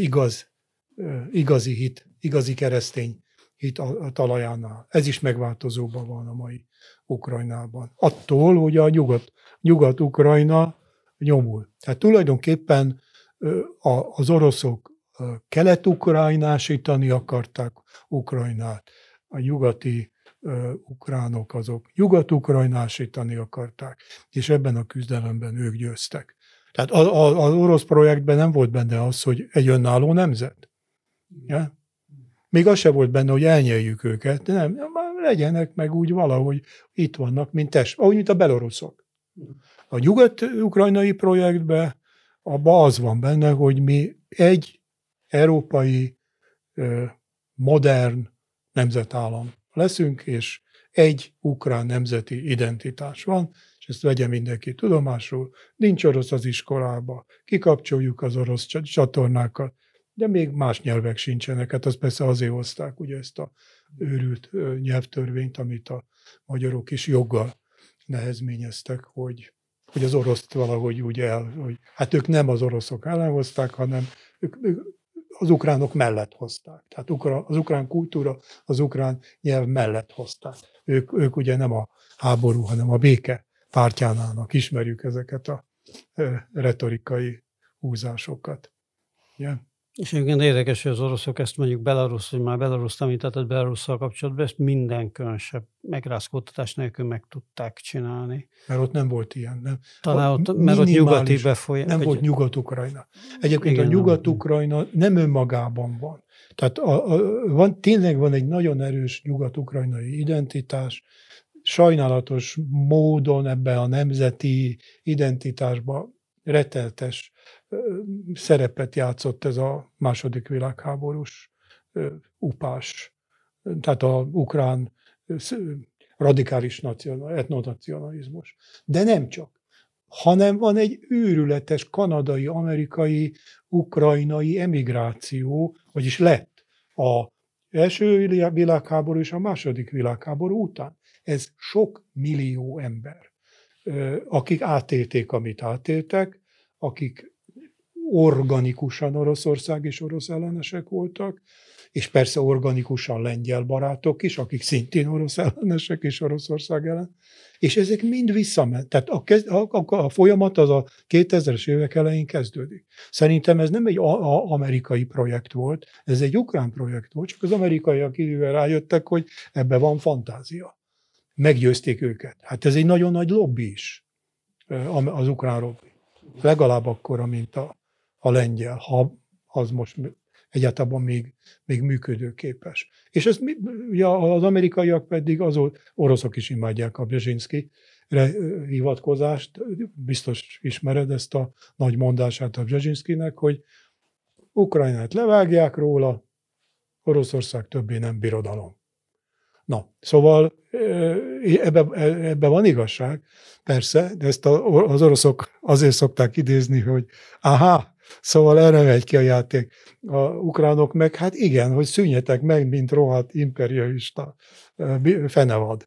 igazi hit, igazi keresztény hit a talajánál. Ez is megváltozóban van a mai Ukrajnában. Attól, hogy a Nyugat-Ukrajna nyomul. Tehát tulajdonképpen az oroszok kelet-ukrajnásítani akarták Ukrajnát, a nyugati ukránok azok nyugat-ukrajnásítani akarták, és ebben a küzdelemben ők győztek. Tehát az orosz projektben nem volt benne az, hogy egy önálló nemzet. Ja? Még az se volt benne, hogy elnyeljük őket, de nem, legyenek meg úgy valahogy itt vannak, ahogy mint a beloruszok. A nyugat-ukrajnai projektben abban az van benne, hogy mi egy európai, modern nemzetállam leszünk, és egy ukrán nemzeti identitás van, és ezt vegye mindenki tudomásul. Nincs orosz az iskolába, kikapcsoljuk az orosz csatornákat, de még más nyelvek sincsenek. Hát azt persze azért hozták ugye ezt a őrült nyelvtörvényt, amit a magyarok is joggal nehezményeztek, hogy az oroszt valahogy úgy hogy hát ők nem az oroszok ellen hozták, hanem ők az ukránok mellett hozták. Tehát az ukrán kultúra, az ukrán nyelv mellett hozták. Ők ugye nem a háború, hanem a béke pártján állnak. Ismerjük ezeket a retorikai húzásokat. Yeah. És egyébként érdekes, hogy az oroszok ezt mondjuk Belarus, hogy már Belaruszt említetted, Belarusszal kapcsolatban, ezt minden különösebb megrázkódtatás nélkül meg tudták csinálni. Mert ott nem volt ilyen. Nem. Talán mert ott nyugati befolyás. Nem volt Nyugat-Ukrajna. Egyébként igen, a Nyugat-Ukrajna nem önmagában van. Tehát tényleg van egy nagyon erős nyugat-ukrajnai identitás, sajnálatos módon ebben a nemzeti identitásban retteltes szerepet játszott ez a második világháborús upás, tehát a ukrán radikális etnonacionalizmus. De nem csak, hanem van egy őrületes kanadai, amerikai, ukrajnai emigráció, vagyis lett az első világháború és a második világháború után. Ez sok millió ember, akik átélték, amit átéltek, akik organikusan Oroszország és orosz ellenesek voltak, és persze organikusan lengyel barátok is, akik szintén orosz ellenesek és Oroszország ellen, és ezek mind visszament. Tehát a folyamat az a 2000-es évek elején kezdődik. Szerintem ez nem egy amerikai projekt volt, ez egy ukrán projekt volt, csak az amerikaiak idővel rájöttek, hogy ebbe van fantázia. Meggyőzték őket. Hát ez egy nagyon nagy lobby is, az ukrán lobby. Legalább akkora, mint a lengyel, ha az most egyáltalán még működőképes. És ezt, ugye az amerikaiak pedig oroszok is imádják a Brzezinszkire hivatkozást, biztos ismered ezt a nagy mondását a Brzezinszkinek, hogy Ukrajnát levágják róla, Oroszország többé nem birodalom. Na, szóval ebben van igazság, persze, de ezt az oroszok azért szokták idézni, hogy szóval erre megy ki a játék. A ukránok meg, hát igen, hogy szűnjetek meg, mint rohadt imperialista fenevad.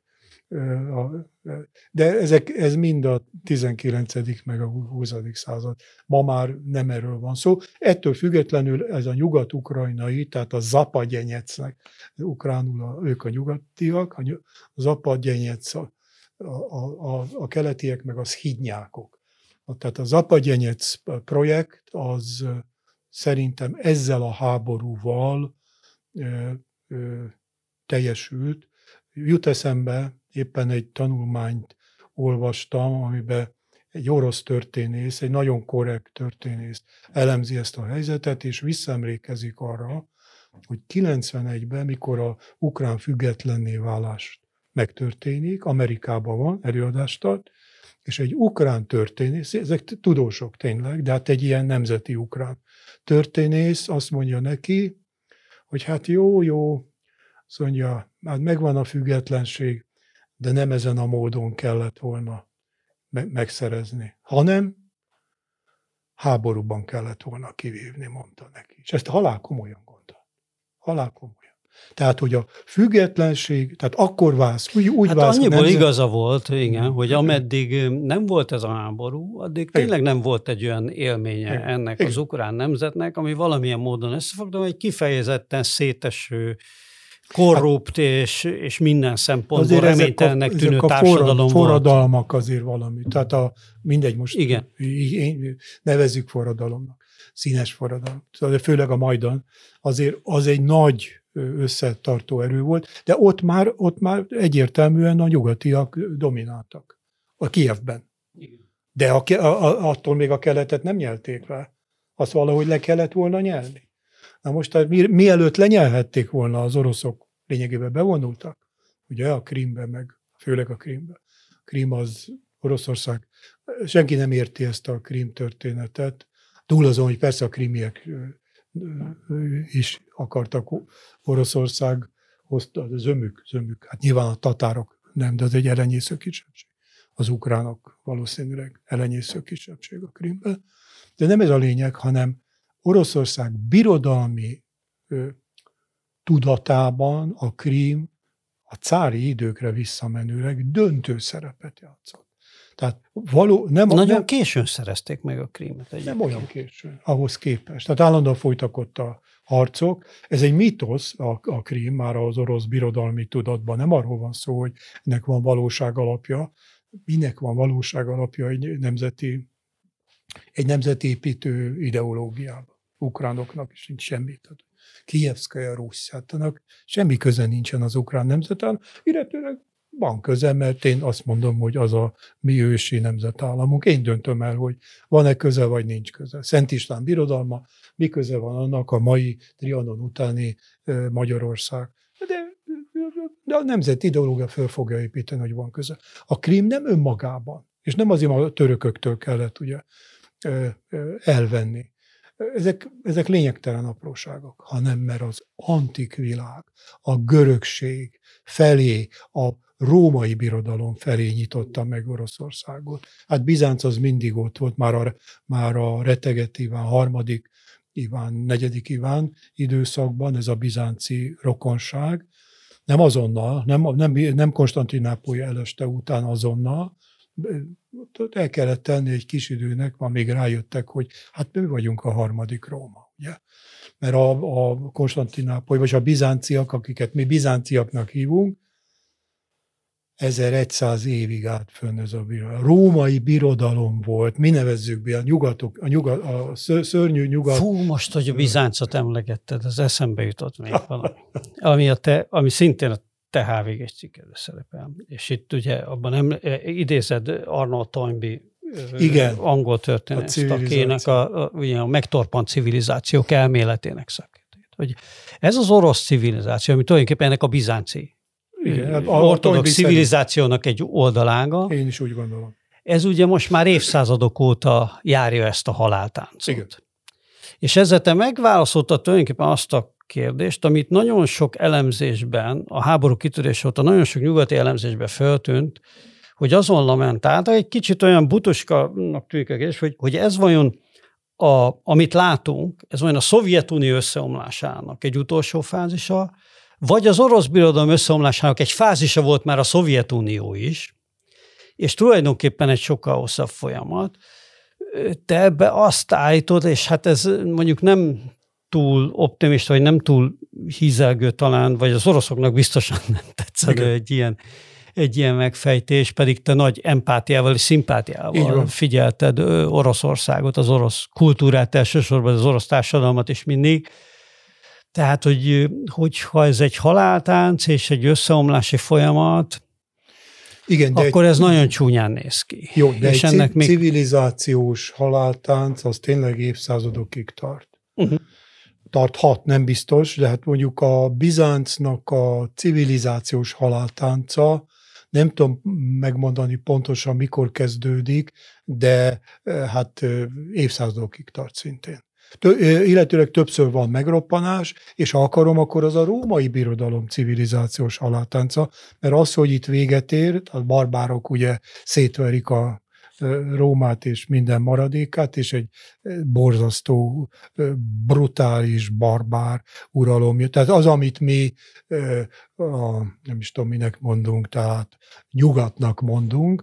De ez mind a 19. meg a 20. század. Ma már nem erről van szó. Ettől függetlenül ez a nyugat-ukrajnai, tehát a Zapadjenyecnek, ukránul ők a nyugatiak, a Zapadjenyec, a keletiek meg az hidnyákok. Tehát a Zapadjenyec projekt az szerintem ezzel a háborúval teljesült. Jut eszembe, éppen egy tanulmányt olvastam, amiben egy orosz történész, egy nagyon korrekt történész elemzi ezt a helyzetet, és visszaemlékezik arra, hogy 91-ben, mikor a ukrán függetlenné válás megtörténik, Amerikában van, előadást tart, és egy ukrán történész, ezek tudósok tényleg, de hát egy ilyen nemzeti ukrán történész azt mondja neki, hogy hát jó, azt mondja, hát megvan a függetlenség, de nem ezen a módon kellett volna megszerezni, hanem háborúban kellett volna kivívni, mondta neki. És ezt halál komolyan gondolta. Halál komolyan. Tehát, hogy a függetlenség, tehát akkor válsz, úgy hát válsz. Annyiból igaza volt, igen, hogy ameddig nem volt ez a háború, addig tényleg nem volt egy olyan élménye ennek az ukrán nemzetnek, ami valamilyen módon összefoglalom, egy kifejezetten széteső, korrupt és minden szempontból reménytelennek tűnő társadalom volt. Forradalmak azért valami. Tehát mindegy most nevezzük forradalomnak. Színes forradalom. Főleg a Majdan. Azért az egy nagy összetartó erő volt, de ott már egyértelműen a nyugatiak domináltak. A Kijevben. De attól még a keletet nem nyelték le. Azt valahogy le kellett volna nyelni. Na most mielőtt lenyelhették volna, az oroszok lényegében bevonultak, ugye a Krímbe, meg főleg a Krímbe. Krím az Oroszország, senki nem érti ezt a Krím történetet, túl azon, hogy persze a krímiek is akartak Oroszországhoz, zömük, hát nyilván a tatárok nem, de az egy elenyésző kisebbség. Az ukránok valószínűleg elenyésző kisebbség a Krímben. De nem ez a lényeg, hanem Oroszország birodalmi tudatában a Krím a cári időkre visszamenőleg döntő szerepet játszott. Tehát nagyon későn szerezték meg a Krímet. Nem olyan későn, ahhoz képest. Tehát állandóan folytak ott a harcok. Ez egy mítosz, a Krím, már az orosz birodalmi tudatban. Nem arról van szó, hogy ennek van valóság alapja. Minek van valóság alapja egy nemzetépítő ideológiában? Ukránoknak is nincs semmi. Kijevszkaja Rusz, hát annak semmi köze nincsen az ukrán nemzetállam, illetőleg van köze, mert én azt mondom, hogy az a mi ősi nemzetállamunk. Én döntöm el, hogy van-e köze, vagy nincs köze. Szent István birodalma, mi köze van annak a mai Trianon utáni Magyarország. De a nemzeti ideológia föl fogja építeni, hogy van köze. A Krím nem önmagában, és nem azért a törököktől kellett ugye elvenni. Ezek lényegtelen apróságok, hanem mert az antik világ, a görögség felé, a római birodalom felé nyitotta meg Oroszországot. Hát Bizánc az mindig ott volt, már a reteget Iván, harmadik Iván, negyedik Iván időszakban, ez a bizánci rokonság. Nem azonnal, nem Konstantinápoly eleste után azonnal, el kellett tenni egy kis időnek, ma még rájöttek, hogy hát mi vagyunk a harmadik Róma. ugye? Mert a Konstantinápoly, vagy a bizánciak, akiket mi bizánciaknak hívunk, 1100 évig állt fönn ez a birodalom. A római birodalom volt, mi nevezzük be, a szörnyű nyugat. Fú, most, hogy a Bizáncot emlegetted, az eszembe jutott még valami. Ami szintén a te HVG-s cikkedben szerepel. És itt ugye abban idézed Arnold Toynbee angol történészt, akinek a megtorpant civilizációk elméletének szakértőjét. Hogy ez az orosz civilizáció, ami tulajdonképpen ennek a bizánci ortodox civilizációnak egy oldalága. Én is úgy gondolom. Ez ugye most már évszázadok óta járja ezt a haláltáncot. Igen. És ezzel te megválaszoltad tulajdonképpen azt a kérdést, amit nagyon sok elemzésben, a háború kitörés óta nagyon sok nyugati elemzésben föltűnt, hogy azon lamentáltak, egy kicsit olyan butuskának tűnik, hogy ez vajon, amit látunk, ez vajon a Szovjetunió összeomlásának egy utolsó fázisa, vagy az orosz birodalom összeomlásának egy fázisa volt már a Szovjetunió is, és tulajdonképpen egy sokkal hosszabb folyamat. Te ebbe azt állítod, és hát ez mondjuk nem túl optimista, vagy nem túl hízelgő talán, vagy az oroszoknak biztosan nem tetszett egy ilyen megfejtés, pedig te nagy empátiával és szimpátiával figyelted Oroszországot, az orosz kultúrát, elsősorban az orosz társadalmat is mindig. Tehát, hogyha ez egy haláltánc és egy összeomlási folyamat, igen, akkor ez nagyon csúnyán néz ki. Jó, de és egy civilizációs haláltánc az tényleg évszázadokig tart. Tarthat, nem biztos, de hát mondjuk a Bizáncnak a civilizációs haláltánca, nem tudom megmondani pontosan, mikor kezdődik, de hát évszázadokig tart szintén. Illetőleg többször van megroppanás, és ha akarom, akkor az a római birodalom civilizációs haláltánca, mert az, hogy itt véget ér, a barbárok ugye szétverik a Rómát és minden maradékát, és egy borzasztó, brutális, barbár uralom jött. Tehát az, amit mi, nem is tudom, minek mondunk, tehát nyugatnak mondunk,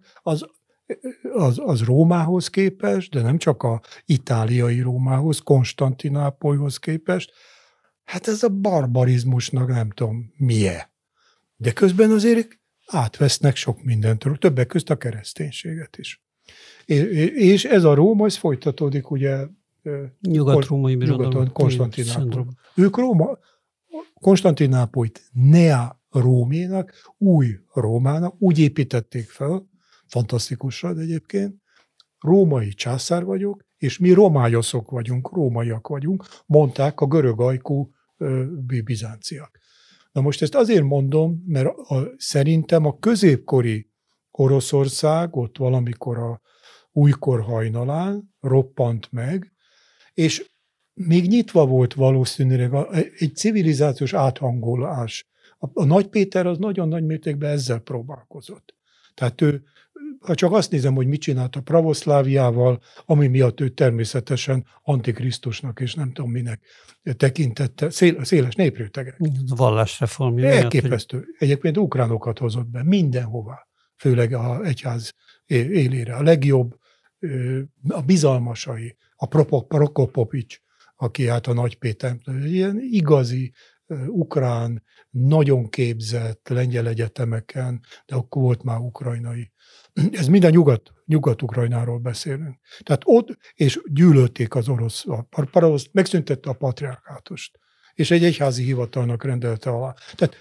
az Rómához képest, de nem csak a itáliai Rómához, Konstantinápolyhoz képest, hát ez a barbarizmusnak nem tudom milyen. De közben azért átvesznek sok mindent, többek közt a kereszténységet is. És ez a Róma, ez folytatódik ugye nyugat-római birodalom, Konstantinápoly. Ők Konstantinápolyt Nea Róménak, új Rómának úgy építették fel, fantasztikusan egyébként, római császár vagyok, és mi rományoszok vagyunk, rómaiak vagyunk, mondták a görög ajkú bizánciak. Na most ezt azért mondom, mert szerintem a középkori Oroszország ott valamikor a újkor hajnalán roppant meg, és még nyitva volt valószínűleg egy civilizációs áthangolás. A Nagy Péter az nagyon nagy mértékben ezzel próbálkozott. Tehát ő, ha csak azt nézem, hogy mit csinált a pravoszláviával, ami miatt ő természetesen antikrisztusnak és nem tudom minek tekintette, széles néprétegek. Vallásreformja. Elképesztő. Egyébként ukránokat hozott be mindenhová, főleg az egyház élére. A legjobb, a bizalmasai, a Prokopovics, aki hát a Nagy Péter, ilyen igazi ukrán, nagyon képzett lengyel egyetemeken, de akkor volt már ukrajnai. Ez minden Nyugat-Ukrajnáról beszélünk. Tehát ott, és gyűlölték az orosz, megszüntette a patriarkátust, és egy egyházi hivatalnak rendelte alá. Tehát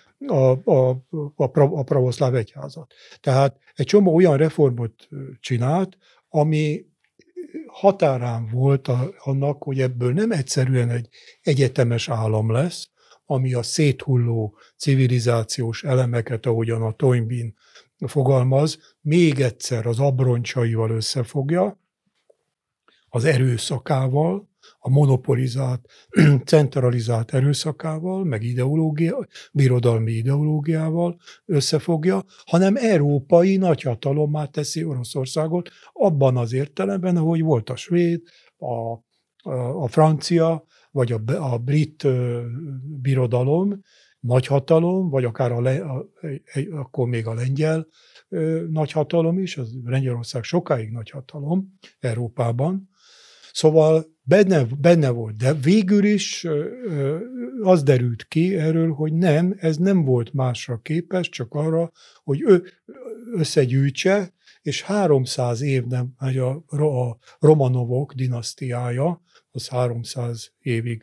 a pravoszláv egyházat. Tehát egy csomó olyan reformot csinált, ami határán volt annak, hogy ebből nem egyszerűen egy egyetemes állam lesz, ami a széthulló civilizációs elemeket, ahogyan a Toynbee fogalmaz, még egyszer az abroncsaival összefogja, az erőszakával, a monopolizált, centralizált erőszakával, meg birodalmi ideológiával összefogja, hanem európai nagyhatalommá teszi Oroszországot abban az értelemben, ahogy volt a svéd, a francia, vagy a brit birodalom, nagyhatalom, vagy akár akkor még a lengyel nagyhatalom is, az Lengyelország sokáig nagyhatalom Európában, Szóval benne volt, de végül is az derült ki erről, hogy nem, ez nem volt másra képes, csak arra, hogy ő összegyűjtse, és 300 év nem, a Romanovok dinasztiája, az 300 évig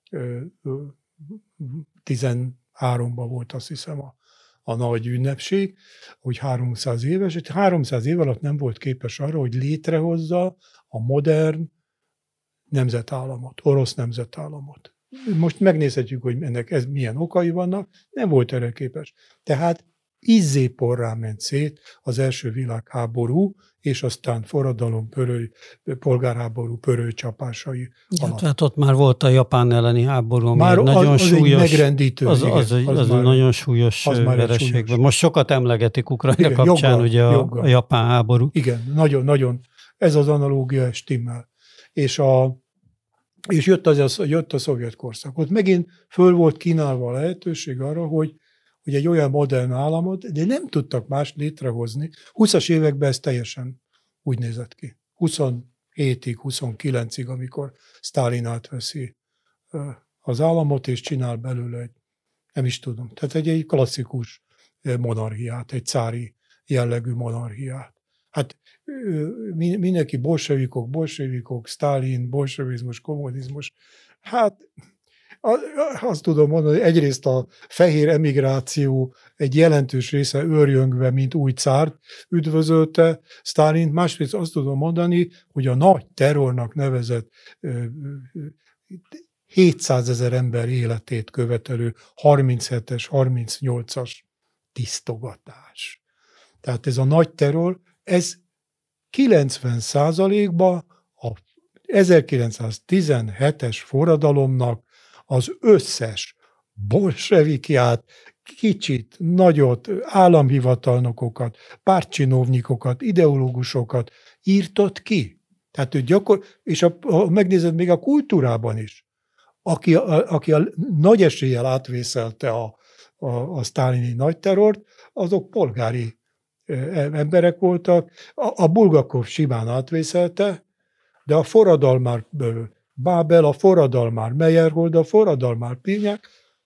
13-ban volt, azt hiszem, a nagy ünnepség, hogy 300 éves, és 300 év alatt nem volt képes arra, hogy létrehozza a modern nemzetállamot, orosz nemzetállamot. Most megnézhetjük, hogy ennek ez milyen okai vannak, nem volt erre képes. Tehát izzéporrá ment szét az első világháború, és aztán forradalom, polgárháború pörőcsapásai alatt. Tehát ott már volt a Japán elleni háború, ami már nagyon az súlyos, egy megrendítő, az már, nagyon súlyos vereség. Most sokat emlegetik Ukrajna igen, kapcsán, joggal, ugye a japán háború. Igen, nagyon-nagyon. Ez az analógia stimmel. És jött a szovjet korszak. Ott megint föl volt kínálva a lehetőség arra, hogy egy olyan modern államot, de nem tudtak más létrehozni. 20-as években ez teljesen úgy nézett ki. 27-ig, 29-ig, amikor Sztálin átveszi az államot, és csinál belőle egy, nem is tudom, tehát egy klasszikus monarchiát, egy cári jellegű monarchiát. Hát mindenki bolsevikok, Sztálin, bolsevizmus, kommunizmus. Hát azt tudom mondani, hogy egyrészt a fehér emigráció egy jelentős része őrjöngve, mint új cárt üdvözölte Sztálint, másrészt azt tudom mondani, hogy a nagy terrornak nevezett 700 000 ember életét követelő 37-es, 38-as tisztogatás. Tehát ez a nagy terror, ez 90%-ban a 1917-es forradalomnak az összes bolsevikját, kicsit, nagyot, államhivatalnokokat, pártcsinovnikokat, ideológusokat írtott ki. Tehát ő és megnézed még a kultúrában is, aki a nagy eséllyel átvészelte a sztálini nagyterrort, azok polgári emberek voltak. A Bulgakov simán átvészelte, de a forradalmár Bábel, a forradalmár Meyerhold, a forradalmár Pirnyák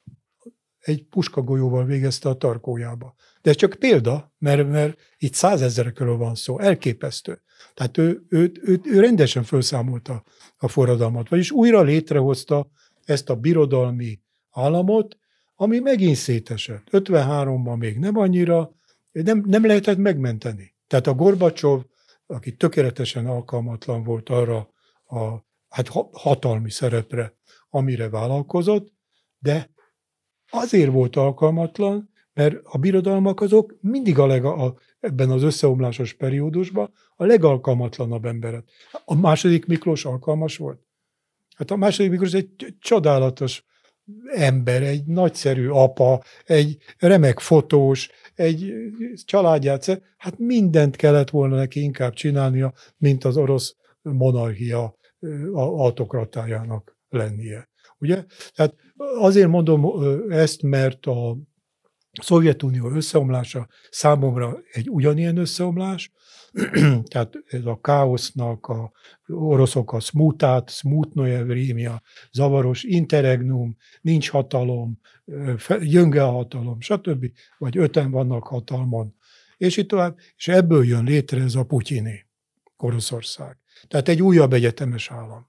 egy puskagolyóval végezte a tarkójába. De ez csak példa, mert itt 100 000-ekről van szó, elképesztő. Tehát ő rendesen felszámolta a forradalmat, vagyis újra létrehozta ezt a birodalmi államot, ami megint szétesett. 53-ban még nem annyira, nem lehetett megmenteni. Tehát a Gorbacsov, aki tökéletesen alkalmatlan volt arra a hatalmi szerepre, amire vállalkozott, de azért volt alkalmatlan, mert a birodalmak azok mindig ebben az összeomlásos periódusban a legalkalmatlanabb emberet. A második Miklós alkalmas volt. Hát a második Miklós egy csodálatos ember, egy nagyszerű apa, egy remek fotós, egy családját, hát mindent kellett volna neki inkább csinálnia, mint az orosz monarchia autokratájának lennie. Ugye? Tehát azért mondom ezt, mert a Szovjetunió összeomlása számomra egy ugyanilyen összeomlás, tehát ez a káosznak, a oroszok a smutnoje vremja, zavaros interregnum, nincs hatalom, gyönge a hatalom, stb. Vagy 5-en vannak hatalmon, és itt tovább, és ebből jön létre ez a Putyini Oroszország. Tehát egy újabb egyetemes állam.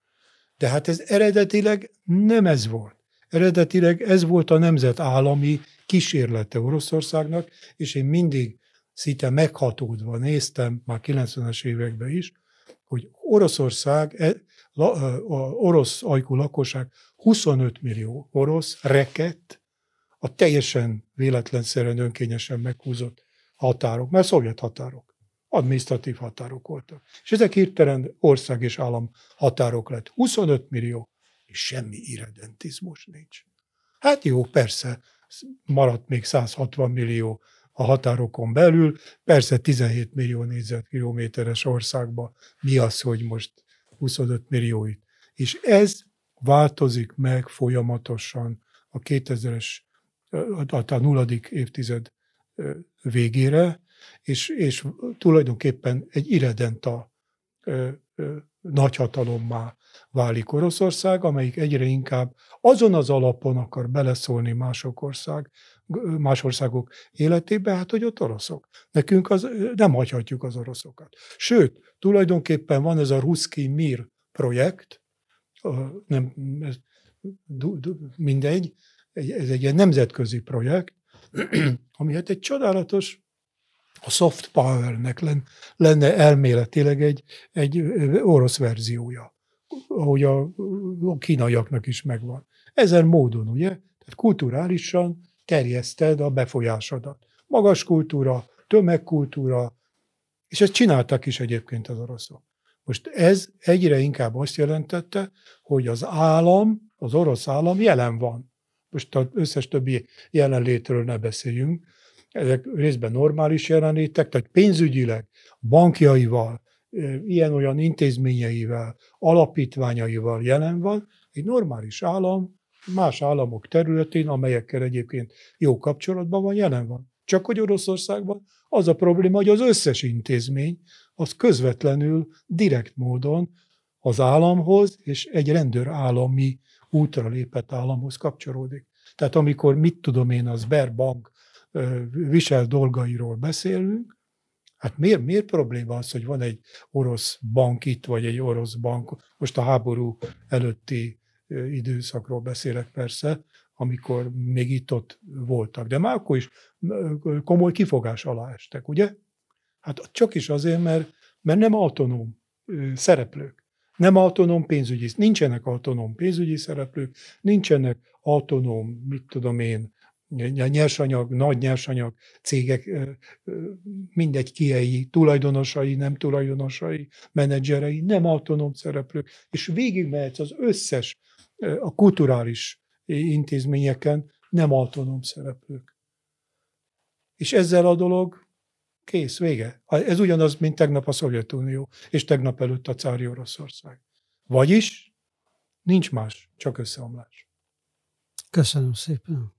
De hát ez eredetileg nem ez volt. Eredetileg ez volt a nemzetállami kísérlete Oroszországnak, és én mindig szinte meghatódva néztem, már 90-es években is, hogy Oroszország, orosz ajkú lakosság 25 millió orosz rekett a teljesen véletlenszerűen önkényesen meghúzott határok, mert szovjet határok, adminisztratív határok voltak. És ezek hirtelen ország és állam határok lett. 25 millió, és semmi irredentizmus nincs. Hát jó, persze, maradt még 160 millió a határokon belül, persze 17 millió négyzetkilométeres országban mi az, hogy most 25 millióit. És ez változik meg folyamatosan a 2000-es, a 0. évtized végére, és tulajdonképpen egy irredenta nagyhatalommá válik Oroszország, amelyik egyre inkább azon az alapon akar beleszólni más országok életébe, hát hogy ott oroszok. Nekünk nem hagyhatjuk az oroszokat. Sőt, tulajdonképpen van ez a Ruszkij Mir projekt, mindegy, ez egy ilyen nemzetközi projekt, ami hát egy csodálatos, a soft powernek lenne elméletileg egy orosz verziója, ahogy a kínaiaknak is megvan. Ezen módon, ugye, tehát kulturálisan terjeszted a befolyásodat. Magas kultúra, tömegkultúra, és ezt csináltak is egyébként az oroszok. Most ez egyre inkább azt jelentette, hogy az orosz állam jelen van. Most az összes többi jelenlétről ne beszéljünk. Ezek részben normális jelenlétek, tehát pénzügyileg, bankjaival, ilyen-olyan intézményeivel, alapítványaival jelen van. Egy normális állam más államok területén, amelyekkel egyébként jó kapcsolatban van, jelen van. Csak hogy Oroszországban az a probléma, hogy az összes intézmény az közvetlenül, direkt módon az államhoz és egy rendőrállami útra lépett államhoz kapcsolódik. Tehát amikor, mit tudom én, az Sberbank visel dolgairól beszélünk, hát miért probléma az, hogy van egy orosz bank itt, vagy egy orosz bank, most a háború előtti időszakról beszélek persze, amikor még itt-ott voltak, de már akkor is komoly kifogás alá estek, ugye? Hát csak is azért, mert nem autonóm szereplők. Nem autonóm pénzügyi, nincsenek autonóm pénzügyi szereplők, nincsenek autonóm, mit tudom én, nyersanyag, nagy nyersanyag cégek, mindegy kiei, tulajdonosai, nem tulajdonosai, menedzserei, nem autonóm szereplők, és végigmehetsz az összes a kulturális intézményeken nem autonóm szereplők. És ezzel a dolog kész, vége. Ez ugyanaz, mint tegnap a Szovjetunió, és tegnap előtt a cári Oroszország. Vagyis nincs más, csak összeomlás. Köszönöm szépen.